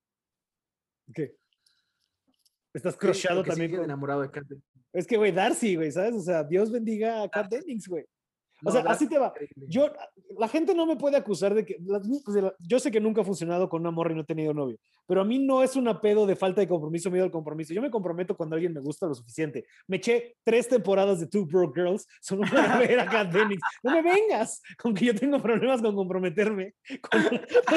¿Qué? Estás Sí, crushado que también sigue con... enamorado de Kat. Es que, güey, Darcy, güey, ¿sabes? O sea, Dios bendiga a Kat Dennings, güey. O No, sea, así Darcy te va. es increíble. Yo, la gente no me puede acusar de que. la- de la- Yo sé que nunca he funcionado con una morra y no he tenido novio, pero a mí no es una pedo de falta de compromiso, miedo al compromiso. Yo me comprometo cuando alguien me gusta lo suficiente. Me eché tres temporadas de Two Broke Girls solo para ver a Kat Dennings. No me vengas con que yo tengo problemas con comprometerme. Con...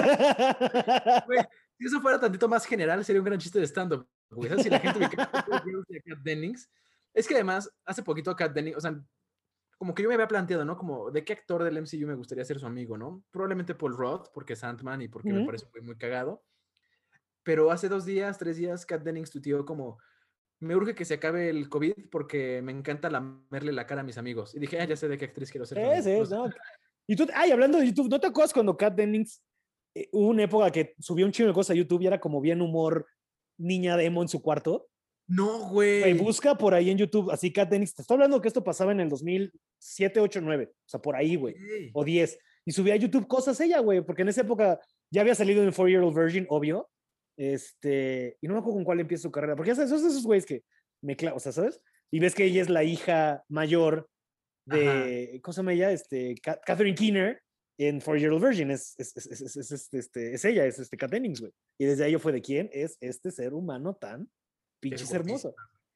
Güey, si eso fuera tantito más general, sería un gran chiste de stand-up. Güey, ¿sabes? Si la gente ubica a Two Girls y a Kat Dennings. Es que además, hace poquito Kat Dennings, o sea, como que yo me había planteado, ¿no? Como, ¿de qué actor del M C U me gustaría ser su amigo, ¿no? Probablemente Paul Rudd, porque es Ant-Man y porque me Ujú. parece muy, muy cagado. Pero hace dos días, tres días, Kat Dennings tuiteó como, me urge que se acabe el COVID porque me encanta lamerle la cara a mis amigos. Y dije, ah, ya sé de qué actriz quiero ser su amigo. Sí, sí, No sé. no. Y tú, ay, hablando de YouTube, ¿no te acuerdas cuando Kat Dennings eh, hubo una época que subió un chingo de cosas a YouTube y era como bien humor niña de emo en su cuarto? No, Güey, güey. busca por ahí en YouTube, así Kat Dennings. Te estoy hablando que esto pasaba en el dos mil siete, ocho, nueve. O sea, por ahí, güey. Ok. O diez. Y subía a YouTube cosas ella, güey, porque en esa época ya había salido en Four Year Old Virgin, obvio. Este, y no me acuerdo con cuál empieza su carrera, porque ya sabes, esos esos güeyes que me clavan, o sea, ¿sabes? Y ves que ella es la hija mayor de, ¿cómo se llama ella? Este, Ka- Catherine Keener en Four Year Old Virgin. Es, es, es, es, es, es, este, este, es ella, es este Kat Dennings, güey. Y desde ahí yo fue de quién es este ser humano tan Es pinches guapísima. hermoso.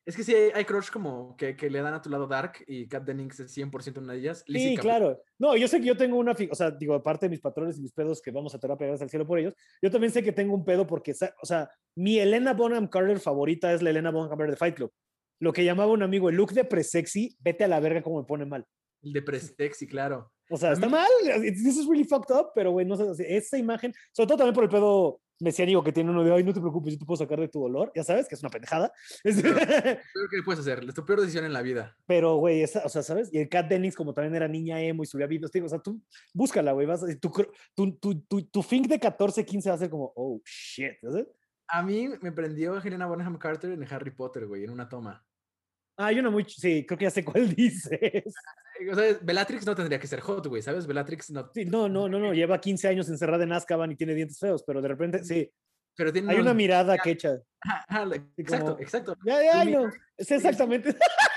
Es que sí, hay, hay crush como que, que le dan a tu lado dark y Kat Dennings es cien por ciento una de ellas. Lizzie Sí, Capri- claro. No, yo sé que yo tengo una, fi- o sea, digo, aparte de mis patrones y mis pedos que vamos a terapia gracias al cielo por ellos, yo también sé que tengo un pedo porque, sa- o sea, mi Helena Bonham Carter favorita es la Helena Bonham Carter de Fight Club. Lo que llamaba un amigo el look de pre-sexy, vete a la verga como me pone mal. el de Presexy, claro. O sea, A está mí, mal. This is really fucked up, pero güey, no sé, así, esa imagen, sobre todo también por el pedo mesiánico que tiene uno de, ay, no te preocupes, yo te puedo sacar de tu dolor, ya sabes, que es una pendejada. Es- pero, peor que puedes hacer, es tu peor decisión en la vida. pero, güey, esa, o sea, ¿sabes? Y el Kat Dennings, como también era niña emo y subía videos, te digo, o sea, tú búscala, güey, vas a, tu, tu, tu, tu, tu think de catorce, quince va a ser como, oh, shit, ¿sabes? A mí me prendió Helena Bonham Carter en Harry Potter, güey, en una toma. Ah, hay una muy, ch- sí, creo que ya sé cuál dices. Eh, O sea, Bellatrix no tendría que ser hot, güey, ¿sabes? Bellatrix no. Sí, no, no, no, no, lleva quince años encerrada en Azkaban y tiene dientes feos, pero de repente, sí, Pero tiene hay unos. una mirada que echa, Ajá, ajá, la- así exacto, como, exacto. ya, ya, ay, Lumi- no, es exactamente.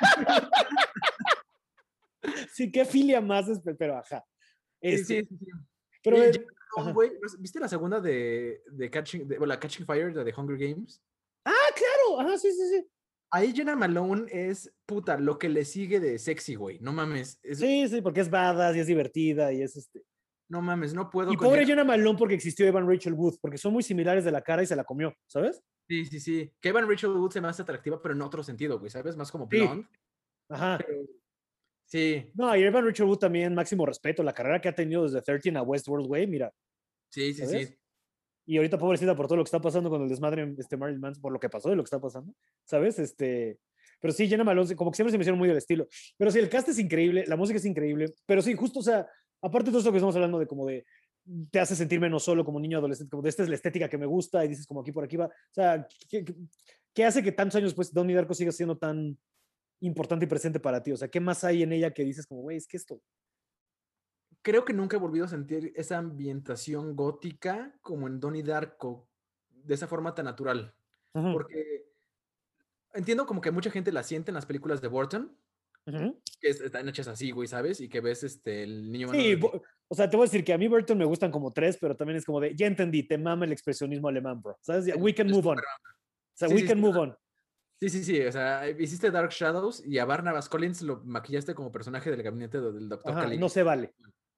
Sí, qué filia más, es- pero ajá. Sí, Este, sí, sí, sí. pero, Y eh, Jenna Malone, ajá. güey, ¿viste la segunda de, de Catching, de, bueno, la Catching Fire, de The Hunger Games? Ah, claro, ajá, sí, sí, sí. Ahí Jenna Malone es, puta, lo que le sigue de sexy, güey. No mames, es, Sí, sí, porque es badass y es divertida y es este. no mames, no puedo Y con pobre Jenna. Jenna Malone porque existió Evan Rachel Wood, porque son muy similares de la cara y se la comió, ¿sabes? Sí, sí, sí. Que Evan Rachel Wood se me hace atractiva, pero en otro sentido, güey, ¿sabes? Más como Sí, blonde. ajá. Sí, No, y Evan Rachel Wood también, máximo respeto, la carrera que ha tenido desde trece a Westworld, güey, mira, sí, sí, ¿sabes? sí. Y ahorita pobrecita por todo lo que está pasando con el desmadre en este Marilyn Manson, por lo que pasó y lo que está pasando, ¿sabes? Este, pero sí, Jenna Malone, como que siempre se me hicieron muy del estilo. Pero sí, el cast es increíble, la música es increíble, pero sí, justo, o sea, aparte de todo esto que estamos hablando de como de, te hace sentir menos solo como niño adolescente, como de esta es la estética que me gusta y dices como aquí por aquí va, o sea, ¿qué, qué, qué hace que tantos años después Donnie Darko siga siendo tan importante y presente para ti? O sea, ¿qué más hay en ella que dices como, güey, es que esto? Creo que nunca he volvido a sentir esa ambientación gótica como en Donnie Darko, de esa forma tan natural. Uh -huh, Porque entiendo como que mucha gente la siente en las películas de Burton, uh -huh. que es- están hechas así, güey, ¿sabes? Y que ves este, el niño Sí, manos de... o sea, te voy a decir que a mí Burton me gustan como tres, pero también es como de, ya entendí, te mama el expresionismo alemán, bro. ¿Sabes? We can move on. O sea, Sí, we sí, can sí. move on. Sí, sí, sí. O sea, hiciste Dark Shadows y a Barnabas Collins lo maquillaste como personaje del gabinete del doctor Ajá, Caligari. no se vale.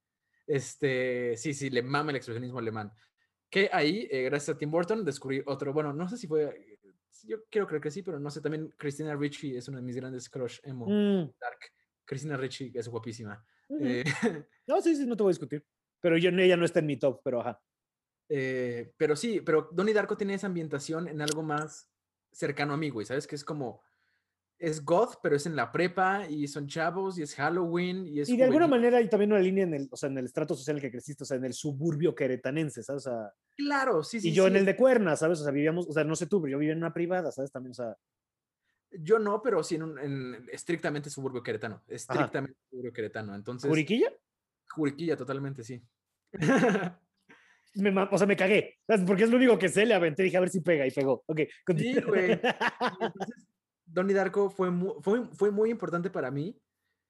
Este, sí, sí, le mama el expresionismo alemán. Que ahí, eh, gracias a Tim Burton, descubrí otro, bueno, no sé si fue, yo quiero creer que sí, pero no sé, también Christina Ricci es una de mis grandes crush emo, Mm. dark. Christina Ricci es guapísima. Uh -huh. eh, No, sí, sí, no te voy a discutir. Pero yo, ella no está en mi top, pero ajá. eh, pero sí, pero Donnie Darko tiene esa ambientación en algo más cercano a mí, güey, ¿sabes? Que es como, es goth, pero es en la prepa y son chavos y es Halloween y es Y de alguna juvenil. manera hay también una línea en el, o sea, en el estrato social en el que creciste, o sea, en el suburbio queretanense, ¿sabes? O sea, Claro, sí, y sí, yo sí. en el de Cuerna, ¿sabes? O sea, vivíamos, o sea, no sé tú, pero yo vivía en una privada, ¿sabes? También, o sea. Yo no, pero sí en, un, en estrictamente suburbio queretano. Ajá. Estrictamente suburbio queretano. Entonces, ¿Juriquilla? Juriquilla, totalmente, sí. Me, o sea, me cagué, ¿sabes? Porque es lo único que sé, le aventé, dije a ver si pega y pegó. Ok, Sí, güey. Y entonces, Donnie Darko fue muy, fue, fue muy importante para mí.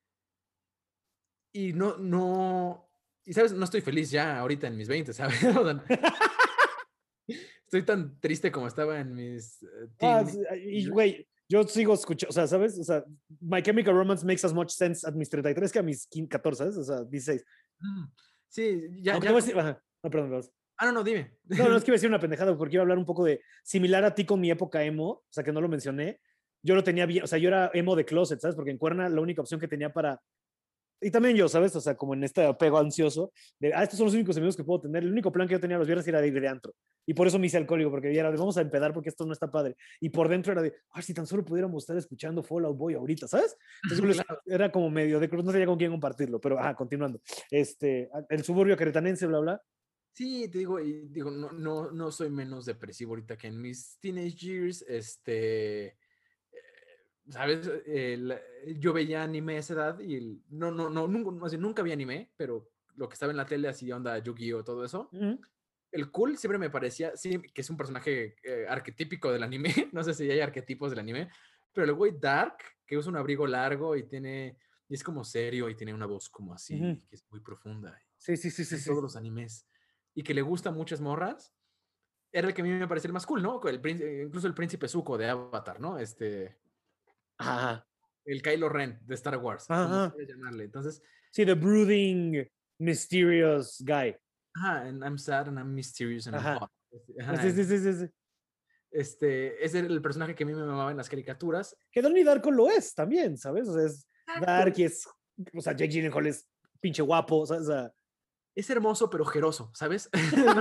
Y no, no, y sabes, no estoy feliz ya ahorita en mis veinte, ¿sabes? O sea, estoy tan triste como estaba en mis uh, Ah, teen y years. güey, yo sigo escuchando, o sea, ¿sabes? O sea, My Chemical Romance makes as much sense a mis treinta y tres que a mis catorce, ¿sabes? O sea, dieciséis. Mm, sí, ya, Aunque ya. te voy a decir, ajá, no, perdón, perdón. Ah, no, no, dime. No, no, es que iba a decir una pendejada porque iba a hablar un poco de similar a ti con mi época emo, o sea, que no lo mencioné. Yo lo tenía bien, o sea, yo era emo de closet, ¿sabes? Porque en Cuerna la única opción que tenía para. Y también yo, ¿sabes? O sea, como en este apego ansioso, de, ah, estos son los únicos amigos que puedo tener. El único plan que yo tenía los viernes era de ir de antro. Y por eso me hice alcohólico, porque era de, vamos a empedar porque esto no está padre. Y por dentro era de, ah, si tan solo pudiéramos estar escuchando Fall Out Boy ahorita, ¿sabes? Entonces Claro. era como medio de, no sabía con quién compartirlo, pero, ajá, continuando. Este, el suburbio queretanense, bla, bla. Sí, te digo, y digo, no, no, no soy menos depresivo ahorita que en mis teenage years, este, ¿sabes? El, yo veía anime a esa edad y el, no, no, no, nunca, más bien, nunca vi anime, pero lo que estaba en la tele, así onda Yu-Gi-Oh, todo eso. Uh -huh. El cool siempre me parecía, sí, que es un personaje eh, arquetípico del anime, no sé si hay arquetipos del anime, pero el güey Dark, que usa un abrigo largo y tiene, y es como serio y tiene una voz como así, uh -huh. que es muy profunda. Sí, sí, sí, sí. En sí. todos los animes. Y que le gustan muchas morras, era el que a mí me parecía el más cool, ¿no? El, incluso el príncipe Zuko de Avatar, ¿no? Este... Ajá. El Kylo Ren de Star Wars, como Ajá. quieras llamarle. Entonces, Sí, the brooding, mysterious guy. ajá, and I'm sad and I'm mysterious and I'm Ajá. hot. Ajá, Sí, sí, sí, entonces, sí, sí. este, ese era el personaje que a mí me mamaba en las caricaturas. Que Donnie Darko lo es también, ¿sabes? O sea, es Exacto. dark y es. O sea, Jake Gyllenhaal es pinche guapo, ¿sabes? O sea, Es hermoso pero ojeroso, ¿sabes?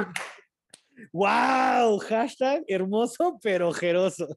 ¡wow! Hashtag hermoso pero ojeroso.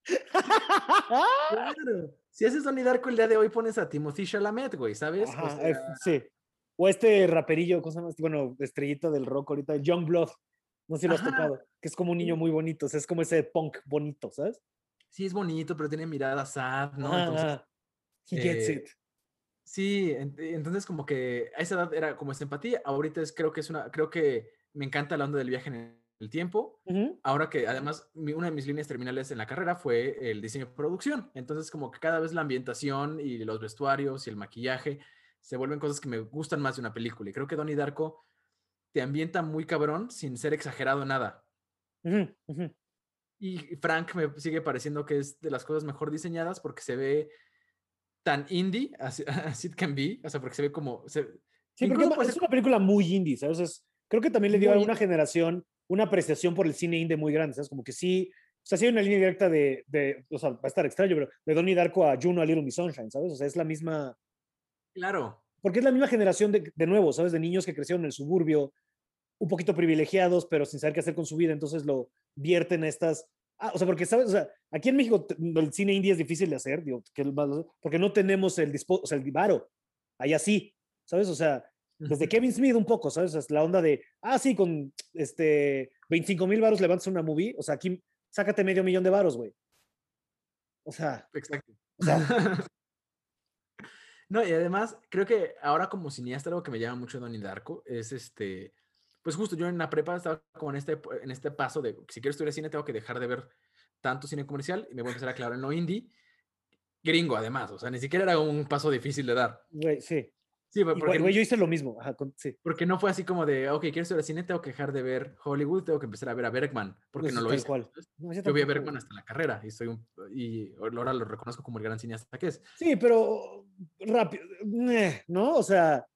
Claro. Si haces Donnie Darko el día de hoy, pones a Timothée Chalamet, güey, ¿sabes? O Ajá, sea, eh, sí. O este raperillo, ¿cómo se llama? Bueno, estrellito del rock ahorita, Young Blood. No sé si lo has ajá, tocado. Que es como un niño sí, muy bonito. O sea, es como ese punk bonito, ¿sabes? sí es bonito, pero tiene mirada sad, ¿no? Ajá, Entonces, ajá. He gets eh, it. sí, en- entonces como que a esa edad era como esa empatía. Ahorita es, creo que es una, creo que me encanta la onda del viaje en el tiempo. Ujú. Ahora que además mi- una de mis líneas terminales en la carrera fue el diseño de producción. Entonces como que cada vez la ambientación y los vestuarios y el maquillaje se vuelven cosas que me gustan más de una película. Y creo que Donnie Darko te ambienta muy cabrón sin ser exagerado en nada. Ujú, ujú. Y Frank me sigue pareciendo que es de las cosas mejor diseñadas porque se ve tan indie as, as it can be, o sea, porque se ve como, se, Sí, porque incluso puede es ser una película muy indie, ¿sabes? Es- creo que también le dio a muy una indie. generación una apreciación por el cine indie muy grande, ¿sabes? Como que sí, o sea, sí hay una línea directa de, de, o sea, va a estar extraño, pero de Donnie Darko a Juno a Little Miss Sunshine, ¿sabes? O sea, es la misma, Claro, porque es la misma generación de, de nuevo, ¿sabes? De niños que crecieron en el suburbio, un poquito privilegiados, pero sin saber qué hacer con su vida, entonces lo vierten a estas. Ah, o sea, porque, ¿sabes? O sea, aquí en México t- el cine indie es difícil de hacer, digo, que, porque no tenemos el, dispo, o sea, el varo. Allá sí, ¿sabes? O sea, desde ujú, Kevin Smith un poco, ¿sabes? O sea, la onda de, ah, sí, con este veinticinco mil varos levantas una movie, o sea, aquí sácate medio millón de varos, güey. O sea, exacto. o sea, No, y además, creo que ahora como cineasta algo que me llama mucho Donnie Darko es este, pues justo yo en la prepa estaba como en este, en este paso de, si quiero estudiar cine tengo que dejar de ver tanto cine comercial y me voy a empezar a clavar en lo indie, gringo además, o sea, ni siquiera era un paso difícil de dar. güey, sí. Sí, Y, güey, porque güey, yo hice lo mismo, ajá, con- sí. Porque no fue así como de, ok, quiero estudiar cine, tengo que dejar de ver Hollywood, tengo que empezar a ver a Bergman, porque no Eso lo tal hice. cual. ¿Sabes? No, yo Yo vi a tampoco, Bergman güey. hasta la carrera y, soy un, y ahora lo reconozco como el gran cineasta que es. Sí, pero rápido, eh, ¿no? O sea,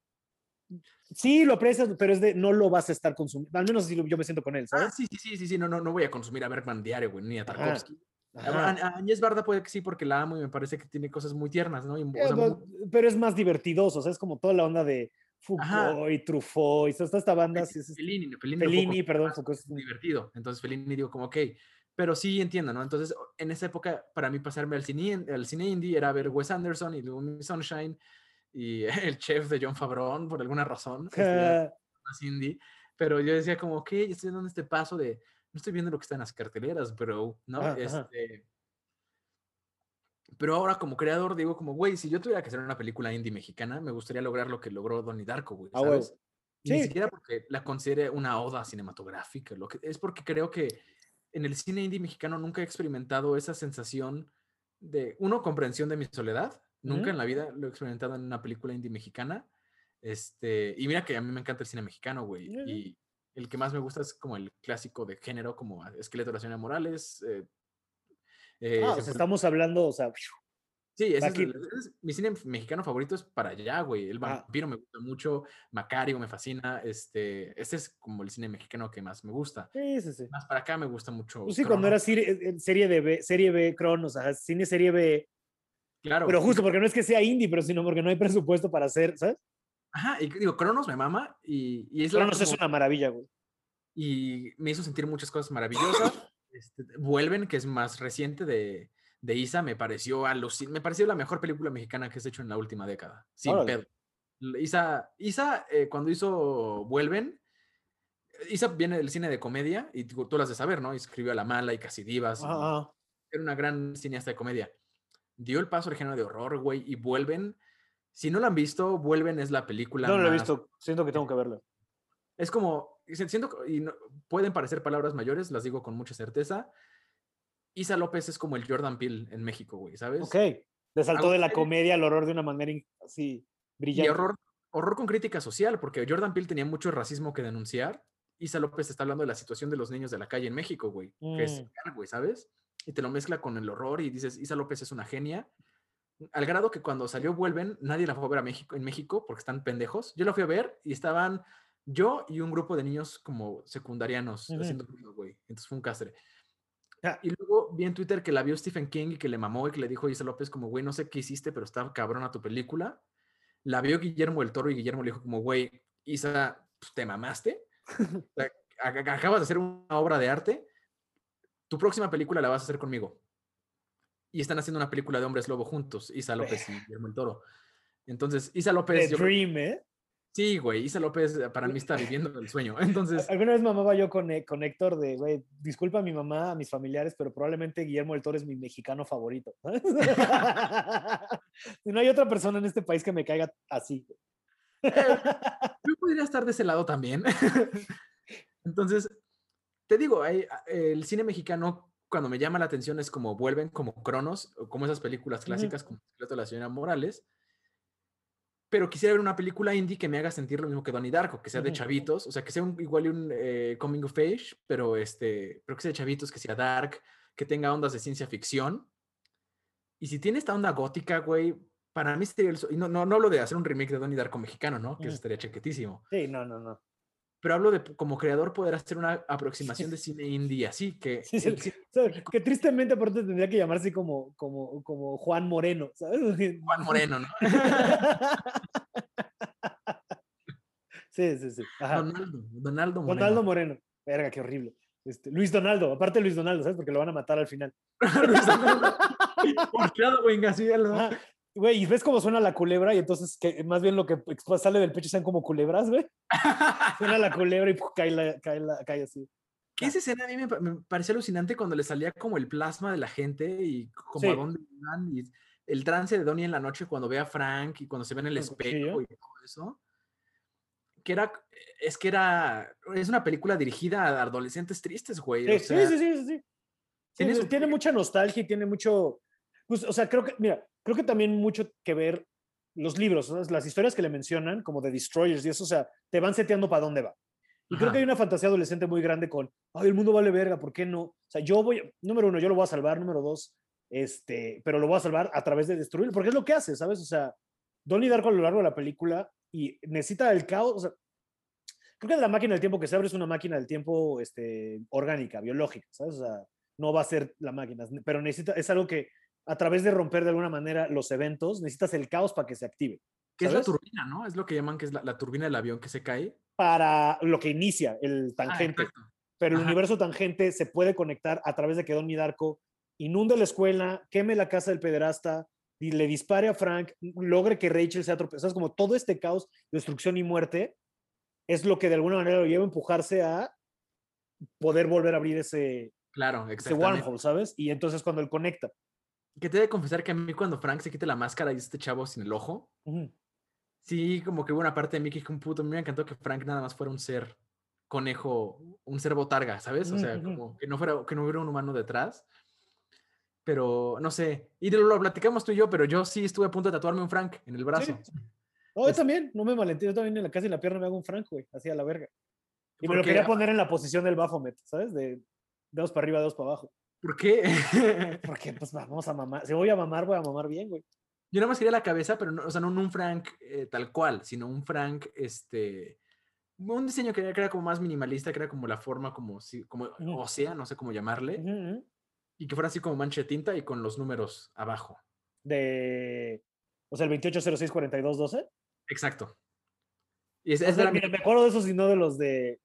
sí lo aprecias, pero es de no lo vas a estar consumiendo. Al menos así lo- yo me siento con él, Ah, ¿sabes? sí, sí, sí, sí, sí, no, no, no voy a consumir a Bergman diario, güey, ni a Ajá, Tarkovsky. A, a, ajá. a Agnès Barda puede que sí, porque la amo y me parece que tiene cosas muy tiernas, ¿no? Y, o Eh, sea, pues, muy, pero es más divertidoso, o sea, es como toda la onda de ajá, Foucault y Truffaut y toda esta ok, banda. sí, Sí, es este- Fellini, Fellini lo puedo Fellini, consumir perdón, más Foucault. porque es divertido. Entonces Fellini digo como, ok, pero sí entiendo, ¿no? Entonces, en esa época, para mí pasarme al cine, al cine indie era ver Wes Anderson y Little Miss Sunshine y el chef de John Favreau, por alguna razón, este era más indie, pero yo decía como, ok, estoy dando este paso de, no estoy viendo lo que está en las carteleras, bro, ¿no? Ajá, ajá. Este, pero ahora como creador digo como, güey, si yo tuviera que hacer una película indie mexicana, me gustaría lograr lo que logró Donnie Darko, güey, A huevo. ¿sabes? Y ni Sí. siquiera porque la considere una oda cinematográfica, lo que, es porque creo que en el cine indie mexicano nunca he experimentado esa sensación de, uno, comprensión de mi soledad, nunca Ujú. en la vida lo he experimentado en una película indie mexicana, este, y mira que a mí me encanta el cine mexicano, güey, Ujú. y el que más me gusta es como el clásico de género, como Esqueleto de la Señora Morales, eh, eh, Ah, o se sea, fue estamos hablando, o sea, Sí, ese es, el- aquí. ese es mi cine mexicano favorito, es para allá, güey. El Ah, vampiro me gusta mucho, Macario me fascina. Este, este es como el cine mexicano que más me gusta. sí, sí, sí. Más para acá me gusta Pues mucho sí, cuando era Cronos. serie, eh, eh, serie de B, serie B, Cronos, ajá, cine serie B, pero Claro, y, justo porque no es que sea indie, pero sino porque no hay presupuesto para hacer, ¿sabes? ajá, y digo, Cronos me mama y, y es la Cronos es como, una maravilla, güey. y me hizo sentir muchas cosas maravillosas. Este, Vuelven, que es más reciente de, de Isa, me pareció alucin me pareció la mejor película mexicana que se ha hecho en la última década, sin Órale. pedo. Isa, Isa eh, cuando hizo Vuelven, Isa viene del cine de comedia y tú, tú lo has de saber, ¿no? Escribió a La Mala y Casi Divas Ajá, y ajá. era una gran cineasta de comedia. Dio el paso al género de horror, güey, y Vuelven. Si no lo han visto, Vuelven es la película Yo no lo he más. visto, siento que tengo que verlo. Es como, siento, y no, pueden parecer palabras mayores, las digo con mucha certeza. Isa López es como el Jordan Peele en México, güey, Ok. ¿sabes? Le saltó Hago de la series comedia al horror de una manera in- así y brillante. horror, horror con crítica social, porque Jordan Peele tenía mucho racismo que denunciar. Isa López está hablando de la situación de los niños de la calle en México, güey, que es, Mm, güey, ¿sabes? Y te lo mezcla con el horror y dices, Isa López es una genia. al grado que cuando salió Vuelven, nadie la fue a ver a México, en México porque están pendejos. Yo la fui a ver y estaban yo y un grupo de niños como secundarianos Ujú. haciendo ruido, güey. Entonces fue un castre. Ah, Y luego vi en Twitter que la vio Stephen King y que le mamó y que le dijo a Isa López como, güey, no sé qué hiciste, pero está cabrona tu película. La vio Guillermo del Toro y Guillermo le dijo como, güey, Isa, pues, te mamaste. O sea, ac- acabas de hacer una obra de arte. Tu próxima película la vas a hacer conmigo. Y están haciendo una película de hombres lobo juntos, Isa López y Guillermo del Toro. Entonces, Isa The López, yo creo que Dream, ¿eh? sí, güey, Isa López eh, para mí está viviendo el sueño. Entonces, Alguna vez mamaba yo con, eh, con Héctor de, güey, disculpa a mi mamá, a mis familiares, pero probablemente Guillermo del Toro es mi mexicano favorito. Y no hay otra persona en este país que me caiga así. eh, yo podría estar de ese lado también. Entonces, te digo, hay, el cine mexicano, cuando me llama la atención, es como vuelven como Cronos, o como esas películas Ujú, clásicas como El secreto de la señora Morales. Pero quisiera ver una película indie que me haga sentir lo mismo que Donnie Darko, que sea de ujú. chavitos, o sea, que sea un, igual y un eh, coming of age, pero, este, pero que sea de chavitos, que sea dark, que tenga ondas de ciencia ficción. Y si tiene esta onda gótica, güey, para mí sería el... so- Y no, no, no hablo de hacer un remake de Donnie Darko mexicano, ¿no? Que eso Ujú. estaría chaquetísimo. Sí, no, no, no. Pero hablo de, como creador, poder hacer una aproximación de cine indie así, que Sí, sí, el o cine sea, México, que tristemente aparte tendría que llamarse como, como, como Juan Moreno, ¿sabes? Juan Moreno, ¿no? Sí, sí, sí. Ajá. Donaldo, Donaldo Donaldo Moreno. Moreno. Verga, qué horrible. Este, Luis Donaldo, aparte Luis Donaldo, ¿sabes? Porque lo van a matar al final. Luis Donaldo. Porfiado, güey, así, ¿no? Ajá. Güey, y ves cómo suena la culebra y entonces que más bien lo que exp- sale del pecho sean como culebras, güey. Suena la culebra y ¡puf! cae, la, cae, la, cae así. Que Ah, esa escena a mí me, pa- me parecía alucinante cuando le salía como el plasma de la gente y como a sí, dónde iban y el trance de Donnie en la noche cuando ve a Frank y cuando se ve en el con el espejo cuchillo. y todo eso. Que era, es que era, es una película dirigida a adolescentes tristes, güey. O Sí, sí, sea, sí, sí, sí. Sí, tiene sí, su... tiene mucha nostalgia y tiene mucho, pues, o sea, creo que, mira, creo que también mucho que ver los libros, ¿sabes? Las historias que le mencionan, como de Destroyers y eso, o sea, te van seteando para dónde va. Y creo que hay Ajá, una fantasía adolescente muy grande con, ay, el mundo vale verga, ¿por qué no? O sea, yo voy, número uno, yo lo voy a salvar, número dos, este, pero lo voy a salvar a través de destruirlo, porque es lo que hace, ¿sabes? O sea, Donnie Darko a lo largo de la película y necesita el caos, o sea, creo que la máquina del tiempo que se abre es una máquina del tiempo este, orgánica, biológica, ¿sabes? O sea, no va a ser la máquina, pero necesita, es algo que a través de romper de alguna manera los eventos, necesitas el caos para que se active, que es la ¿sabes? turbina, ¿no? Es lo que llaman que es la, la turbina del avión que se cae. Para lo que inicia el Ah, tangente. exacto. Pero el Ajá, universo tangente se puede conectar a través de que Donnie Darko inunde la escuela, queme la casa del pederasta, y le dispare a Frank, logre que Rachel sea atropellada. Como todo este caos, destrucción y muerte es lo que de alguna manera lo lleva a empujarse a poder volver a abrir ese, claro, ese exactamente. wormhole, ¿sabes? Y entonces cuando él conecta. Que te he de confesar que a mí cuando Frank se quita la máscara y este chavo sin el ojo, Uh-huh. sí, como que hubo una parte de mí que dijo un puto, a mí me encantó que Frank nada más fuera un ser conejo, un ser botarga, ¿sabes? O sea, Uh-huh. como que no fuera, que no hubiera un humano detrás. Pero no sé. Y lo, lo platicamos tú y yo, pero yo sí estuve a punto de tatuarme un Frank en el Sí. brazo. No, yo Es también, no me malentiendo, yo también en la casa y la pierna me hago un Frank, güey, así a la verga. Y me lo porque, quería poner en la posición del Baphomet, ¿sabes? De dedos para arriba, dedos para abajo. ¿por qué? Porque pues vamos a mamar. Si voy a mamar, voy a mamar bien, güey. Yo nada más quería la cabeza, pero no, o sea, no un Frank eh, tal cual, sino un Frank, este, un diseño que era, que era como más minimalista, que era como la forma como, si, como Uh-huh. ósea, no sé cómo llamarle, Uh-huh. y que fuera así como mancha de tinta y con los números abajo. De. O sea, el veintiocho cero seis cuarenta y dos doce. Exacto. Y ese, O ese sea, era mi... mira, me acuerdo de esos y no de los de.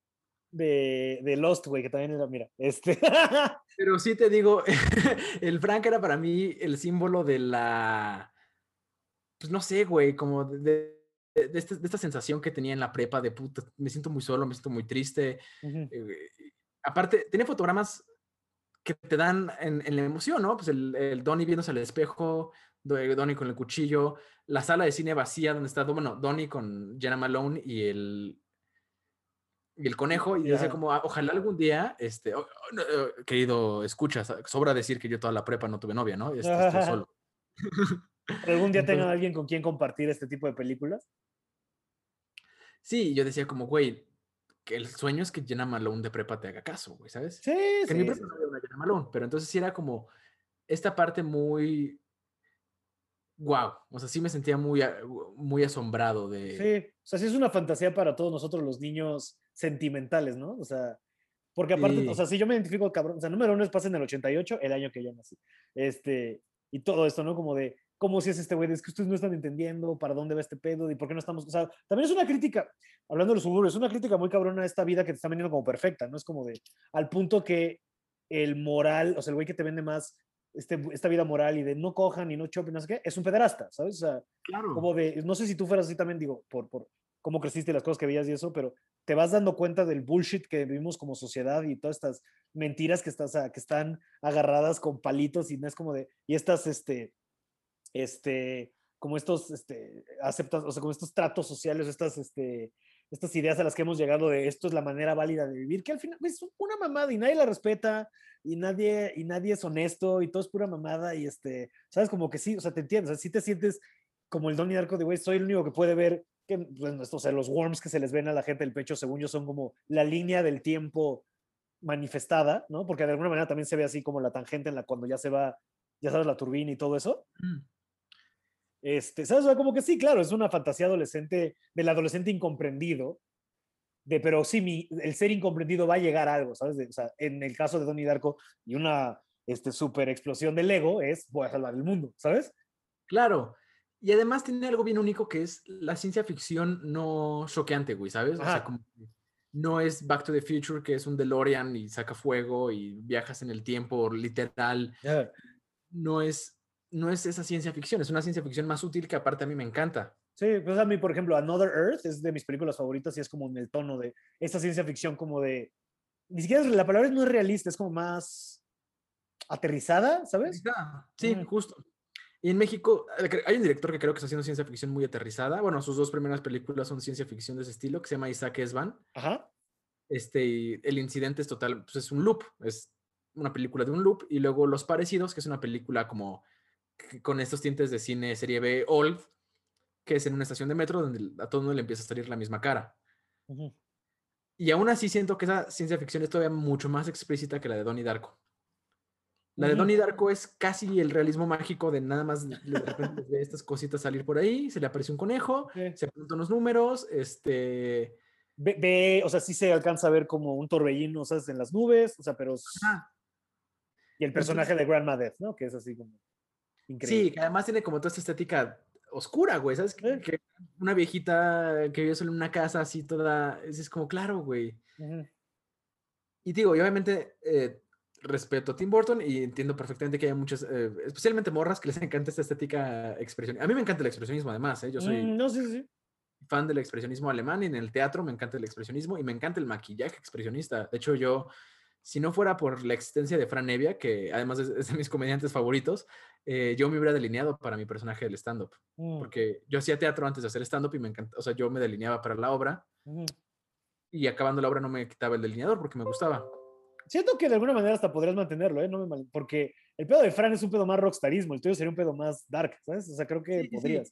De, de Lost, güey, que también era, mira, este. Pero sí te digo, el Frank era para mí el símbolo de la, pues no sé, güey, como de, de, de este- de esta sensación que tenía en la prepa de puta, me siento muy solo, me siento muy triste. Uh-huh. Eh, aparte, tiene fotogramas que te dan en, en la emoción, ¿no? Pues el, el Donnie viéndose al espejo, Do- Donnie con el cuchillo, la sala de cine vacía donde está, bueno, Donnie con Jenna Malone y el, y el conejo, y decía Ajá. como, "Ah, ojalá algún día, este, oh, oh, no, eh, querido, escuchas, sobra decir que yo toda la prepa no tuve novia, ¿no? Este, estoy Ajá. solo. ¿Algún día tengan Entonces, alguien con quien compartir este tipo de películas? sí, yo decía como, güey, que el sueño es que Jenna Malone de prepa te haga caso, güey, ¿sabes? Sí, Que en mi sí, prepa sí, no sí. había una Jenna Malone, pero entonces sí era como esta parte muy wow. O sea, sí me sentía muy, a- muy asombrado de... Sí, o sea, sí es una fantasía para todos nosotros los niños sentimentales, ¿no? O sea, porque aparte, o Sí, sea, si yo me identifico cabrón, o sea, número uno es pasa en el ochenta y ocho, el año que yo nací. Este, y todo esto, ¿no? Como de, ¿cómo si es este güey? Es que ustedes no están entendiendo para dónde va este pedo y por qué no estamos, o sea, también es una crítica, hablando de los suburbios, es una crítica muy cabrona a esta vida que te están vendiendo como perfecta, ¿no? Es como de, al punto que el moral, o sea, el güey que te vende más este, esta vida moral y de no cojan y no chopen, no sé qué, es un pederasta, ¿sabes? O sea, claro. como de, no sé si tú fueras así también, digo, por, por cómo creciste y las cosas que veías y eso, pero te vas dando cuenta del bullshit que vivimos como sociedad y todas estas mentiras que, estás, que están agarradas con palitos y no es como de, y estas, este, este, como estos, este, aceptas, o sea, como estos tratos sociales, estas, este, estas ideas a las que hemos llegado de esto es la manera válida de vivir, que al final es una mamada y nadie la respeta y nadie, y nadie es honesto y todo es pura mamada y este, sabes, como que sí, o sea, te entiendes, o sea, sí te sientes como el Donnie Darko de, güey, soy el único que puede ver que, pues, o sea, los worms que se les ven a la gente del pecho, según yo, son como la línea del tiempo manifestada, ¿no? Porque de alguna manera también se ve así como la tangente en la cuando ya se va, ya sabes, la turbina y todo eso. Mm. Este, ¿sabes? O sea, como que sí, claro, es una fantasía adolescente, del adolescente incomprendido, de, pero sí, mi, el ser incomprendido va a llegar a algo, ¿sabes? De, o sea, en el caso de Donnie Darko y una este, super explosión del ego es, voy a salvar el mundo, ¿sabes? Claro. Y además tiene algo bien único que es la ciencia ficción no choqueante, güey, ¿sabes? O sea, Ajá. como que no es Back to the Future, que es un DeLorean y saca fuego y viajas en el tiempo literal. Yeah. No es, no es esa ciencia ficción, es una ciencia ficción más útil que aparte a mí me encanta. Sí, pues a mí, por ejemplo, Another Earth es de mis películas favoritas y es como en el tono de esta ciencia ficción como de, ni siquiera es- la palabra no es realista, es como más aterrizada, ¿sabes? Aterrizada. Sí, Mm, justo. Y en México eh, hay un director que creo que está haciendo ciencia ficción muy aterrizada. Bueno, sus dos primeras películas son ciencia ficción de ese estilo, que se llama Isaac Esban. ajá. Este, y el incidente es total, pues es un loop, es una película de un loop. Y luego Los Parecidos, que es una película como que- con estos tintes de cine serie B old, que es en una estación de metro donde a todo el mundo le empieza a salir la misma cara. Ujú. Y aún así siento que esa ciencia ficción es todavía mucho más explícita que la de Donnie Darko. La de Ujú. Donnie Darko es casi el realismo mágico de nada más de repente les ve estas cositas salir por ahí, se le aparece un conejo, Sí. se apuntan unos números, este... Ve, ve, o sea, sí se alcanza a ver como un torbellino, ¿sabes? En las nubes, o sea, pero... s- Ah, Y el personaje entonces, de Grandma Death, ¿no? Que es así como sí, increíble. que además tiene como toda esta estética oscura, güey, ¿sabes? Que, Eh, que una viejita que vive solo en una casa así toda, es, es como claro, güey. ujú. Y digo, y obviamente eh, respeto a Tim Burton y entiendo perfectamente que hay muchas, eh, especialmente morras, que les encanta esta estética expresión. A mí me encanta el expresionismo además, ¿eh? Yo soy Mm, no, sí, sí, sí. fan del expresionismo alemán y en el teatro me encanta el expresionismo y me encanta el maquillaje expresionista. De hecho, yo, si no fuera por la existencia de Fran Evia, que además es, es de mis comediantes favoritos, eh, yo me hubiera delineado para mi personaje del stand-up. Mm, Porque yo hacía teatro antes de hacer stand-up y me encanta, o sea, yo me delineaba para la obra ujú. y acabando la obra no me quitaba el delineador porque me gustaba. Siento que de alguna manera hasta podrías mantenerlo, ¿eh? No me mal- porque el pedo de Fran es un pedo más rockstarismo, el tuyo sería un pedo más dark, ¿sabes? O sea, creo que Sí, sí, sí. podrías.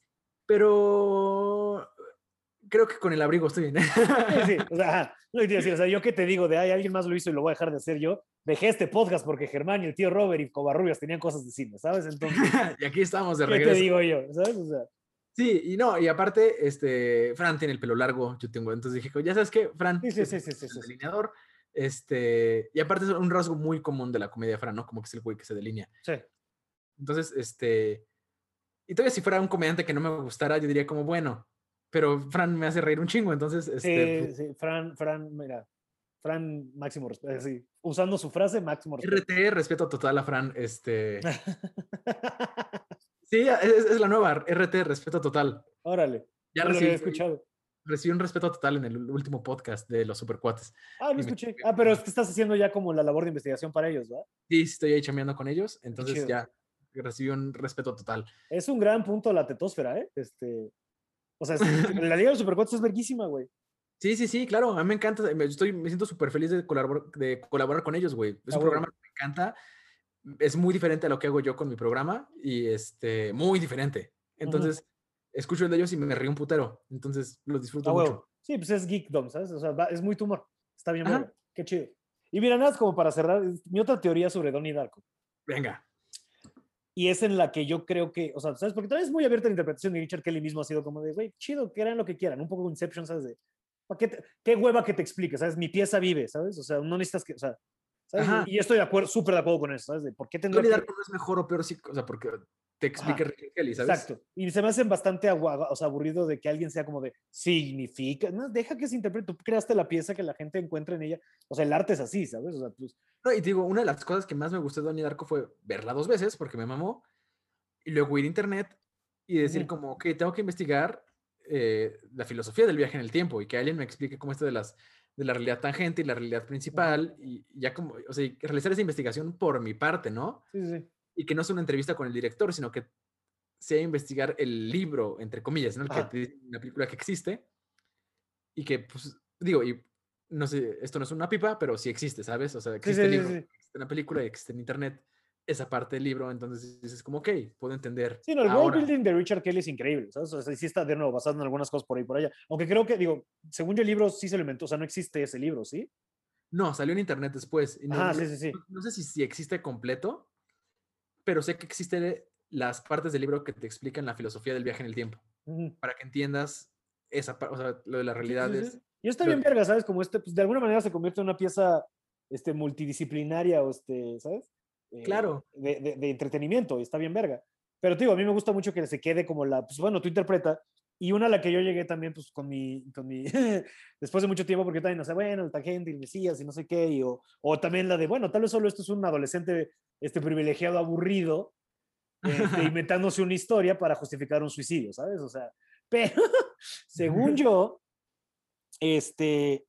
Pero creo que con el abrigo estoy bien. Sí, sí, o sea, ajá, lo que te iba a decir, o sea, yo que te digo de, ay, alguien más lo hizo y lo voy a dejar de hacer yo, dejé este podcast porque Germán y el tío Robert y Covarrubias tenían cosas de cine, ¿sabes? Entonces, Y aquí estamos de ¿qué te regreso. digo yo? ¿Sabes? O sea, Sí, y no, y aparte, este, Fran tiene el pelo largo, yo tengo, entonces dije, ya sabes qué, Fran sí, sí, es sí, sí, sí, el sí, sí. delineador, este, y aparte es un rasgo muy común de la comedia de Fran, ¿no? Como que es el güey que se delinea. Sí. Entonces, este, y todavía si fuera un comediante que no me gustara, yo diría como, bueno, pero Fran me hace reír un chingo, entonces, este, pues, Sí, sí, Fran, Fran, mira, Fran, máximo respeto, sí, usando su frase, máximo respeto. R T, respeto total a Fran, este, sí, es, es la nueva, R T, respeto total. Órale, Ya no lo había recibí, escuchado. recibí un respeto total en el último podcast de los supercuates. Ah, no Y me, escuché. Ah, pero es que estás haciendo ya como la labor de investigación para ellos, ¿va? sí, estoy ahí chambeando con ellos, Qué entonces chido. ya recibí un respeto total. Es un gran punto la tetosfera, ¿eh? Este, o sea, es- la Liga de los Supercuates es verguísima, güey. Sí, sí, sí, claro, a mí me encanta, me, estoy, me siento súper feliz de colaborar, de colaborar con ellos, güey. Es A un programa huevo. que me encanta, es muy diferente a lo que hago yo con mi programa y este, muy diferente. Ujú. Entonces, escucho el de ellos y me río un putero, entonces lo A disfruto mucho. huevo. Sí, pues es geekdom, ¿sabes? O sea, va- es muy tu humor. Está bien, Ajá, verga. Qué chido. Y mira, nada, más como para cerrar, es mi otra teoría sobre Donnie Darko. venga. y es en la que yo creo que, o sea, ¿sabes? Porque también es muy abierta la interpretación de Richard Kelly mismo, ha sido como de, güey, chido, que eran lo que quieran, un poco Inception, ¿sabes? De, ¿pa qué, te- qué hueva que te explique, ¿sabes? Mi pieza vive, ¿sabes? O sea, no necesitas que, o sea, ¿sabes? Ajá. Y yo estoy de acuerdo, súper de acuerdo con eso, ¿sabes? De por qué tendría Donnie que... Darko no es mejor o peor, sí, o sea, porque te explica Ajá, Richard Kelly, ¿sabes? exacto. Y se me hacen bastante agua, o sea, aburrido de que alguien sea como de, significa, no, deja que se interprete, tú creaste la pieza que la gente encuentra en ella, o sea, el arte es así, ¿sabes? O sea, pues, No, y te digo, una de las cosas que más me gustó de Donnie Darko fue verla dos veces, porque me mamó, y luego ir a internet y decir ujú, como, ok, tengo que investigar eh, la filosofía del viaje en el tiempo y que alguien me explique cómo esto de las de la realidad tangente y la realidad ujú. principal y ya como, o sea, y realizar esa investigación por mi parte, ¿no? Sí, sí, sí. Y que no sea una entrevista con el director, sino que sea investigar el libro, entre comillas, ¿no? El que Ajá. te dice una película que existe y que, pues, digo, y no sé, esto no es una pipa, pero sí existe, ¿sabes? O sea, Sí, sí, existe el sí, libro, sí. existe una película y existe en internet esa parte del libro, entonces dices como, ok, puedo entender Sí, no, el world ahora. building de Richard Kelly es increíble, ¿sabes? O sea, sí está de nuevo basado en algunas cosas por ahí y por allá. Aunque creo que, digo, según yo el libro sí se lo inventó, o sea, no existe ese libro, ¿sí? No, salió en internet después. Y no, Ajá, no, sí, sí, sí. no sé si, si existe completo, pero sé que existen las partes del libro que te explican la filosofía del viaje en el tiempo, Ujú. para que entiendas esa parte, o sea, lo de las Sí, sí, sí. realidades. Y está bien Lo, verga, ¿sabes? Como este, pues de alguna manera se convierte en una pieza este, multidisciplinaria o este, ¿sabes? Eh, claro. de, de, de entretenimiento y está bien verga. Pero te digo, a mí me gusta mucho que se quede como la, pues bueno, tú interpreta. Y una a la que yo llegué también, pues con mi, con mi después de mucho tiempo, porque yo también, no sé, bueno, el tangente y el Mesías y no sé qué, y, o, o también la de, bueno, tal vez solo esto es un adolescente este, privilegiado, aburrido, este, inventándose una historia para justificar un suicidio, ¿sabes? O sea, pero según yo, este,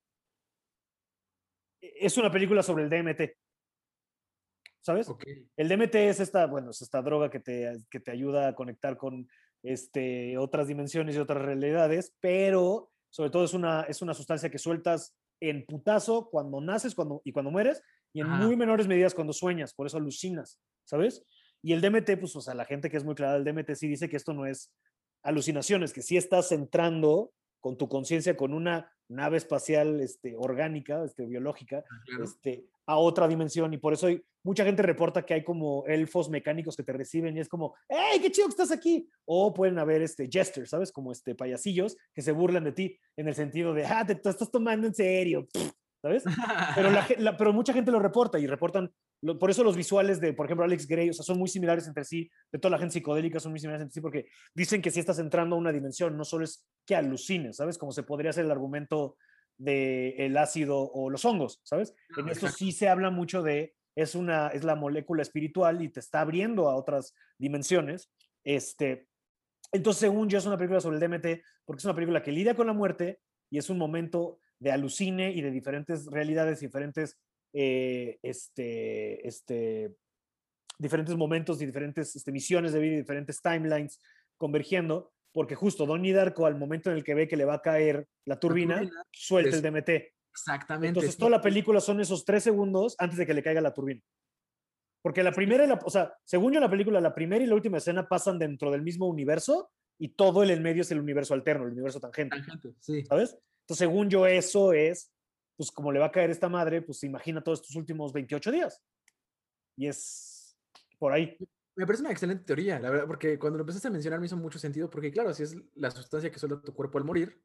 es una película sobre el D M T, ¿sabes? Ok. El D M T es esta, bueno, es esta droga que te, que te ayuda a conectar con este, otras dimensiones y otras realidades, pero sobre todo es una, es una sustancia que sueltas en putazo cuando naces cuando, y cuando mueres, y en muy Ajá. menores medidas cuando sueñas, por eso alucinas, ¿sabes? Y el D M T, pues, o sea, la gente que es muy clara del D M T sí dice que esto no es alucinaciones, que sí estás entrando con tu conciencia, con una nave espacial este, orgánica, este, biológica, Ah, claro. este, a otra dimensión. Y por eso hay, mucha gente reporta que hay como elfos mecánicos que te reciben y es como, ¡hey, qué chido que estás aquí! O pueden haber este, jesters, ¿sabes? Como este, payasillos que se burlan de ti en el sentido de, ah, te, te estás tomando en serio, ¿sabes? Pero, la, la, pero mucha gente lo reporta y reportan, lo, por eso los visuales de, por ejemplo, Alex Gray, o sea, son muy similares entre sí, de toda la gente psicodélica son muy similares entre sí, porque dicen que si estás entrando a una dimensión, no solo es que alucines, ¿sabes? Como se podría hacer el argumento del el ácido o los hongos, ¿sabes? En Claro, esto sí exacto. se habla mucho de, es, una, es la molécula espiritual y te está abriendo a otras dimensiones. Este, entonces, según yo, es una película sobre el D M T, porque es una película que lidia con la muerte y es un momento de alucine y de diferentes realidades, diferentes, eh, este, este, diferentes momentos y diferentes este, misiones de vida y diferentes timelines convergiendo, porque justo Donnie Darko, al momento en el que ve que le va a caer la La turbina, turbina, suelta el des- D M T. exactamente, Entonces, toda sí. la película son esos tres segundos antes de que le caiga la turbina. Porque la primera, y la, o sea, según yo la película, la primera y la última escena pasan dentro del mismo universo y todo el en medio es el universo alterno, el universo tangente, Tangente, sí. ¿sabes? Entonces, según yo, eso es, pues como le va a caer esta madre, pues se imagina todos estos últimos veintiocho días. Y es por ahí. Me parece una excelente teoría, la verdad, porque cuando lo empezaste a mencionar me hizo mucho sentido, porque claro, si es la sustancia que suelta tu cuerpo al morir,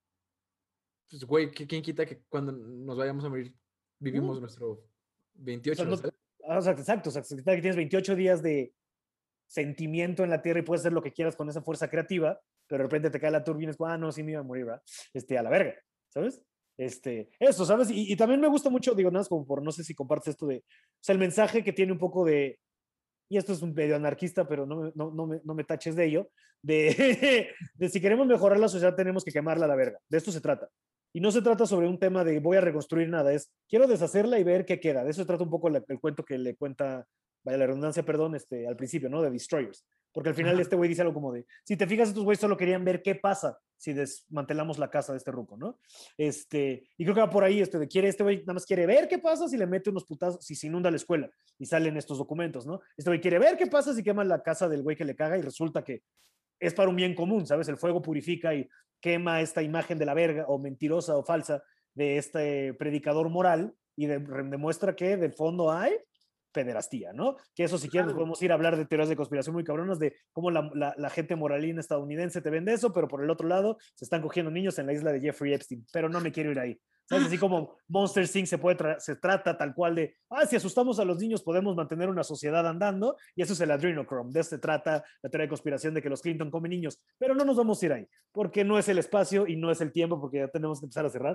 pues güey, ¿qui- ¿quién quita que cuando nos vayamos a morir Mm. vivimos nuestro O sea, veintiocho, no, ¿sabes? o sea, exacto, o sea, que tienes veintiocho días de sentimiento en la Tierra y puedes hacer lo que quieras con esa fuerza creativa, pero de repente te cae la turbina y es como, ah, no, sí me iba a morir, ¿verdad? Este, a la verga, ¿sabes? Este, eso, ¿sabes? Y, y también me gusta mucho, digo, nada más como por, no sé si compartes esto de, o sea, el mensaje que tiene un poco de, y esto es un medio anarquista, pero no, me- no, no, me, no me taches de ello, de, de si queremos mejorar la sociedad tenemos que quemarla a la verga. De esto se trata. Y no se trata sobre un tema de voy a reconstruir nada, es quiero deshacerla y ver qué queda. De eso se trata un poco la- el cuento que le cuenta, vaya la redundancia, perdón, este, al principio, ¿no? De Destroyers. Porque al final Ajá. este güey dice algo como de, si te fijas, estos güeyes solo querían ver qué pasa si desmantelamos la casa de este ruco, ¿no? Este, y creo que va por ahí, este, de quiere, este güey nada más quiere ver qué pasa si le mete unos putazos, si se inunda la escuela y salen estos documentos, ¿no? Este güey quiere ver qué pasa si quema la casa del güey que le caga y resulta que es para un bien común, ¿sabes? El fuego purifica y quema esta imagen de la verga o mentirosa o falsa de este predicador moral y de, demuestra que de fondo hay pederastía, ¿no? Que eso si quieres Claro. podemos ir a hablar de teorías de conspiración muy cabronas de cómo la, la, la gente moralina estadounidense te vende eso, pero por el otro lado se están cogiendo niños en la isla de Jeffrey Epstein, pero no me quiero ir ahí. ¿Sabes? Así como Monster inc se, puede tra se trata tal cual de, ah, si asustamos a los niños podemos mantener una sociedad andando, y eso es el adrenochrome. De este trata la teoría de conspiración de que los Clinton comen niños, pero no nos vamos a ir ahí, porque no es el espacio y no es el tiempo, porque ya tenemos que empezar a cerrar.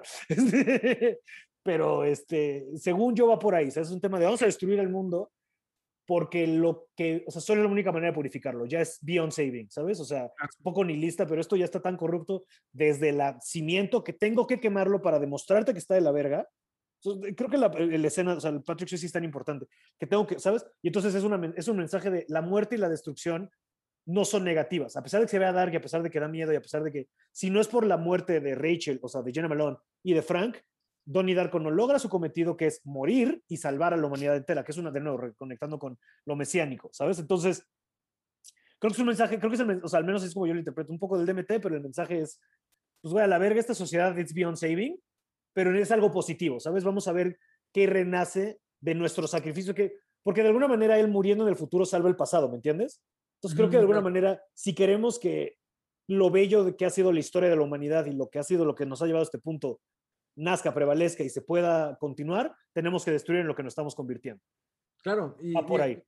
Pero este, según yo va por ahí, ¿sabes? Es un tema de vamos a destruir el mundo, porque lo que, o sea, solo es la única manera de purificarlo, ya es beyond saving, ¿sabes? O sea, es un poco nihilista, pero esto ya está tan corrupto desde el cimiento que tengo que quemarlo para demostrarte que está de la verga. Entonces, creo que la, la escena, o sea, el Patrick Swayze es tan importante, que tengo que, ¿sabes? Y entonces es, una, es un mensaje de la muerte y la destrucción no son negativas, a pesar de que se vea dark y a pesar de que da miedo y a pesar de que, si no es por la muerte de Rachel, o sea, de Jenna Malone y de Frank, Donnie Darko no logra su cometido, que es morir y salvar a la humanidad entera, que es una, de nuevo, reconectando con lo mesiánico, ¿sabes? Entonces, creo que es un mensaje, creo que es el, o sea, al menos es como yo lo interpreto, un poco del D M T, pero el mensaje es, pues, güey, a la verga, esta sociedad it's beyond saving, pero es algo positivo, ¿sabes? Vamos a ver qué renace de nuestro sacrificio, que, porque de alguna manera él muriendo en el futuro salva el pasado, ¿me entiendes? Entonces, creo que de alguna manera, si queremos que lo bello de que ha sido la historia de la humanidad y lo que ha sido lo que nos ha llevado a este punto nazca, prevalezca y se pueda continuar, tenemos que destruir en lo que nos estamos convirtiendo. Claro. Y, Va por ahí.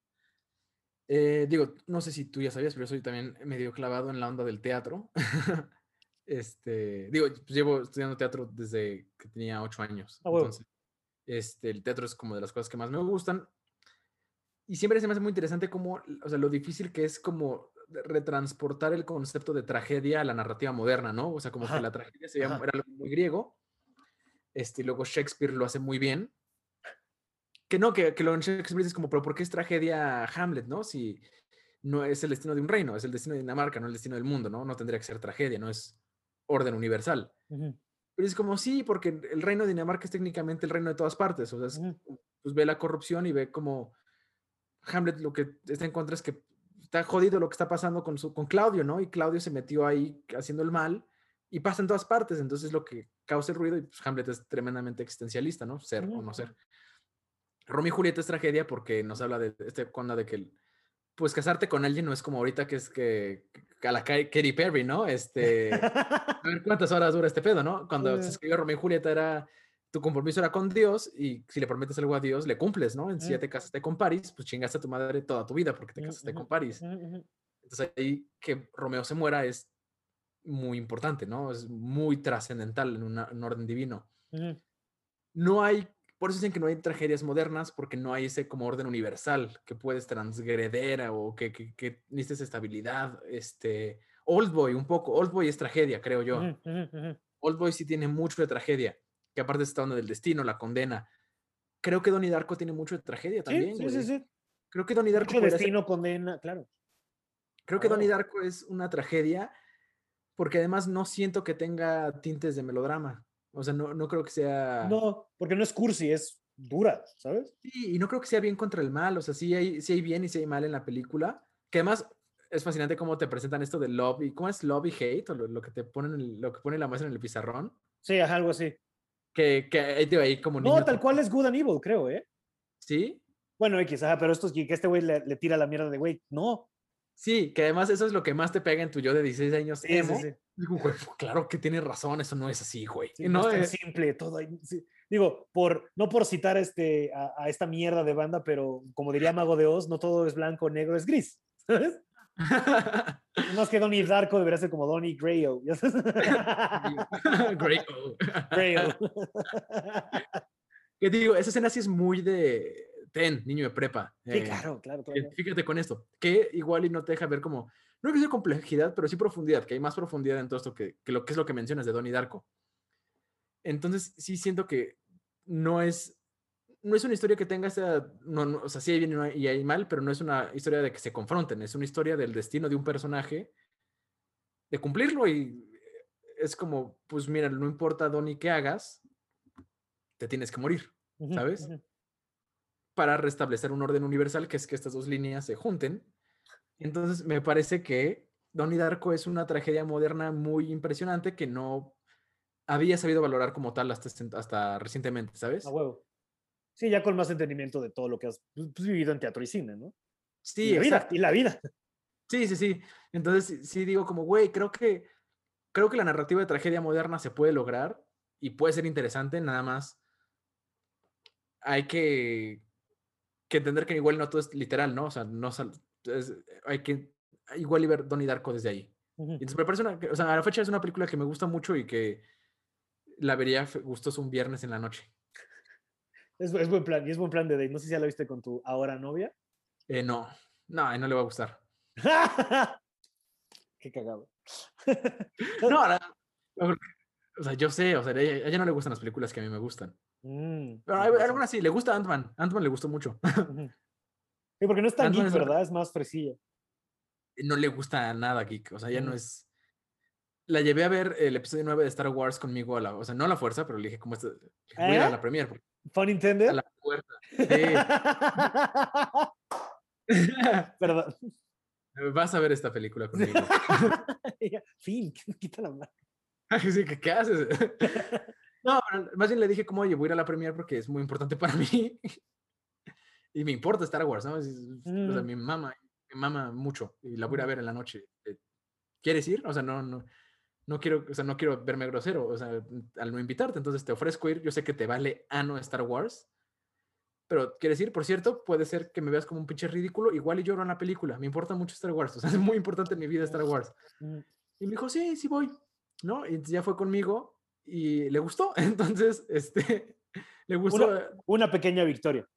Eh, digo, no sé si tú ya sabías, pero yo soy también medio clavado en la onda del teatro. este, digo, pues llevo estudiando teatro desde que tenía ocho años. Ah, bueno. Entonces, este, el teatro es como de las cosas que más me gustan. Y siempre se me hace muy interesante cómo, o sea, lo difícil que es como retransportar el concepto de tragedia a la narrativa moderna, ¿no? O sea, como Ajá. que la tragedia se llama, era algo muy griego. Este, y luego Shakespeare lo hace muy bien. Que no, que, que lo en Shakespeare es como, pero ¿por qué es tragedia Hamlet, no? Si no es el destino de un reino, es el destino de Dinamarca, no el destino del mundo, ¿no? No tendría que ser tragedia, no es orden universal. Uh-huh. Pero es como, sí, porque el reino de Dinamarca es técnicamente el reino de todas partes. O sea, es, uh-huh. pues ve la corrupción y ve como Hamlet lo que está en contra es que está jodido lo que está pasando con, su, con Claudio, ¿no? Y Claudio se metió ahí haciendo el mal y pasa en todas partes. Entonces lo que causa el ruido, y pues Hamlet es tremendamente existencialista, ¿no? Ser uh-huh. o no ser. Romeo y Julieta es tragedia porque nos habla de este onda de que pues casarte con alguien no es como ahorita que es que a la Katy Perry, ¿no? Este, a ver cuántas horas dura este pedo, ¿no? Cuando se escribió Romeo y Julieta era, tu compromiso era con Dios y si le prometes algo a Dios, le cumples, ¿no? Si ya te casaste con Paris, pues chingaste a tu madre toda tu vida porque te casaste con Paris. Entonces ahí que Romeo se muera es muy importante, ¿no? Es muy trascendental en, una, en un orden divino. No hay Por eso dicen que no hay tragedias modernas, porque no hay ese como orden universal que puedes transgreder o que, que, que necesites estabilidad. Este, Oldboy, un poco. Oldboy es tragedia, creo yo. Uh-huh, uh-huh. Oldboy sí tiene mucho de tragedia, que aparte está onda del destino, la condena. Creo que Donnie Darko tiene mucho de tragedia también. Sí, sí, sí, sí. Creo que Donnie Darko. Mucho destino, ser... condena, claro. Creo que oh. Donnie Darko es una tragedia, porque además no siento que tenga tintes de melodrama. O sea, no, no creo que sea... No, porque no es cursi, es dura, ¿sabes? Sí, y no creo que sea bien contra el mal. O sea, sí hay, sí hay bien y sí hay mal en la película. Que además es fascinante cómo te presentan esto de love y... ¿Cómo es love y hate? O lo, lo que te ponen, lo que pone la maestra en el pizarrón. Sí, algo así. Que, que ahí, ahí como No, tal cual es good and evil, creo, ¿eh? ¿Sí? Bueno, X, ajá, pero esto es que este güey le, le tira la mierda de güey, no. Sí, que además eso es lo que más te pega en tu yo de dieciséis años. Sí, emo. Sí, sí. Digo, güey, claro que tienes razón, eso no es así, güey. Sí, no, no es tan eh... simple todo. Sí. Digo, por, no por citar este, a, a esta mierda de banda, pero como diría Mago de Oz, no todo es blanco, negro, es gris. ¿Sabes? Más que Donnie Darko debería ser como Donnie Grayo. Grayo. Grayo. Que digo, esa escena sí es muy de... Ten, niño de prepa. Sí, eh, claro, claro, claro. Fíjate con esto, que igual y no te deja ver como, no que sea complejidad, pero sí profundidad, que hay más profundidad en todo esto que, que lo que es lo que mencionas de Donnie Darko. Entonces, sí siento que no es, no es una historia que tenga esa, no, no, o sea, sí hay bien y hay mal, pero no es una historia de que se confronten, es una historia del destino de un personaje, de cumplirlo y es como, pues mira, no importa, Donnie, qué hagas, te tienes que morir, ¿sabes? Uh-huh, uh-huh. Para restablecer un orden universal, que es que estas dos líneas se junten. Entonces, me parece que Donnie Darko es una tragedia moderna muy impresionante que no había sabido valorar como tal hasta, hasta recientemente, ¿sabes? A huevo. Sí, ya con más entendimiento de todo lo que has pues, pues, vivido en teatro y cine, ¿no? Sí, y la vida, exacto. y la vida. Sí, sí, sí. Entonces sí, sí digo como, güey, creo que, creo que la narrativa de tragedia moderna se puede lograr y puede ser interesante, nada más hay que, que entender que igual no todo es literal, ¿no? O sea, no sal- es- hay que igual y ver Donnie Darko desde ahí. Ujú. Y entonces me parece una, o sea, a la fecha es una película que me gusta mucho y que la vería fe- gustoso un viernes en la noche. Es, es buen plan, y es buen plan de date. No sé si ya lo viste con tu ahora novia. Eh, no, no, a él no le va a gustar. Qué cagado. No, la- o sea, yo sé, o sea, a ella, a ella no le gustan las películas que a mí me gustan. Mm, Pero hay interesante. algunas sí, le gusta Ant-Man. Ant-Man le gustó mucho. Ujú. Sí, porque no es tan Ant-Man geek, es una ¿verdad? Es más fresilla. no le gusta nada geek, o sea, ya no Ujú. es... La llevé a ver el episodio nueve de Star Wars conmigo a la... O sea, no a la fuerza, pero le dije, ¿cómo está? Le dije, voy a ir a ¿Eh? la premier, porque- ¿Pun a intended? la puerta. Sí. Perdón. Vas a ver esta película conmigo. Fin, quita la mano. Así que, ¿qué haces? No, pero más bien le dije, como, oye, voy a ir a la premier porque es muy importante para mí. Y me importa Star Wars, ¿no? Es- es- O sea, Mm, mi mamá, me mama mucho y la voy a ir a mm. ver en la noche. Eh, ¿Quieres ir? O sea, no, no, no quiero, o sea, no quiero verme grosero, o sea, al no invitarte, entonces te ofrezco ir. Yo sé que te vale ano Star Wars, pero ¿quieres ir? Por cierto, puede ser que me veas como un pinche ridículo, igual y lloro en la película. Me importa mucho Star Wars, o sea, es muy importante en mi vida Star Wars. Mm. Y me dijo, sí, sí voy, ¿no? Y ya fue conmigo y le gustó, entonces, este, le Una, gustó, una pequeña victoria.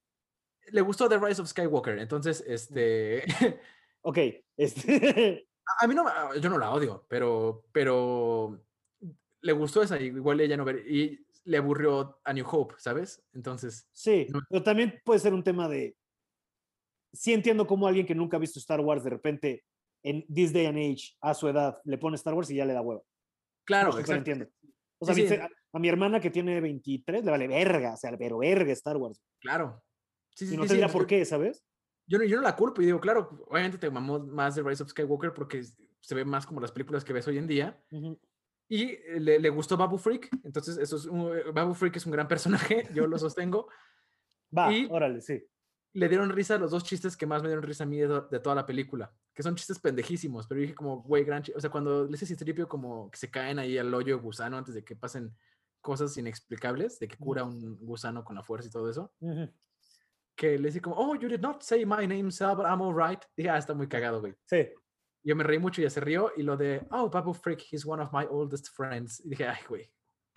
le gustó The Rise of Skywalker, entonces, este, Ok, este. a mí no, yo no la odio, pero, pero le gustó esa, igual ella no ver, y le aburrió A New Hope, ¿sabes? Entonces, Sí, no, pero también puede ser un tema de. Sí entiendo cómo alguien que nunca ha visto Star Wars de repente en this day and age a su edad le pone Star Wars y ya le da huevo. Lo claro, super exacto. entiendo. O sea, Sí, a mi, sí, a, a mi hermana que tiene veintitrés le vale verga, o sea, pero verga Star Wars. claro. Sí, Y sí, no sí, sí. tendría Entonces, por yo, qué, ¿sabes? yo, no, yo no la culpo y digo, claro, obviamente te mamó más The Rise of Skywalker porque se ve más como las películas que ves hoy en día. Ujú. Y le, le gustó Babu Freak, entonces eso es un, Babu Freak es un gran personaje, yo lo sostengo. Va, Y órale, sí. le dieron risa los dos chistes que más me dieron risa a mí de, de toda la película, que son chistes pendejísimos, pero dije como, güey, gran chiste. O sea, cuando le dice Citripio como que se caen ahí al hoyo de gusano antes de que pasen cosas inexplicables, de que cura un gusano con la fuerza y todo eso, Ujú. que le dice como, oh, you did not say my name, Sal, but I'm alright. Dije, ah, está muy cagado, güey. Sí. Yo me reí mucho y ya se rió, y lo de, oh, Babu Freak, he's one of my oldest friends. Y dije, ay, güey,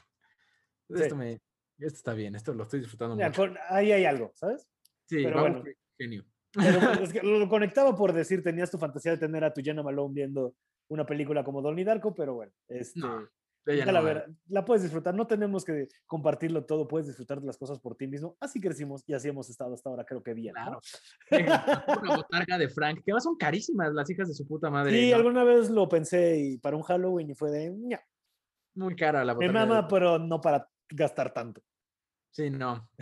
esto Sí. me, esto está bien, esto lo estoy disfrutando Ya, mucho. con, ahí hay algo, ¿sabes? Sí, Pero Babu bueno, Freak, genio. pero bueno, es que lo conectaba por decir, tenías tu fantasía de tener a tu Jenna Malone viendo una película como Donnie Darko, pero bueno, No, este, ella ya la, no. eh. ver, la puedes disfrutar, no tenemos que compartirlo todo, puedes disfrutar de las cosas por ti mismo, así crecimos y así hemos estado hasta ahora, creo que bien, ¿no? Claro. Una botarga de Frank, que además son carísimas las hijas de su puta madre, Sí, ¿no? alguna vez lo pensé y para un Halloween y fue de, ña, Muy cara la me botarga de mama, pero no para gastar tanto. Sí, no.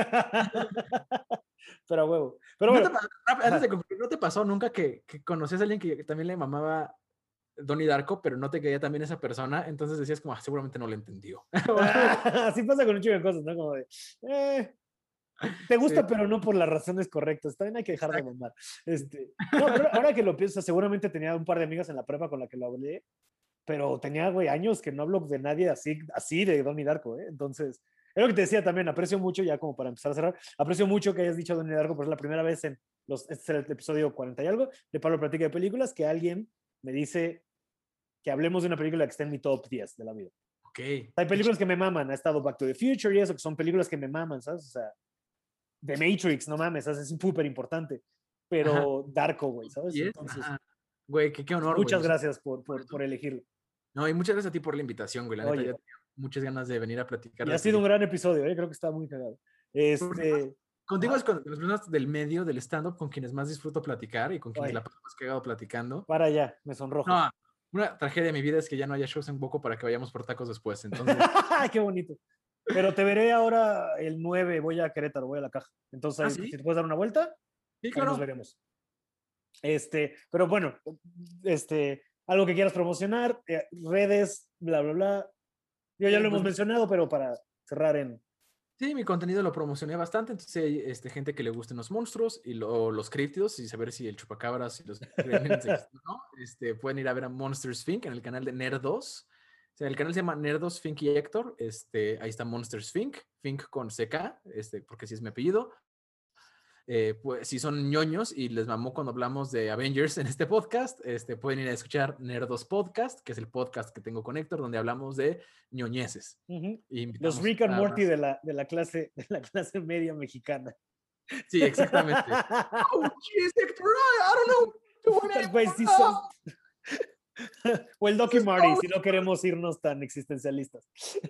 Pero a huevo. Pero ¿No te, bueno, pa- rap- antes de ajá. concluir, ¿no te pasó nunca que, que conocías a alguien que también le mamaba Donnie Darko, pero no te quería también esa persona? Entonces decías como, ah, seguramente no lo entendió. Así pasa con un chico de cosas, ¿no? Como de, eh, te Sí, gusta, pero no por las razones correctas. También hay que dejar de exacto. mamar. Este, no, pero ahora que lo pienso, seguramente tenía un par de amigas en la prepa con la que lo hablé, pero tenía, güey, años que no hablo de nadie así, así de Donnie Darko, ¿eh? Entonces, es lo que te decía también, aprecio mucho, ya como para empezar a cerrar, aprecio mucho que hayas dicho Donnie Darko, porque es la primera vez en los, este es el episodio cuarenta y algo de Pablo Platica de Películas, que alguien me dice que hablemos de una película que está en mi top diez de la vida. Ok. Hay películas que me maman, ha estado Back to the Future y eso, que son películas que me maman, ¿sabes? O sea, The Matrix, no mames, ¿sabes? Es súper importante, Ajá. pero Darko, güey, ¿sabes? ¿Y es? Entonces, Ajá. Güey, qué, qué honor, güey. muchas Me siento gracias por, por por, eso. por elegirlo. No, y muchas gracias a ti por la invitación, güey. La neta, Oye, ya tenía muchas ganas de venir a platicar y de ha sido un películas. gran episodio, ¿eh? Creo que está muy cagado. Este, Contigo es ajá, con las personas del medio del stand-up con quienes más disfruto platicar y con quienes oye, la paso más cagado platicando. para allá, me sonrojo. No, una tragedia de mi vida es que ya no haya shows en Boco para que vayamos por tacos después. Entonces, Qué bonito. Pero te veré ahora el nueve, voy a Querétaro, voy a la caja. Entonces, ah, ahí, sí, si te puedes dar una vuelta, sí, ahí nos claro. veremos. Este, pero bueno, este, algo que quieras promocionar, eh, redes, bla, bla, bla. Yo ya Eh, lo pues, hemos mencionado, pero para cerrar en Sí, mi contenido lo promocioné bastante, entonces hay este, gente que le gusten los monstruos y lo- los críptidos y saber si el chupacabras y los gremlins existen o no. Este, pueden ir a ver a Monsters Inc en el canal de Nerdos. O sea, el canal se llama Nerdos, Fink y Héctor. Este, ahí está Monsters Inc, Fink con C K, este, porque así es mi apellido. Eh, pues si son ñoños y les mamó cuando hablamos de Avengers en este podcast, este, pueden ir a escuchar Nerdos Podcast, que es el podcast que tengo con Héctor, donde hablamos de ñoñeces. Uh-huh. Y Los invitamos Rick and a Morty más- de la, de, la clase, de la clase media mexicana. Sí, exactamente. Oh, jeez, Héctor, I, I don't know. what to do Güey, sí anymore. son- O el Doc y This is Marty, so si no queremos irnos tan existencialistas.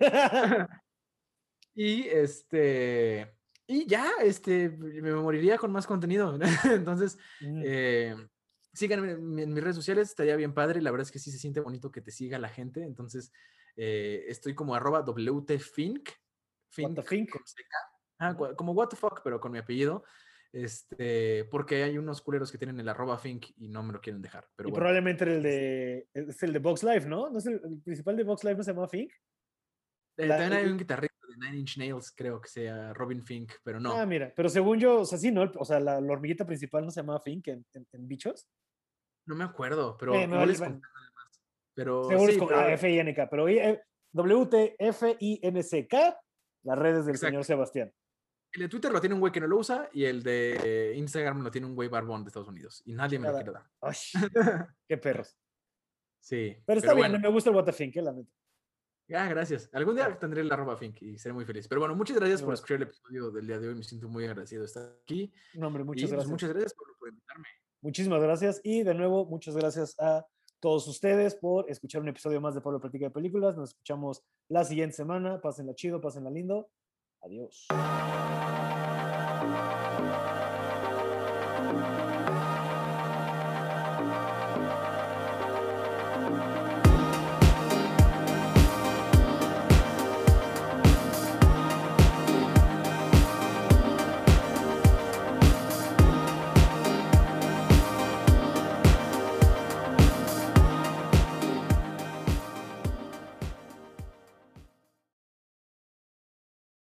Y este, y ya, este, me moriría con más contenido. Entonces, Mm. eh, síganme en, en mis redes sociales, estaría bien padre. La verdad es que sí se siente bonito que te siga la gente. Entonces, eh, estoy como arroba W T Fink. What the Fink. Con C K. Ah, cu- como what the fuck, pero con mi apellido. Este, porque hay unos culeros que tienen el arroba Fink y no me lo quieren dejar. Pero Y bueno. probablemente el de, es el de Box Life, ¿no? ¿No es el, el principal de Box Life no se llama Fink? Eh, La- también hay el- un guitarrista de Nine Inch Nails, creo que sea Robin Fink, pero no. Ah, mira, pero según yo, o sea, sí, ¿no? El- O sea, la, la hormiguita principal no se llamaba Fink en, en- en Bichos. No me acuerdo, pero Eh, me igual vale- es con bueno, K nada más. Pero seguro sí, es con pero, ah, F I N K, pero eh, W T F I N C K, las redes del Exacto. señor Sebastián. el de Twitter lo tiene un güey que no lo usa y el de eh, Instagram lo tiene un güey barbón de Estados Unidos y nadie me lo Chingada. quiere dar. Ay, qué perros. Sí, Pero está bien, bueno. me gusta el What the Fink, eh, la neta. Ah, gracias. Algún día Ah. tendré el arroba Fink y seré muy feliz. Pero bueno, muchas gracias Muy por bueno. escuchar el episodio del día de hoy. Me siento muy agradecido de estar aquí. No, hombre, Y muchas pues, gracias. muchas gracias por, por invitarme. Muchísimas gracias. Y de nuevo, muchas gracias a todos ustedes por escuchar un episodio más de Pablo Platica de Películas. Nos escuchamos la siguiente semana. Pásenla chido, pásenla lindo. Adiós.